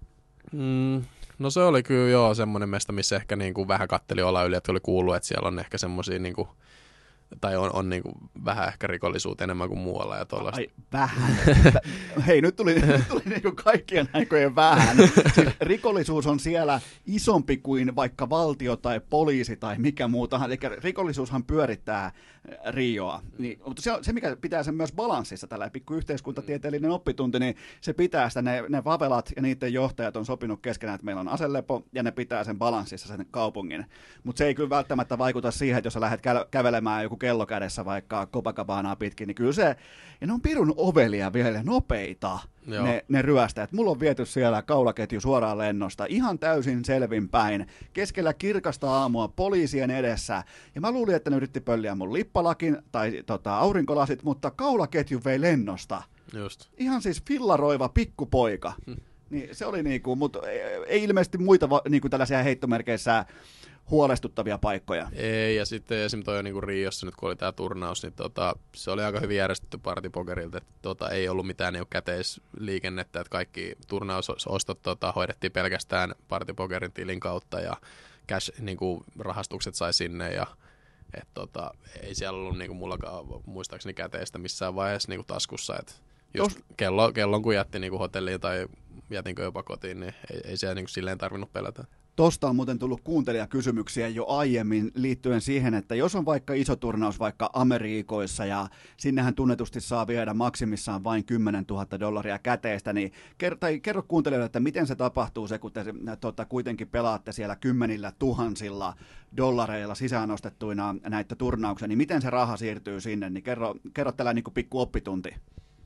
Mm, no se oli kyllä joo semmoinen mesta, missä ehkä niin kuin vähän katteli olla yli, että oli kuullut, että siellä on ehkä semmoisia niin kuin, tai on, on niin kuin vähän ehkä rikollisuutta enemmän kuin muualla ja tuollaista. Ai vähän. Hei, nyt tuli, nyt tuli niin kuin kaikkien aikojen vähän. Siis rikollisuus on siellä isompi kuin vaikka valtio tai poliisi tai mikä muuta. Eli rikollisuushan pyörittää Rioa. Niin, mutta se, se, mikä pitää sen myös balanssissa, tällä pikku yhteiskuntatieteellinen oppitunti, niin se pitää sitä, ne, ne vavelat ja niiden johtajat on sopinut keskenään, että meillä on aselepo ja ne pitää sen balanssissa sen kaupungin. Mutta se ei kyllä välttämättä vaikuta siihen, että jos sä lähdet kä- kävelemään joku kello kädessä vaikka Copacabanaa pitkin, niin kyllä se, ja ne on pirun ovelia vielä, nopeita ne, ne ryöstäjät. Mulla on viety siellä kaulaketju suoraan lennosta, ihan täysin selvinpäin, keskellä kirkasta aamua poliisien edessä, ja mä luulin, että ne yritti pölliä mun lippalakin tai tota, aurinkolasit, mutta kaulaketju vei lennosta. Just. Ihan siis fillaroiva pikkupoika. Hmm. Niin se oli niinku, mutta ei ilmeisesti muita niinku tällaisia heittomerkeissä huolestuttavia paikkoja. Ei, ja sitten esim. Toi niinku Riossa nyt kun oli tää turnaus, niin tota, se oli aika hyvin järjestetty partipokerilta, että tota, ei ollut mitään niinku käteisliikennettä, että kaikki turnausostot tota, hoidettiin pelkästään partipokerin tilin kautta ja cash, niinku, rahastukset sai sinne ja et, tota, ei siellä ollut niinku, mullakaan muistaakseni käteistä missään vaiheessa niinku, taskussa, että just kello, kellon kun jätti niinku, hotelliin tai jätinkö jopa kotiin, niin ei, ei siellä niinku, silleen tarvinnut pelätä. Tosta on muuten tullut kuuntelijakysymyksiä jo aiemmin liittyen siihen, että jos on vaikka iso turnaus vaikka Amerikoissa ja sinnehän tunnetusti saa viedä maksimissaan vain kymmenen tuhatta dollaria käteistä, niin kerro, tai kerro kuuntelijoille, että miten se tapahtuu se, kun te tota, kuitenkin pelaatte siellä kymmenillä tuhansilla dollareilla sisäänostettuina näitä turnauksia, niin miten se raha siirtyy sinne, niin kerro, kerro tällainen niin pikku oppitunti.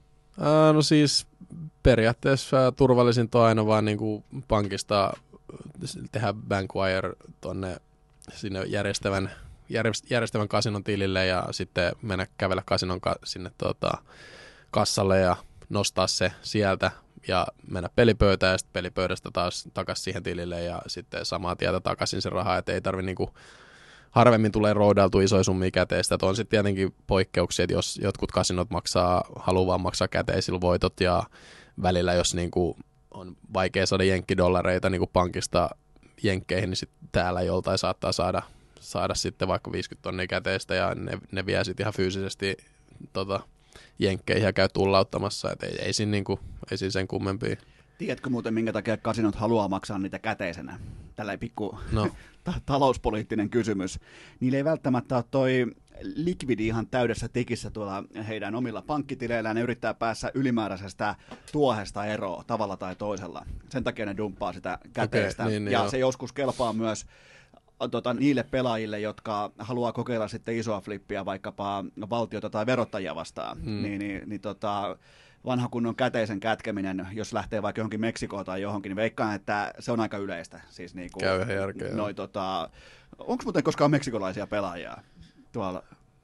Ää, no siis periaatteessa turvallisinta on aina vaan niin kuin pankista tehdä bankwire tonne sinne järjestävän, järjestävän kasinon tilille ja sitten mennä kävellä kasinon ka, sinne tota, kassalle ja nostaa se sieltä ja mennä pelipöytään ja sitten pelipöydästä taas takaisin siihen tilille ja sitten samaa tietä takaisin se raha, että ei tarvitse niinku, harvemmin tulee roudailtua isoja summia käteistä. Että on sitten tietenkin poikkeuksia, että jos jotkut kasinot maksaa, haluaa vaan maksaa käteisillä voitot ja välillä jos niinku on vaikea saada jenkkidollareita niin kuin pankista jenkkeihin, niin sitten täällä joltain saattaa saada, saada sitten vaikka viisikymmentä tonnia käteistä ja ne, ne vie sitten ihan fyysisesti tota, jenkkeihin ja käy tullauttamassa, että ei, ei, siinä niinku, ei siinä sen kummempia. Tiedätkö muuten, minkä takia kasinot haluaa maksaa niitä käteisenä? Tällainen pikku no. ta- talouspoliittinen kysymys. Niillä ei välttämättä ole toi likvidi ihan täydessä tikissä tuolla heidän omilla pankkitileillään. Ne yrittää päästä ylimääräisestä tuohesta eroon tavalla tai toisella. Sen takia ne dumppaa sitä käteistä. Okay, niin, niin, ja joo. se joskus kelpaa myös tota, niille pelaajille, jotka haluaa kokeilla sitten isoa flippiä vaikkapa valtiota tai verottajia vastaan. Hmm. Niin, niin, niin tota... vanha kunnon käteisen kätkeminen, jos lähtee vaikka johonkin Meksikoon tai johonkin, niin veikkaan, että se on aika yleistä. Siis niinku, käy ihan järkeä. Noi, tota, onko muuten koskaan meksikolaisia pelaajia tuolla?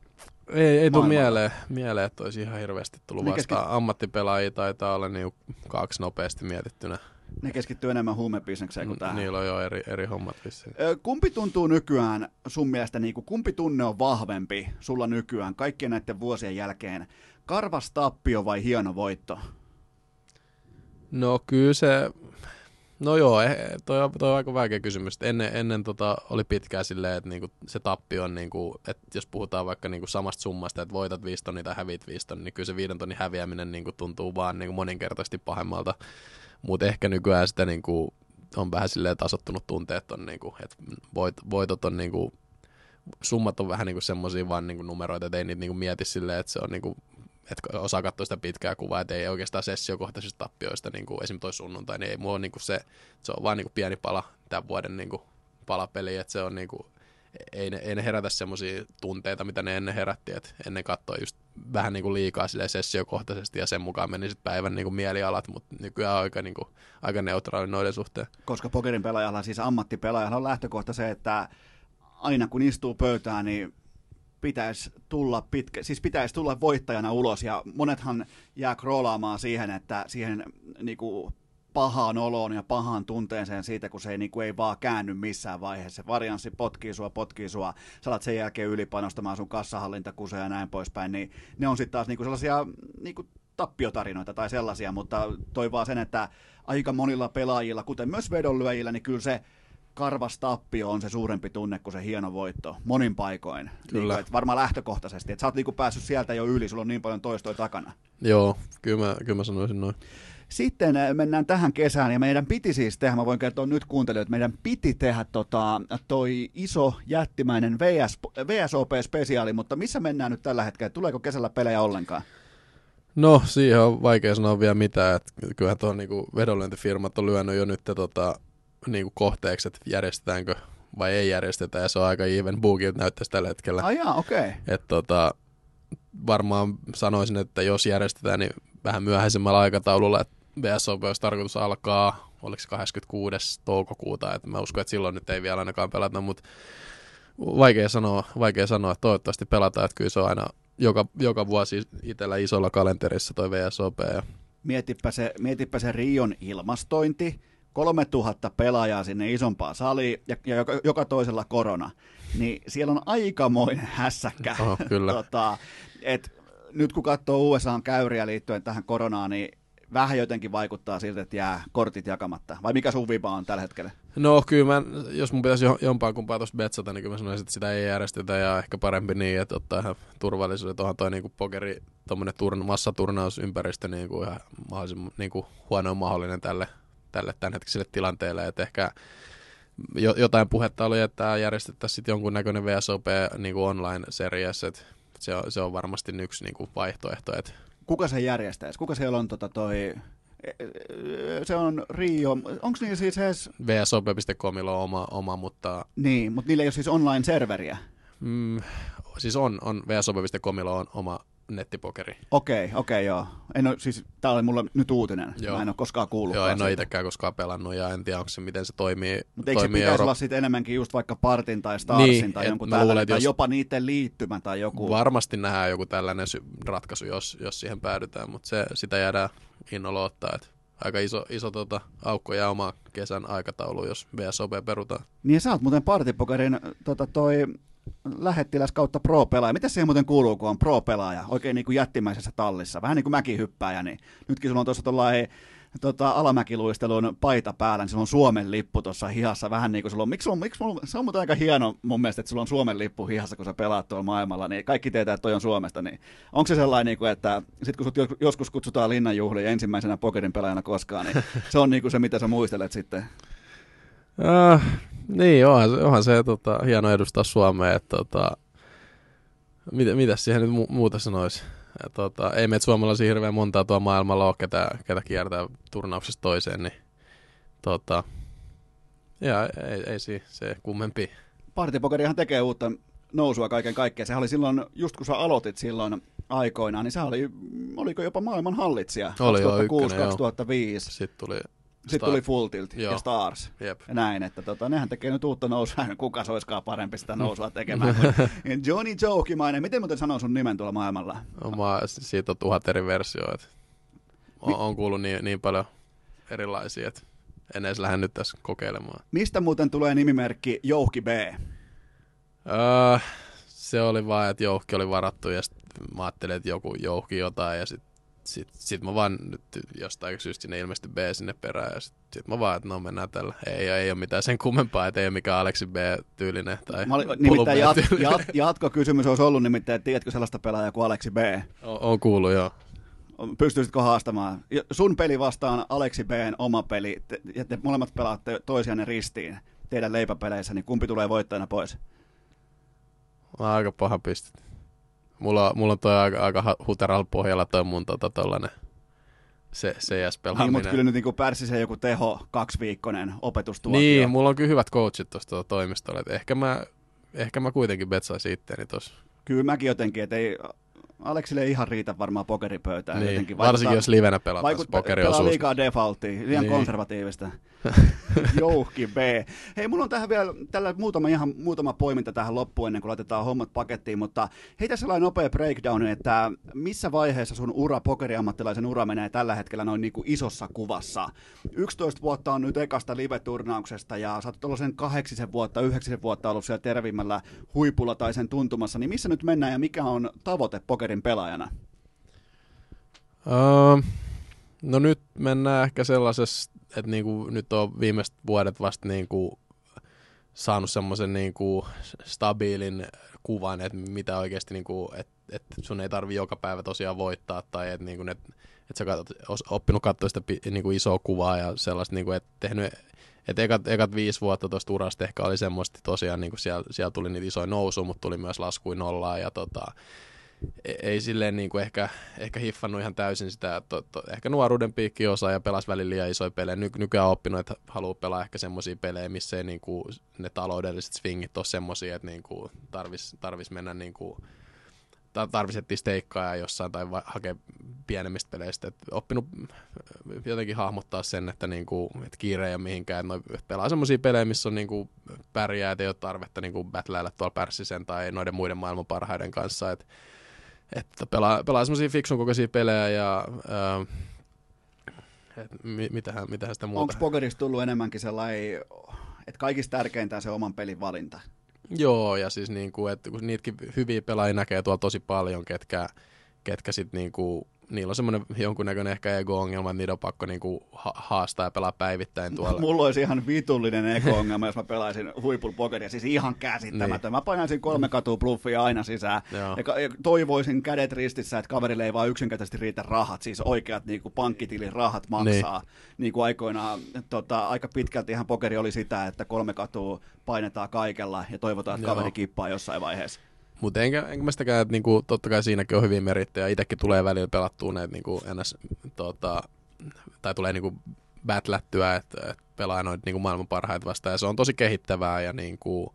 Ei, ei tule mieleen, mieleen, että olisi ihan hirveästi tullut ne vastaan. Keskitty... Ammattipelaajia taitaa olla niin kaksi nopeasti mietittynä. Ne keskittyy enemmän huumebisnekseen kuin tähän. Niillä on jo eri, eri hommat vissiin. Kumpi tuntuu nykyään sun mielestä, niin kuin, kumpi tunne on vahvempi sulla nykyään kaikkien näiden vuosien jälkeen? Karvas tappio vai hieno voitto? No kyllä se, no joo, toi, toi on aika vaikea kysymys. Ennen, ennen tota, oli pitkään silleen, että niinku se tappio on, niinku, että jos puhutaan vaikka niinku samasta summasta, että voitat viisi tonnia tai häviit viisi tonnia, niin kyllä se viiden tonnin häviäminen niinku tuntuu vaan niinku moninkertaisesti pahemmalta. Mutta ehkä nykyään sitä niinku, on vähän silleen tasottunut tunteet, on, niinku, että voit, voitot on, niinku, summat on vähän niinku semmoisia vaan niinku numeroita, että ei niitä niinku mieti silleen, että se on niinku, että osaa katsoa sitä pitkää kuvaa, että ei oikeastaan sessiokohtaisista tappioista, niin kuin esimerkiksi toi sunnuntai, niin ei mulla niin kuin se, se on vaan niin kuin pieni pala tämän vuoden niin kuin palapeli, että se on niin kuin, ei ne, ei ne herätä semmoisia tunteita, mitä ne ennen herätti, että ennen katsoi just vähän niin kuin liikaa silleen sessiokohtaisesti ja sen mukaan meni sitten päivän niin kuin mielialat, mutta nykyään on aika, niin kuin, aika neutraali noiden suhteen. Koska pokerin pelaajalla, siis ammattipelaajalla on lähtökohta se, että aina kun istuu pöytään, niin pitäisi tulla pitkä, siis pitäisi tulla voittajana ulos, ja monethan jää kroolaamaan siihen, että siihen niinku pahaan oloon ja pahaan tunteeseen siitä, kun se ei, niinku, ei vaan käänny missään vaiheessa. Se varianssi potkii sua, potkii sua, sä alat sen jälkeen ylipanostamaan sun kassahallintakuseja ja näin poispäin, niin ne on sitten taas niinku sellaisia niinku tappiotarinoita tai sellaisia, mutta toi vaan sen, että aika monilla pelaajilla, kuten myös vedonlyöjillä, niin kyllä se karvas tappio on se suurempi tunne kuin se hieno voitto, monin paikoin. Kyllä. Niin, varmaan lähtökohtaisesti, että sä oot niinku päässyt sieltä jo yli, sulla on niin paljon toistoja takana. Joo, kyllä mä, kyllä mä sanoisin noin. Sitten mennään tähän kesään, ja meidän piti siis tehdä, mä voin kertoa nyt kuuntelijoille, että meidän piti tehdä tota, toi iso jättimäinen V S, V S O P-spesiaali, mutta missä mennään nyt tällä hetkellä? Tuleeko kesällä pelejä ollenkaan? No, siihen on vaikea sanoa vielä mitään, että kyllähän tuohon niinku vedonlyöntifirmat on lyönyt jo nyt tota, niinku kohteeksi, että järjestetäänkö vai ei järjestetä, ja se on aika even bookilta näyttäisi tällä hetkellä. Ai jaa, okei. Okay. Että tota, varmaan sanoisin, että jos järjestetään, niin vähän myöhäisemmällä aikataululla, että V S O P olisi tarkoitus alkaa, oliko se kahdeskymmeneskuudes toukokuuta, että mä uskon, että silloin nyt ei vielä ainakaan pelata, mutta vaikea sanoa, vaikea sanoa, että toivottavasti pelataan, että kyllä se on aina, joka, joka vuosi itsellä isolla kalenterissa toi V S O P. Ja... Mietipä se, mietipä se Rion ilmastointi, kolmetuhatta pelaajaa sinne isompaan saliin ja, ja joka, joka toisella korona, niin siellä on aikamoinen hässäkkä. Oh, kyllä. tota, et, nyt kun katsoo U S A:n käyriä liittyen tähän koronaan, niin vähän jotenkin vaikuttaa siltä, että jää kortit jakamatta. Vai mikä sun vipa on tällä hetkellä? No kyllä, mä, jos mun pitäisi jompaa kumpaa tuossa betsata, niin kyllä mä sanoisin, että sitä ei järjestetä ja ehkä parempi niin, että ottaa ihan turvallisuudet. Onhan toi niinku pokeri, tommonen turn, massaturnausympäristö niinku ihan mahdollisimman niinku huonoin mahdollinen tälle, tälle tämänhetkiselle tilanteelle. Et ehkä jo, jotain puhetta oli, että järjestettäisiin sitten jonkunnäköinen V S O P niinku online-series, että se on, se on varmasti yksi niinku vaihtoehto. Et kuka se järjestäisi? Kuka siellä on tota toi... Se on Rio, onko niillä siis edes... V S O P piste comilla on oma, oma, mutta... Niin, mutta niillä ei ole siis online-serveriä. Mm, siis on, on V S O P piste comilla on oma nettipokeri. Okei, okei, joo. En ole, siis, tää oli mulla nyt uutinen. Joo. Mä en ole koskaan kuullut. Joo, en ole itsekään koskaan pelannut ja en tiedä, onko se, miten se toimii. Mutta eikö se pitäisi Euro... olla sitten enemmänkin just vaikka Partin tai Starsin niin, tai jonkun tällainen, tällainen, tai jos... jopa niiden liittymä tai joku. Varmasti nähdään joku tällainen sy- ratkaisu, jos, jos siihen päädytään, mutta se, sitä jäädään innolla ottaa. Et aika iso, iso tota, aukko jää oma kesän aikataulu, jos V S O P perutaan. Niin sä oot muuten Partipokerin tota, toi... lähettiläs kautta pro-pelaaja. Miten siihen muuten kuuluu, kun on pro-pelaaja oikein niin kuin jättimäisessä tallissa? Vähän niin kuin mäkihyppääjä, niin nytkin sulla on tuossa tuollainen tota, alamäkiluistelun paita päällä, niin sulla on Suomen lippu tuossa hihassa. Vähän niin kuin sulla on, miksi sulla on, miksi mulla, se on muuten aika hieno mun mielestä, että sulla on Suomen lippu hihassa, kun sä pelaat tuolla maailmalla, niin kaikki tietää, että toi on Suomesta. Niin onko se sellainen, niin kuin, että sit kun sut joskus kutsutaan linnanjuhliin ensimmäisenä pokerin pelaajana koskaan, niin se on niin kuin se, mitä sä muistelet sitten? Uh, niin, onhan se, onhan se tota, hieno edustaa Suomea, että tota, mit, mitäs siihen nyt mu- muuta sanoisi. Et, tota, ei meitä suomalaisia hirveän montaa tuolla maailmalla ole, ketä, ketä kiertää turnauksesta toiseen, niin tota, ja, ei, ei si, se kummempi. Partipokerihan tekee uutta nousua kaiken kaikkiaan. Sehän oli silloin, just kun sä aloitit silloin aikoinaan, niin se oli, oliko jopa maailman hallitsija oli kaksituhattakuusi kaksituhattaviisi. Sitten tuli Sitten tuli Full Tilt Joo. ja Stars Jep. ja näin, että tota, nehän tekee nyt uutta nousua, kuka se olisikaan parempi sitä nousua tekemään kuin Johnny Jokimainen. Miten muuten sanoo sun nimen tuolla maailmalla? Oma, siitä on tuhat eri versioita. On, on kuullut niin, niin paljon erilaisia, että en edes lähde nyt tässä kokeilemaan. Mistä muuten tulee nimimerkki Jouhki B? Öö, se oli vaan, että Jouhki oli varattu ja sit mä ajattelin, että joku Jouhki jotain ja sitten Sitten sit mä vaan nyt jostain syystä sinne ilmestyi B sinne perään ja sitten sit mä vaan, että no mennään tällä. Ei, ei ole mitään sen kummempaa, että ei ole mikään Aleksi B-tyylinen tai olin, nimittäin jat, jat, jatkokysymys olisi ollut nimittäin, että tiedätkö sellaista pelaajaa kuin Aleksi B? O, on kuullut, joo. Pystyisitkö haastamaan? Sun peli vastaan Aleksi B:n oma peli, te, ja te molemmat pelaatte toisianne ristiin teidän leipäpeleissä, niin kumpi tulee voittajana pois? Aika paha pistet. Mulla, mulla on toi aika, aika huteralla pohjalla toi mun tota, tollanen C S-pelaaminen. Niin, mutta kyllä nyt niin Pärssisen joku teho kaksiviikkoinen opetustuokio. Niin, mulla on kyllä hyvät coachit tuosta toimistolla. Et ehkä, mä, ehkä mä kuitenkin betsaisin itteeni tuossa. Kyllä mäkin jotenkin, että ei Aleksille ei ihan riitä varmaan pokeripöytään. Niin, jotenkin. varsinkin jos livenä pelataan pokeriosuus. Pelaa liikaa defaulttia, liian niin. konservatiivista. Jouhki B. Hei, mulla on tähän vielä tällä muutama, ihan muutama poiminta tähän loppuun ennen kuin laitetaan hommat pakettiin, mutta heitä sellainen nopea breakdown, että missä vaiheessa sun ura, pokeriammattilaisen ura menee tällä hetkellä noin niin kuin isossa kuvassa. yksitoista vuotta on nyt ekasta live-turnauksesta ja sä oot tuollaisen kahdeksisen vuotta, yhdeksisen vuotta ollut siellä tervimmällä huipulla tai sen tuntumassa, niin missä nyt mennään ja mikä on tavoite pokerin pelaajana? Uh, no nyt mennään ehkä sellaisessa, että niinku nyt on viimeiset vuodet vasta niinku saanut semmoisen niinku stabiilin kuvan, että mitä oikeasti, niinku, että et sun ei tarvi joka päivä tosiaan voittaa, tai että niinku et, et sä katsot, oppinut katsoa sitä niinku isoa kuvaa ja sellaista, niinku, että tehnyt, että ekat, ekat viisi vuotta tuosta urasta ehkä oli semmoista tosiaan, niinku siellä, siellä tuli niitä isoja nousuja, mutta tuli myös laskuja nollaan ja tota, ei silleen niin kuin ehkä, ehkä hiffannut ihan täysin sitä, to, to, ehkä nuoruuden piikki osaa ja pelasi välillä liian isoja pelejä. Ny, nykyään on oppinut, että haluaa pelaa ehkä semmoisia pelejä, missä ei niin kuin, ne taloudelliset swingit ole semmoisia, että niin kuin tarvitsisi tarvis mennä niin kuin, tarvitsisi etsiä steikkaa jossain tai va- hakea pienemmistä peleistä. Et oppinut jotenkin hahmottaa sen, että, niin kuin, että kiire ei ole mihinkään. Että pelaa semmoisia pelejä, missä on niin kuin pärjää, et ei ole tarvetta niin kuin battleilla tuolla Pärssisen tai noiden muiden maailman parhaiden kanssa. Et että pelaa, pelaa semmoisia fiksun kokoisia pelejä ja ää, et, mi, mitähän, mitähän sitä muuta. Onko pokerista tullut enemmänkin sellainen, että kaikista tärkeintä on se oman pelin valinta? Joo, ja siis niinku, että kun niitäkin hyviä pelaajia näkee tuolla tosi paljon, ketkä, ketkä sitten niinku, niillä on semmoinen jonkunnäköinen ehkä ego-ongelma, että niiden on pakko niinku haastaa ja pelaa päivittäin tuolla. Mulla olisi ihan vitullinen ego-ongelma, jos mä pelaisin huipulla pokeria, siis ihan käsittämätön. Niin. Mä painaisin kolme katua bluffia aina sisään ja, ja toivoisin kädet ristissä, että kaverille ei vaan yksinkertaisesti riitä rahat, siis oikeat niinku pankkitilin rahat maksaa. Niin, niin kuin aikoinaan tota, aika pitkälti ihan pokeri oli sitä, että kolme katua painetaan kaikella ja toivotaan, että Joo. kaveri kippaa jossain vaiheessa. Mutta enkä, enkä mä sitäkään, että niinku, totta kai siinäkin on hyviä merittejä. Itsekin tulee välillä pelattua näitä, niinku, ns, tota, tai tulee niinku, battlättyä, että et pelaa noita niinku, maailman parhaita vastaan. Ja se on tosi kehittävää, ja, niinku,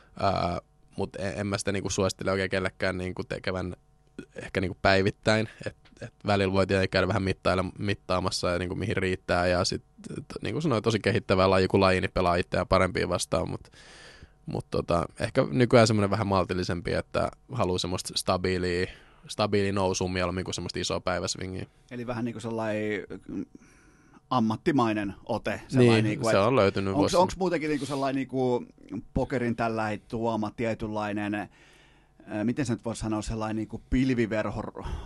mutta en, en mä sitä niinku, suosittele oikein kellekään niinku, tekevän ehkä niinku, päivittäin. Et, et välillä voi tietenkin käydä vähän mittaamassa, ja, niinku, mihin riittää. Ja sitten, niin kuin sanoin, tosi kehittävää laji kuin laji, niin pelaa itseään parempia vastaan, mutta Mutta tota, ehkä nykyään semmoinen vähän maltillisempi, että haluaa semmoista stabiilia, stabiilia nousua mieluummin kuin semmoista isoa päiväsvingiä. Eli vähän niin kuin sellainen ammattimainen ote. Niin, niin kuin, se on löytynyt. Onko muutenkin niin kuin sellainen niin kuin pokerin tällä tuoma tietynlainen, äh, miten se nyt voisi sanoa, sellainen niin kuin pilviverho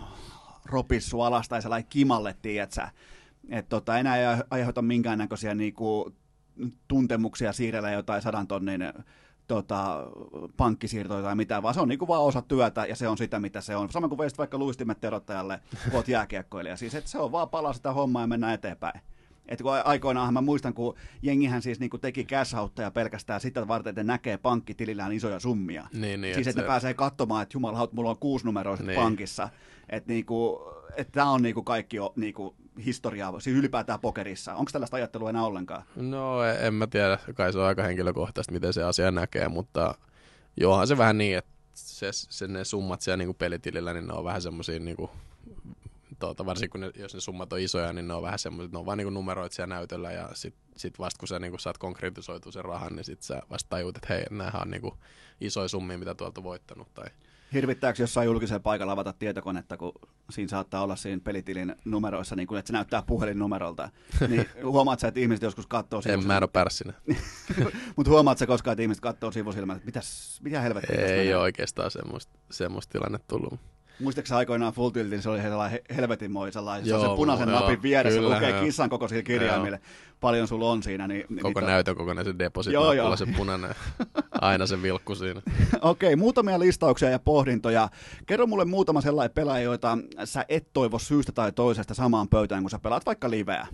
ropissu alas tai sellainen kimalle, tiedätkö? Että tota, enää ei aiheuta minkäännäköisiä niin kuin tuntemuksia siirrellä jotain sadan tonnin tota, pankkisiirtoja tai mitään, vaan se on niinku vaan osa työtä ja se on sitä, mitä se on. Samoin kuin veisit vaikka luistimet terottajalle, kun oot jääkiekkoilija. Siis, että se on vaan palaa sitä hommaa ja mennään eteenpäin. Että kun aikoinaan mä muistan, kun jengihän siis niinku teki cash outteja pelkästään sitä varten, että ne näkee pankkitilillään isoja summia. Niin, niin, siis, että et ne se... pääsee katsomaan, että jumalaut, mulla on kuusinumeroiset niin. pankissa. Että niinku, et tämä on niinku kaikki jo, niinku historiaa, siis ylipäätään pokerissa. Onko tällaista ajattelua enää ollenkaan? No en, en mä tiedä, kai se on aika henkilökohtaisesti, miten se asia näkee, mutta johan se vähän niin, että se, se, ne summat siellä niinku pelitilillä, niin ne on vähän semmoisia, niinku, tuota, varsinkin kun ne, jos ne summat on isoja, niin ne on vähän semmoisia, ne on vaan niinku numeroit siellä näytöllä, ja sit, sit vasta kun sä niinku saat konkretisoitua sen rahan, niin sit sä vasta tajut, että hei, näähän on niinku isoja summia, mitä tuolta on voittanut, tai hirvittääkö jossain julkisella paikalla avata tietokonetta, kun siinä saattaa olla siinä pelitilin numeroissa, niin kun, että se näyttää puhelinnumerolta. Niin huomaat sä, että ihmiset joskus katsoo sivusilmät? En, mä en ole pärssinen. Mutta huomaat sä koskaan, että ihmiset katsoo sivusilmät, että mitäs, mitä helvettiä tässä menee? Ei ole oikeastaan semmoista, semmoista tilannetta tullut. Muistatko sä aikoinaan Full Tiltin, se oli sellainen helvetinmoi, sellainen joo, se punaisen joo, napin vieressä, kyllä, lukee joo. kissan kokoisilla kirjaimille. Paljon sulla on siinä. Niin, Koko niin, näytön kokoinen se deposit-nappula, se punainen, aina se vilkku siinä. Okei, okay, muutamia listauksia ja pohdintoja. Kerro mulle muutama sellainen pelaaja, joita sä et toivo syystä tai toisesta samaan pöytään, kun sä pelaat vaikka liveä.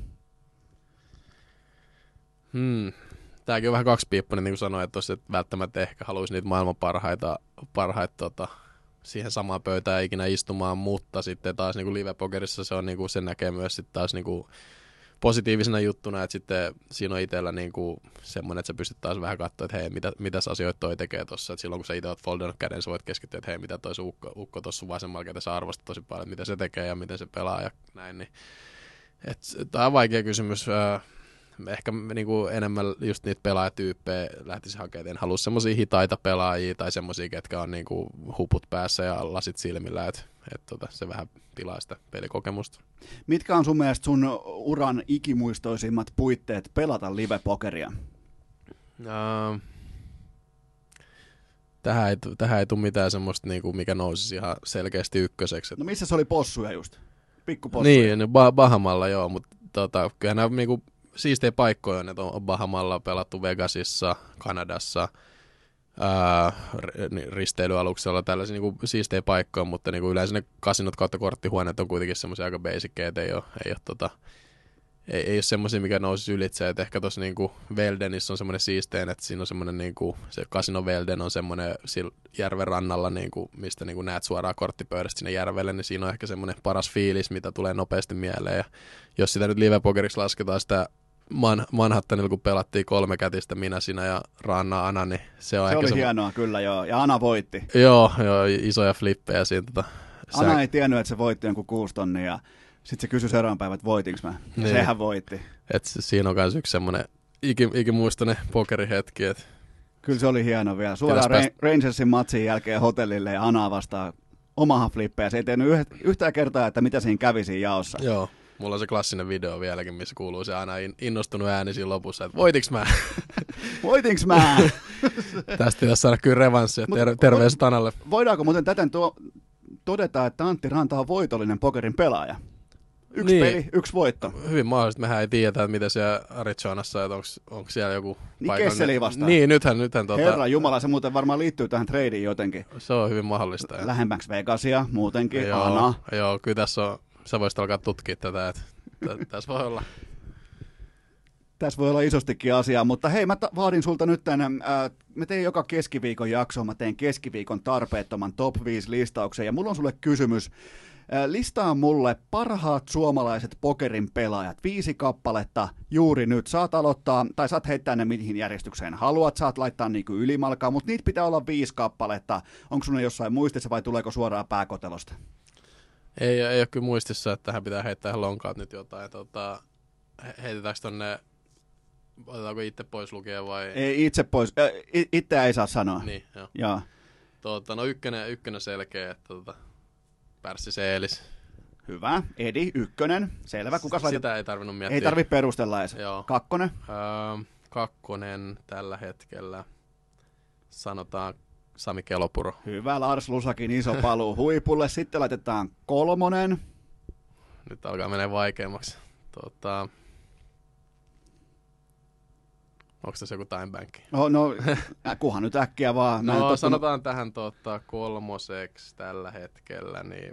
Hmm. Tämäkin on vähän kaksipiippunen, niin kuin sanoin, että, tos, että välttämättä ehkä haluaisi niitä maailman parhaita, parhaita tota, siihen samaan pöytään ikinä istumaan, mutta sitten taas niin kuin live-pokerissa se, on, niin kuin, se näkee myös sitten taas niin kuin positiivisena juttuna, että sitten siinä on itsellä niin kuin semmoinen, että sä pystyt taas vähän katsoa, että hei, mitä, mitäs asioita toi tekee tuossa, että silloin kun sä itse oot foldannut käden, sä voit keskittyä, että hei, mitä toi sun ukko, ukko tuossa vasemmalla, ketä sä arvostat tosi paljon, mitä se tekee ja miten se pelaa ja näin, niin tämä on vaikea kysymys. Ehkä niinku enemmän just niitä pelaajatyyppejä lähtisi hakemaan. En halua semmoisia hitaita pelaajia tai semmoisia, ketkä on niinku huput päässä ja lasit silmillä, että et tota, se vähän pilaa sitä pelikokemusta. Mitkä on sun mielestä sun uran ikimuistoisimmat puitteet pelata live-pokeria? Uh, tähän, ei, tähän ei tule mitään semmoista, niinku, mikä nousisi ihan selkeästi ykköseksi. No missä se oli possuja just? Pikkupossuja? Niin, no bah- Bahamalla joo, mutta tota, kyllähän nämä niinku siistejä paikkoja on, että on Bahamalla pelattu Vegasissa, Kanadassa, ää, risteilyaluksella, tällaisia niinku siistejä paikkoja, mutta niinku yleensä ne kasinot kautta korttihuoneet on kuitenkin semmoisia aika basic, että ei ole, ei ole, tota, ei, ei ole semmoisia, mikä nousisi ylitse, että ehkä tuossa niinku Veldenissä on semmoinen siistein, että siinä on semmoinen, niinku, se kasino Velden on semmoinen järven rannalla, niinku, mistä niinku näet suoraan korttipöydästä sinne järvelle, niin siinä on ehkä semmoinen paras fiilis, mitä tulee nopeasti mieleen, ja jos sitä nyt live-pokeriksi lasketaan sitä Man- Manhattanilla, kun pelattiin kolme kätistä, minä, sinä ja Ranna Ana, niin se on se ehkä oli semmo... hienoa, kyllä joo, ja Ana voitti. Joo, joo, isoja flippejä siinä. Tota, Ana sä... ei tiennyt, että se voitti jonkun kuusi tonnia, ja sitten se kysyi seuraavan päivän, että voitinko mä, ja niin. sehän voitti. Et siinä on myös yksi semmoinen iki, ikimuistoinen pokerihetki. Et... Kyllä se oli hieno vielä. Suoraan Ra- pääst... Rangersin matsin jälkeen hotellille ja Anaa vastaan omahan flippejä. Se ei tehnyt yhtään kertaa, että mitä siinä kävi siinä jaossa. Joo, mulla on se klassinen video vieläkin, missä kuuluu se aina innostunut ääni siinä lopussa, että voitiks mä? Voitinks mä? Tästä pitäisi saada kyllä revanssia, ter- terveiset Analle. Voidaanko muuten täten tuo, todeta, että Antti Ranta on voitollinen pokerin pelaaja? Yksi niin, peli, yksi voitto. Hyvin mahdollisesti. Mehän ei tiedetä, että mitä siellä Arizonassa, että onko siellä joku niin paikallinen. Kesseli vastaan. Niin, nythän, nythän tota... Herra Jumala, se muuten varmaan liittyy tähän tradeen jotenkin. Se on hyvin mahdollista. Ja... Lähemmäksi Vegasia muutenkin, joo, Ana. Joo, kyllä tässä on, sä voisit alkaa tutkia tätä, että t- tässä voi olla. Tässä voi olla isostikin asiaa, mutta hei, mä ta- vaadin sulta nyt tänne, äh, mä teen joka keskiviikon jaksoa, mä teen keskiviikon tarpeettoman top viisi listauksen, ja mulla on sulle kysymys. Listaa mulle parhaat suomalaiset pokerin pelaajat, viisi kappaletta juuri nyt. Saat aloittaa, tai saat heittää ne mihin järjestykseen haluat, saat laittaa niinku ylimalkaa, mutta niitä pitää olla viisi kappaletta. Onko sun jossain muistissa vai tuleeko suoraan pääkotelosta? Ei, ei ole kyllä muistissa, että tähän pitää heittää ihan lonkaat nyt jotain. Tota, heitetäänkö tonne, otetaanko itse pois lukea vai? Ei itse pois, äh, itse ei saa sanoa. Niin, joo. Joo. Tota, no ykkönen, ykkönen selkeä, että tota, Pärssi Seelis. Hyvä. Edi, ykkönen. Selvä. Kukas Sitä laitat? ei tarvinnut miettiä. Ei tarvitse perustella edes. Joo. Kakkonen. Öö, kakkonen tällä hetkellä. Sanotaan Sami Kelopuro. Hyvä. Lars Lusakin iso paluu huipulle. Sitten laitetaan kolmonen. Nyt alkaa mennä vaikeammaksi. Tota, onko tässä joku time bank? No, no kuhan nyt äkkiä vaan. Mä en No tottunut... sanotaan tähän tota, kolmoseksi tällä hetkellä, niin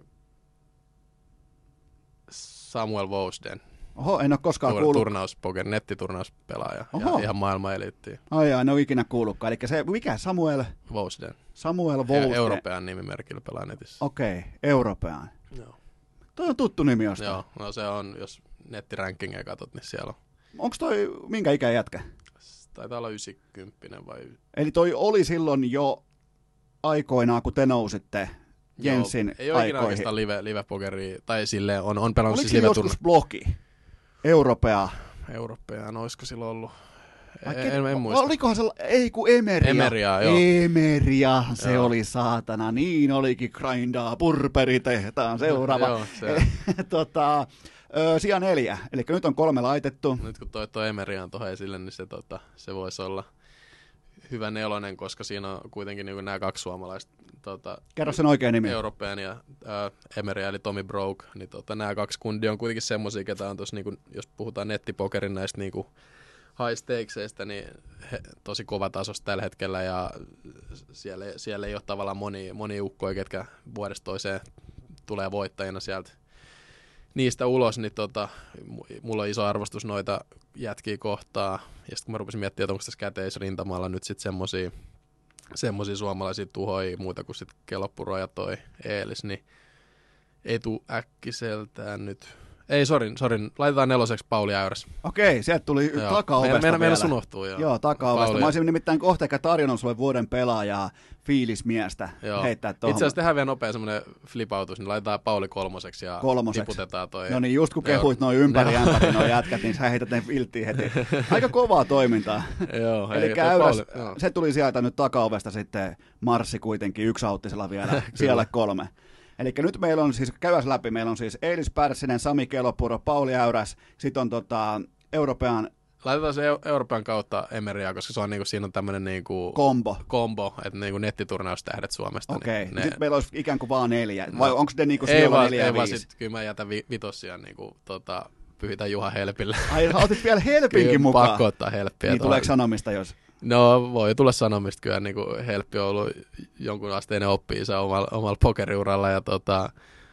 Samuel Vousden. Oho, en ole koskaan Tur- kuullut. Turnauspoker, nettiturnauspelaaja. Oho. Ja ihan maailman eliittiä. Ai jaa, en ole ikinä kuullutkaan. Eli se, mikä Samuel? Vousden. Samuel Vousden. European nimimerkillä pelaa netissä. Okei, okay, European. Joo. Toi on tuttu nimi jostain. Joo, no se on, jos nettirankingia katsot, niin siellä on. Onko toi minkä ikä jätkä? Taitaa olla yhdeksänkymmentä vai... Eli toi oli silloin jo aikoinaan, kun te nousitte Jensin Joo, ei ole ikinä aikoihin. oikeastaan live, live-pokeria, tai silleen on, on pelannut Oliko siis siinä live joskus blogi? Europea. European, olisiko silloin ollut? Ai, En, ket... en, en muista. Olikohan se, ei kun Emeria. Emeria, joo. Emeria, se Joo. oli saatana, niin olikin grindaa purperitehtaan seuraava. Joo, se. tota, ö, sija neljä, eli nyt on kolme laitettu. Nyt kun toi, toi Emerian tuohon esille, niin se, tota, se voisi olla hyvä nelonen, koska siinä on kuitenkin niin nämä kaksi suomalaista tota, Kerro sen oikein nimi. European ja ää, Emeria, eli Tommy Broke, niin tota, nämä kaksi kundia on kuitenkin semmoisia, ketä on tuossa, niin jos puhutaan nettipokerin näistä niin kuin high stakeseista, niin he, tosi kova tasosta tällä hetkellä, ja siellä, siellä ei ole tavallaan moni, moni ukkoja, ketkä vuodesta toiseen tulee voittajina sieltä niistä ulos, niin tota, mulla on iso arvostus noita jätkiä kohtaa, ja sitten kun mä rupesin miettimään, että onko tässä käteisrintamalla nyt sitten semmosia, semmosia suomalaisia tuhoja, muuta kuin sitten Kelopuro ja toi Eelis, niin ei tuu äkkiseltään nyt. Ei, sorin, sorin. Laitetaan neloseksi Pauli Äyräs. Okei, sieltä tuli takaovesta meidän, vielä. Meidän unohtuu, joo. Joo, takaovesta. Pauli. Mä olisin nimittäin kohta ehkä tarjonnut sulle vuoden pelaajaa, fiilismiestä, Joo. heittää tuohon. Itse asiassa tehdään vielä nopea semmoinen flipautus, niin laitetaan Pauli kolmoseksi ja Kolmoseksi. tiputetaan toi. No niin, just kun kehuit noin ympäri ämpäri noin jätkät, niin sä heität ne vilttiin heti. Aika kovaa toimintaa. Joo, Eli ei, Äyräs, Pauli, joo. se tuli sieltä nyt takaovesta sitten marssi kuitenkin yksiauttisella vielä, siellä kolme. Eli nyt meillä on siis, käydään läpi, meillä on siis Eelis Pärssinen, Sami Kelopuro, Pauli Äyräs, sitten on tota, European Laitetaan se Euroopan kautta Emeria, koska se on niinku, siinä on tämmöinen niinku kombo. kombo, että niinku nettiturnaustähdet Suomesta. Okei, niin ne... sitten meillä olisi ikään kuin vaan neljä, vai No, onko ne niinku ei siellä vaan, neljä ja ei vaan viisi? sit, kyllä mä jätän vi- vitosia niinku, tota, pyhitän Juha Helpille. Ai, otit vielä Helpinkin Kyllä, mukaan. pakko ottaa Helppiä. Niin tuohon. tuleeko sanomista, jos? No voi tulla sanomista, kyllä niin kuin Helppi on ollut jonkun asteinen oppi-isä omalla, omalla pokeriuralla, ja tota,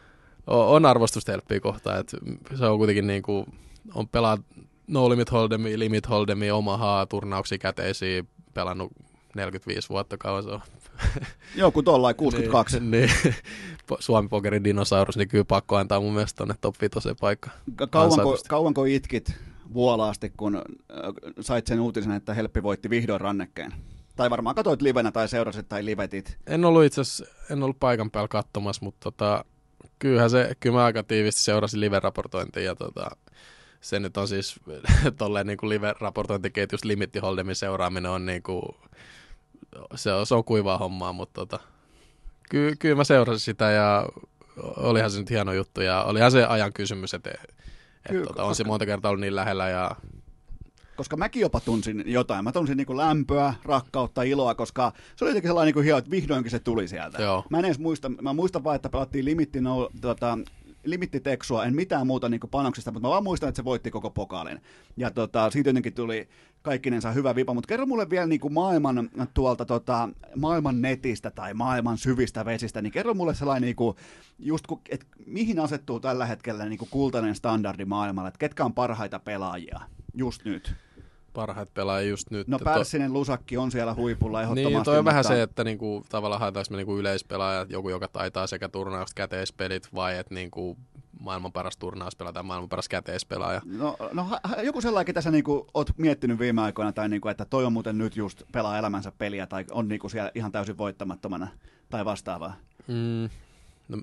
on arvostusta Helppiä kohtaan, että se on kuitenkin niin kuin, on pelaa No Limit Hold'emia, Limit Hold'emia, Omahaa, turnauksia käteisiä, pelannut neljäkymmentäviisi vuotta kauan se on. Joku tollain kuusikymmentäkaksi. niin, niin, Suomi Pokerin dinosaurus, niin kyllä pakko antaa mun mielestä tonne top viitoseen paikka. Ka- kauanko, kauanko itkit vuolaasti, kun äh, sait sen uutisen, että Helppi voitti vihdoin rannekkeen? Tai varmaan katsoit livenä tai seurasit tai livetit. En ollut itse asiassa, en ollut paikan päällä katsomassa, mutta tota, kyllähän se, kyllä mä aika tiivisti seurasin live-raportointia, ja tota, se nyt on siis tolleen niin kuin live-raportointiketjusta Limit Hold'emin seuraaminen on niin kuin, se on, se on kuivaa hommaa, mutta tota, Ky- kyllä mä seurasin sitä ja olihan se nyt hieno juttu ja olihan se ajan kysymys, että et, tota, on koska... se monta kertaa ollut niin lähellä ja koska mäkin jopa tunsin jotain. Mä tunsin niinku lämpöä, rakkautta, iloa, koska se oli jotenkin sellainen niinku hieno, että vihdoinkin se tuli sieltä. Joo. Mä en edes muista, mä muistan vaan, että pelattiin limitti, no, tota, limittiteksua, en mitään muuta niinku panoksista, mutta mä vaan muistan, että se voitti koko pokaalin. Ja tota, siitä jotenkin tuli kaikkinensa hyvä vipa, mutta kerro mulle vielä niinku maailman, tuolta, tota, maailman netistä tai maailman syvistä vesistä, niin kerro mulle sellainen, niinku, just ku, et mihin asettuu tällä hetkellä niinku kultainen standardi maailmalla, että ketkä on parhaita pelaajia just nyt? Parhaat pelaajia just nyt. No Pärssinen Lusakki on siellä huipulla ehdottomasti. Niin, toi on mutta... vähän se, että niinku, tavallaan haetaanko me niinku yleispelaaja, joku, joka taitaa sekä turnaukset, käteispelit, vai että niinku, maailman paras turnauspelaaja tai maailman paras käteispelaaja. No, no joku sellainen, ketä sä niinku oot miettinyt viime aikoina, tai niinku, että toi on muuten nyt just pelaa elämänsä peliä, tai on niinku siellä ihan täysin voittamattomana, tai vastaavaa. Mm, no,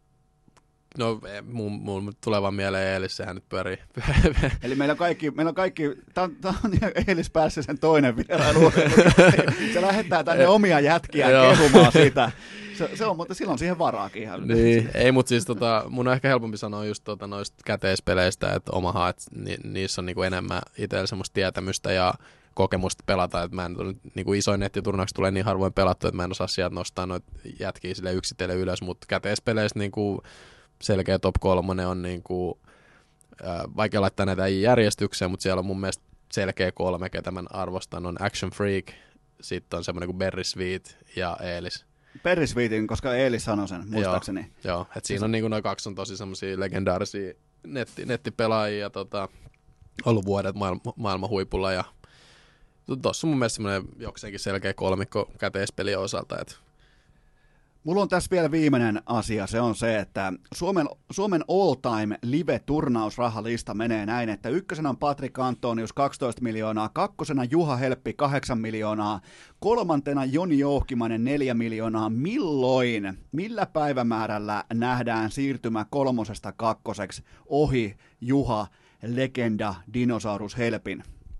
No, mun, mun tulee vaan mieleen Eelis, sehän nyt pyörii. Eli meillä on kaikki, meillä on kaikki, tää on, tää on Eelis Pärssisen toinen vierailu. Se lähettää tänne omia jätkiä kehumaan sitä. Se, se on, mutta silloin siihen varaakin ihan. Niin, ei, mutta siis tota, mun on ehkä helpompi sanoa just tota, noista käteispeleistä, että Omaha, että ni, niissä on niinku enemmän itsellä semmoista tietämystä ja kokemusta pelata, että mä en niinku isoin nettiturnaukset tulee niin harvoin pelattu, että mä en osaa sieltä nostaa noita jätkiä sille yksitellen ylös, mutta käteispeleissä niinku selkeä top kolmonen on niinku, äh, vaikea laittaa näitä järjestykseen, mutta siellä on mun mielestä selkeä kolme, ketä mä arvostan, on Action Freak, sitten on semmoinen kuin Berry Sweet ja Eelis. Berry Sweetin, koska Eelis sanoi sen, muistaakseni. Joo, joo. Et siinä on niinku noin kaksi on tosi semmoisia legendaarisia netti, nettipelaajia ja tota, ollut vuodet maailma, maailman huipulla ja tuossa on mun mielestä semmoinen jokseenkin selkeä kolmikko käteispelien osalta, että mulla on tässä vielä viimeinen asia, se on se, että Suomen, Suomen all-time live-turnausrahalista menee näin, että ykkösenä on Patrik Antonius kaksitoista miljoonaa, kakkosena Juha Helppi kahdeksan miljoonaa, kolmantena Joni Jouhkimainen neljä miljoonaa. Milloin, millä päivämäärällä nähdään siirtymä kolmosesta kakkoseksi ohi Juha, legenda, dinosaurus Helpin?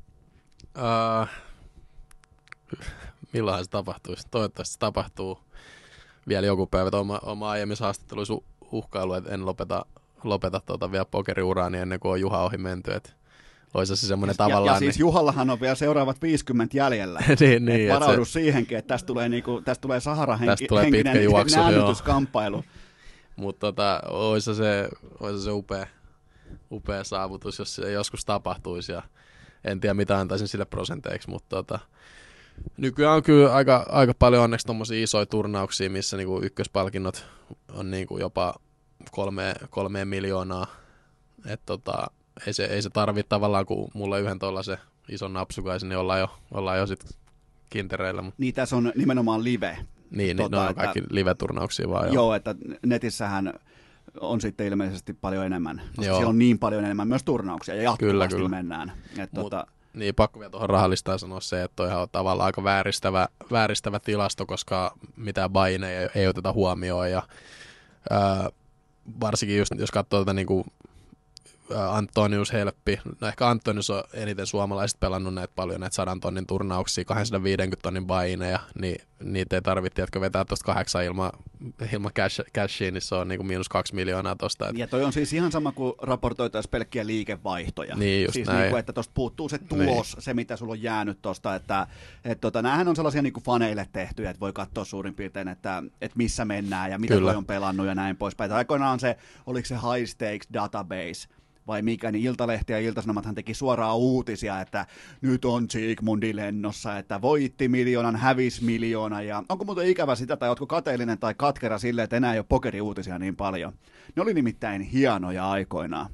Uh, milloinhan se tapahtuisi? Toivottavasti se tapahtuu vielä joku päivä. Oma, oma aiemmissa haastatteluissa uhkailu, että en lopeta, lopeta tuota vielä pokeriuraani ennen kuin on Juha ohi menty. Että olisi se semmoinen ja, tavallaan. Ja siis Juhallahan on vielä seuraavat viisikymmentä jäljellä. niin, niin, et varaudu se, siihenkin, että tästä tulee, niinku, tästä tulee Sahara-henkinen näännytyskamppailu. Mutta tota, olisi se, olisi se upea, upea saavutus, jos se joskus tapahtuisi. Ja en tiedä, mitä antaisin sille prosenteiksi, mutta tota, nykyään on kyllä aika, aika paljon onneksi tommosia isoja turnauksia, missä niinku ykköspalkinnot on niinku jopa kolme, kolme miljoonaa. Et tota, ei se, ei se tarvitse tavallaan, kun mulla yhden tollasen ison napsukaisen, niin ollaan jo, ollaan jo sit kintereillä. Niin tässä on nimenomaan live. Niin, tota, ne on kaikki että, live-turnauksia vaan. Joo, joo, että netissähän on sitten ilmeisesti paljon enemmän. Siellä on niin paljon enemmän myös turnauksia ja jatkuvasti kyllä, kyllä. mennään. Et, Mut, tota, niin, pakko vielä tuohon rahalistaan sanoa se, että toihan on tavallaan aika vääristävä, vääristävä tilasto, koska mitään baineja ei, ei oteta huomioon. Ja, ää, varsinkin just, jos katsoo tätä niin kuin Antonius Helppi, no ehkä Antonius on eniten suomalaiset pelannut näitä paljon näitä sadan tonnin turnauksia, kaksisataaviisikymmentä tonnin baineja, niin niitä ei tarvitse, jotka vetää tuosta kahdeksan ilman ilma cash, cashia, niin se on niin kuin miinus kaksi miljoonaa tuosta. Ja toi on siis ihan sama kuin raportoitaisiin pelkkiä liikevaihtoja. Niin just siis näin. Niin kuin, että tuosta puuttuu se tulos, niin. Se mitä sulla on jäänyt tuosta, että et tota, näähän on sellaisia niin kuin faneille tehtyjä, että voi katsoa suurin piirtein, että, että missä mennään ja mitä toi on pelannut ja näin poispäin. Aikoinaan se, oliko se high stakes database, vai mikä, niin Iltalehti ja Ilta-Sanomathan teki suoraan uutisia, että nyt on Sigmundi lennossa, että voitti miljoonan, hävisi miljoona, ja onko muuten ikävä sitä, tai ootko kateellinen tai katkera silleen, että enää ei ole pokeriuutisia niin paljon? Ne oli nimittäin hienoja aikoinaan.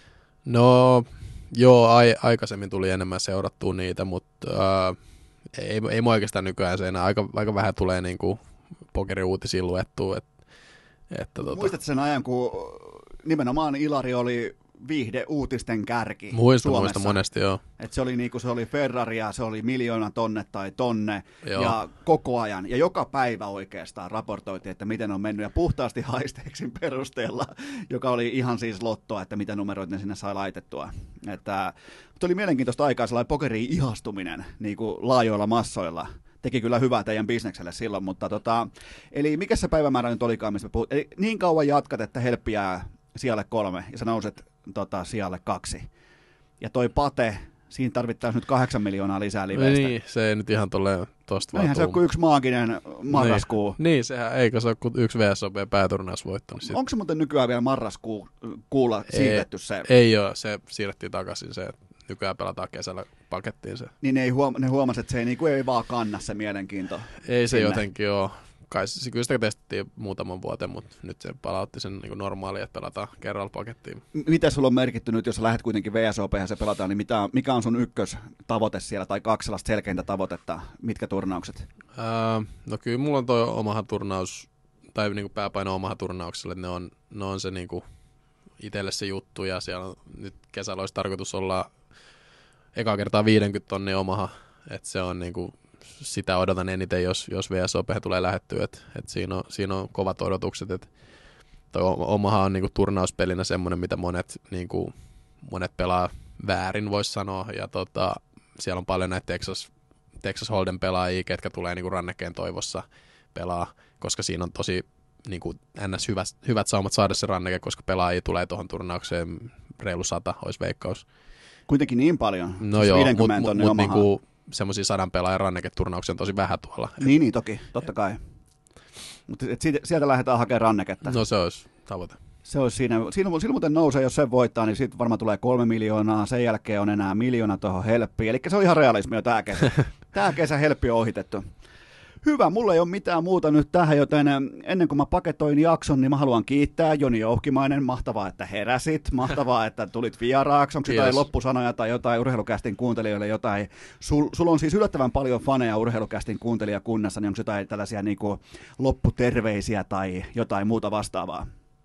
No, joo, ai, aikaisemmin tuli enemmän seurattua niitä, mutta äh, ei, ei mua oikeastaan nykyään se enää, aika, aika vähän tulee niinku pokeriuutisia luettua. Et, että, tota... Muistatko sen ajan, kun nimenomaan Ilari oli viihde-uutisten kärki muista, Suomessa. Muista monesti, joo. Et se oli niinku se oli Ferrari ja se oli miljoona tonne tai tonne joo. Ja koko ajan ja joka päivä oikeastaan raportoitiin, että miten on mennyt ja puhtaasti haisteeksin perusteella, joka oli ihan siis lottoa, että mitä numeroita ne sinne sai laitettua. Että, mutta oli mielenkiintoista aikaa sellainen pokeriin ihastuminen niinku laajoilla massoilla. teki kyllä hyvää teidän bisnekselle silloin, mutta tota, eli mikä se päivämäärä nyt olikaan, mistä me puhut? Eli niin kauan jatkat, että Helppi jää sijalle kolme ja sä nouset tota, sijalle kaksi. Ja toi Pate, siinä tarvittaisiin nyt kahdeksan miljoonaa lisää liveistä. Niin, se ei nyt ihan tolleen tosta no vaan eihän se ole kuin yksi maaginen marraskuu. Niin, niin sehän, eikö se ole kuin yksi V S O P-pääturnausvoitto. Niin onko se muuten nykyään vielä marraskuulla siirretty se? Ei ole, se siirrettiin takaisin se. Nykyään pelataan kesällä pakettiin se. Niin ne, huom- ne huomasi, että se ei, niinku, ei vaan kanna se mielenkiinto. Ei se sinne. jotenkin ole. Kai se, kyllä sitä testattiin muutaman vuoden, mutta nyt se palautti sen niin normaaliin, että pelataan kerralla pakettiin. M- mitä sulla on merkitty nyt, jos sä lähdet kuitenkin V S O P ja se pelataan, niin mitä, mikä on sun ykköstavoite siellä, tai kaksi sellaista selkeintä tavoitetta, mitkä turnaukset? Ää, no kyllä mulla on toi omahan turnaus, tai niin kuin pääpaino omahan turnaukselle, ne on, ne on se niin kuin itselle se juttu, ja siellä on, nyt kesällä olisi tarkoitus olla eka kertaa viisikymmentä tonnia omaha, että se on niin kuin, sitä odotan eniten, jos, jos V S O P tulee lähettyä, että et siinä, on, siinä on kovat odotukset, että toi omahan on niin kuin turnauspelinä semmoinen, mitä monet, niin kuin, monet pelaa väärin, voisi sanoa, ja tota, siellä on paljon näitä Texas, Texas Hold'em pelaajia, ketkä tulee niin kuin rannekkeen toivossa pelaa, koska siinä on tosi niin kuin ns. Hyvät, hyvät saumat saada se ranneke, koska pelaajia tulee tuohon turnaukseen reilu sata, olisi veikkaus. Kuitenkin niin paljon? No siis joo, mutta mut, mut, niinku, semmoisia sadan pelaajan ranneketurnauksia on tosi vähän tuolla. Niin, niin toki, totta kai. Mutta sieltä lähdetään hakemaan ranneketta. No se olisi tavoite. Se olisi siinä, siinä, siinä muuten nousee, jos se voittaa, niin sitten varmaan tulee kolme miljoonaa, sen jälkeen on enää miljoona tuohon Helppiin. Eli se on ihan realismi jo tämä kesä. Tämä kesä Helppi on ohitettu. Hyvä, mulla ei ole mitään muuta nyt tähän, joten ennen kuin mä paketoin jakson, niin mä haluan kiittää Joni Jouhkimainen. Mahtavaa, että heräsit, mahtavaa, että tulit vieraaksi. Onko jotain loppusanoja tai jotain Urheilukästin kuuntelijoille jotain? Sul, sulla on siis yllättävän paljon faneja Urheilukästin kuuntelijakunnassa, niin onko jotain tällaisia niin kuin lopputerveisiä tai jotain muuta vastaavaa?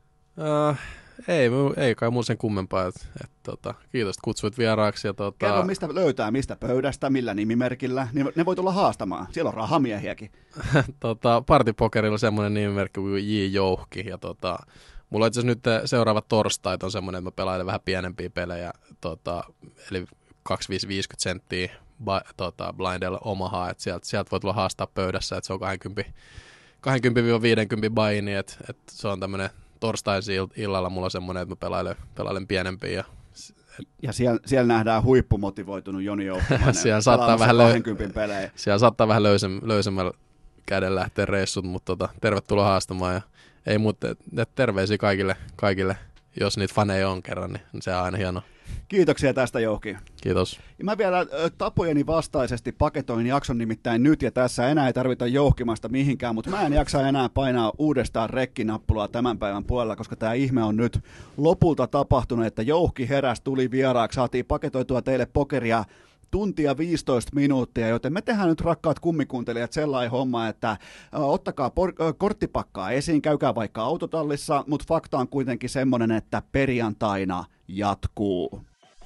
Uh, ei, ei kai mulla sen kummempaa. Et, et, tota, kiitos, että kutsuit vieraaksi. Ja, tota... Kerro, mistä löytää, mistä pöydästä, millä nimimerkillä. Ne, ne voi tulla haastamaan. Siellä on rahamiehiäkin. tota, Partipokerilla on semmoinen nimimerkki kuin J. Jouhki. Ja, tota, mulla on itse asiassa nyt seuraavat torstait on semmoinen, että mä pelailen vähän pienempiä pelejä. Tota, eli kaksikymmentäviisi viisikymmentä senttiä ba, tota, blindella omahaa. Sieltä sielt voi tulla haastaa pöydässä, että se on kaksikymmentä viisikymmentä baini. Että et se on tämmöinen torstaisin illalla mulla on semmoinen, että mä pelailen, pelailen pienempiä. Ja, et... ja siellä, siellä nähdään huippumotivoitunut Joni Jouhkimainen. siellä, saattaa vähän löy... pelejä. siellä saattaa vähän löysem, löysemmällä käden lähteä reissut, mutta tota, tervetuloa haastamaan. Ja ei muuta, terveisiä kaikille, kaikille, jos niitä faneja on kerran, niin se on aina hienoa. Kiitoksia tästä, Jouhki. Kiitos. Ja mä vielä tapojeni vastaisesti paketoin jakson nimittäin nyt ja tässä. Enää ei tarvita Jouhkimasta mihinkään, mutta mä en jaksa enää painaa uudestaan rekkinappulaa tämän päivän puolella, koska tämä ihme on nyt lopulta tapahtunut, että Jouhki heräsi, tuli vieraaksi, saatiin paketoitua teille pokeria tuntia viisitoista minuuttia, joten me tehdään nyt, rakkaat kummikuuntelijat, sellainen homma, että ä, ottakaa por- ä, korttipakkaa esiin, käykää vaikka autotallissa, mutta fakta on kuitenkin semmoinen, että perjantaina jatkuu.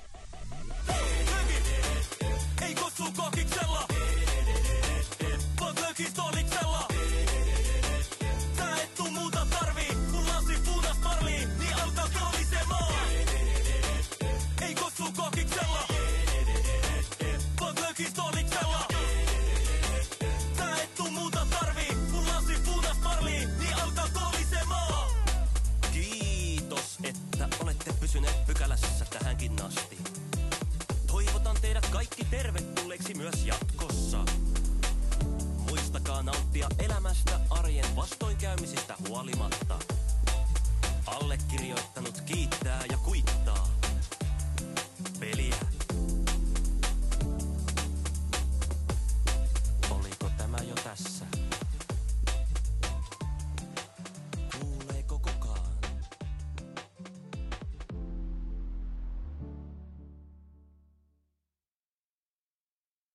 Ei kutsu kokiksella, vaan lökistoliksella. Sä et tuu muuta tarvii, kun lasi puutas parlii, niin alkaa kolisemaan. Ei kutsu kokiksella, vaan lökistoliksella. Sä et tuu muuta tarvii, kun lasi puutas parlii, niin alkaa kolisemaan. Kiitos, että olette pysyneet pykälässä tähänkin asti. Toivotan teidät kaikki tervetulleeksi myös jatkossa. Muistakaa nauttia elämästä arjen vastoinkäymisistä huolimatta. Allekirjoittanut kiittää ja kuittaa.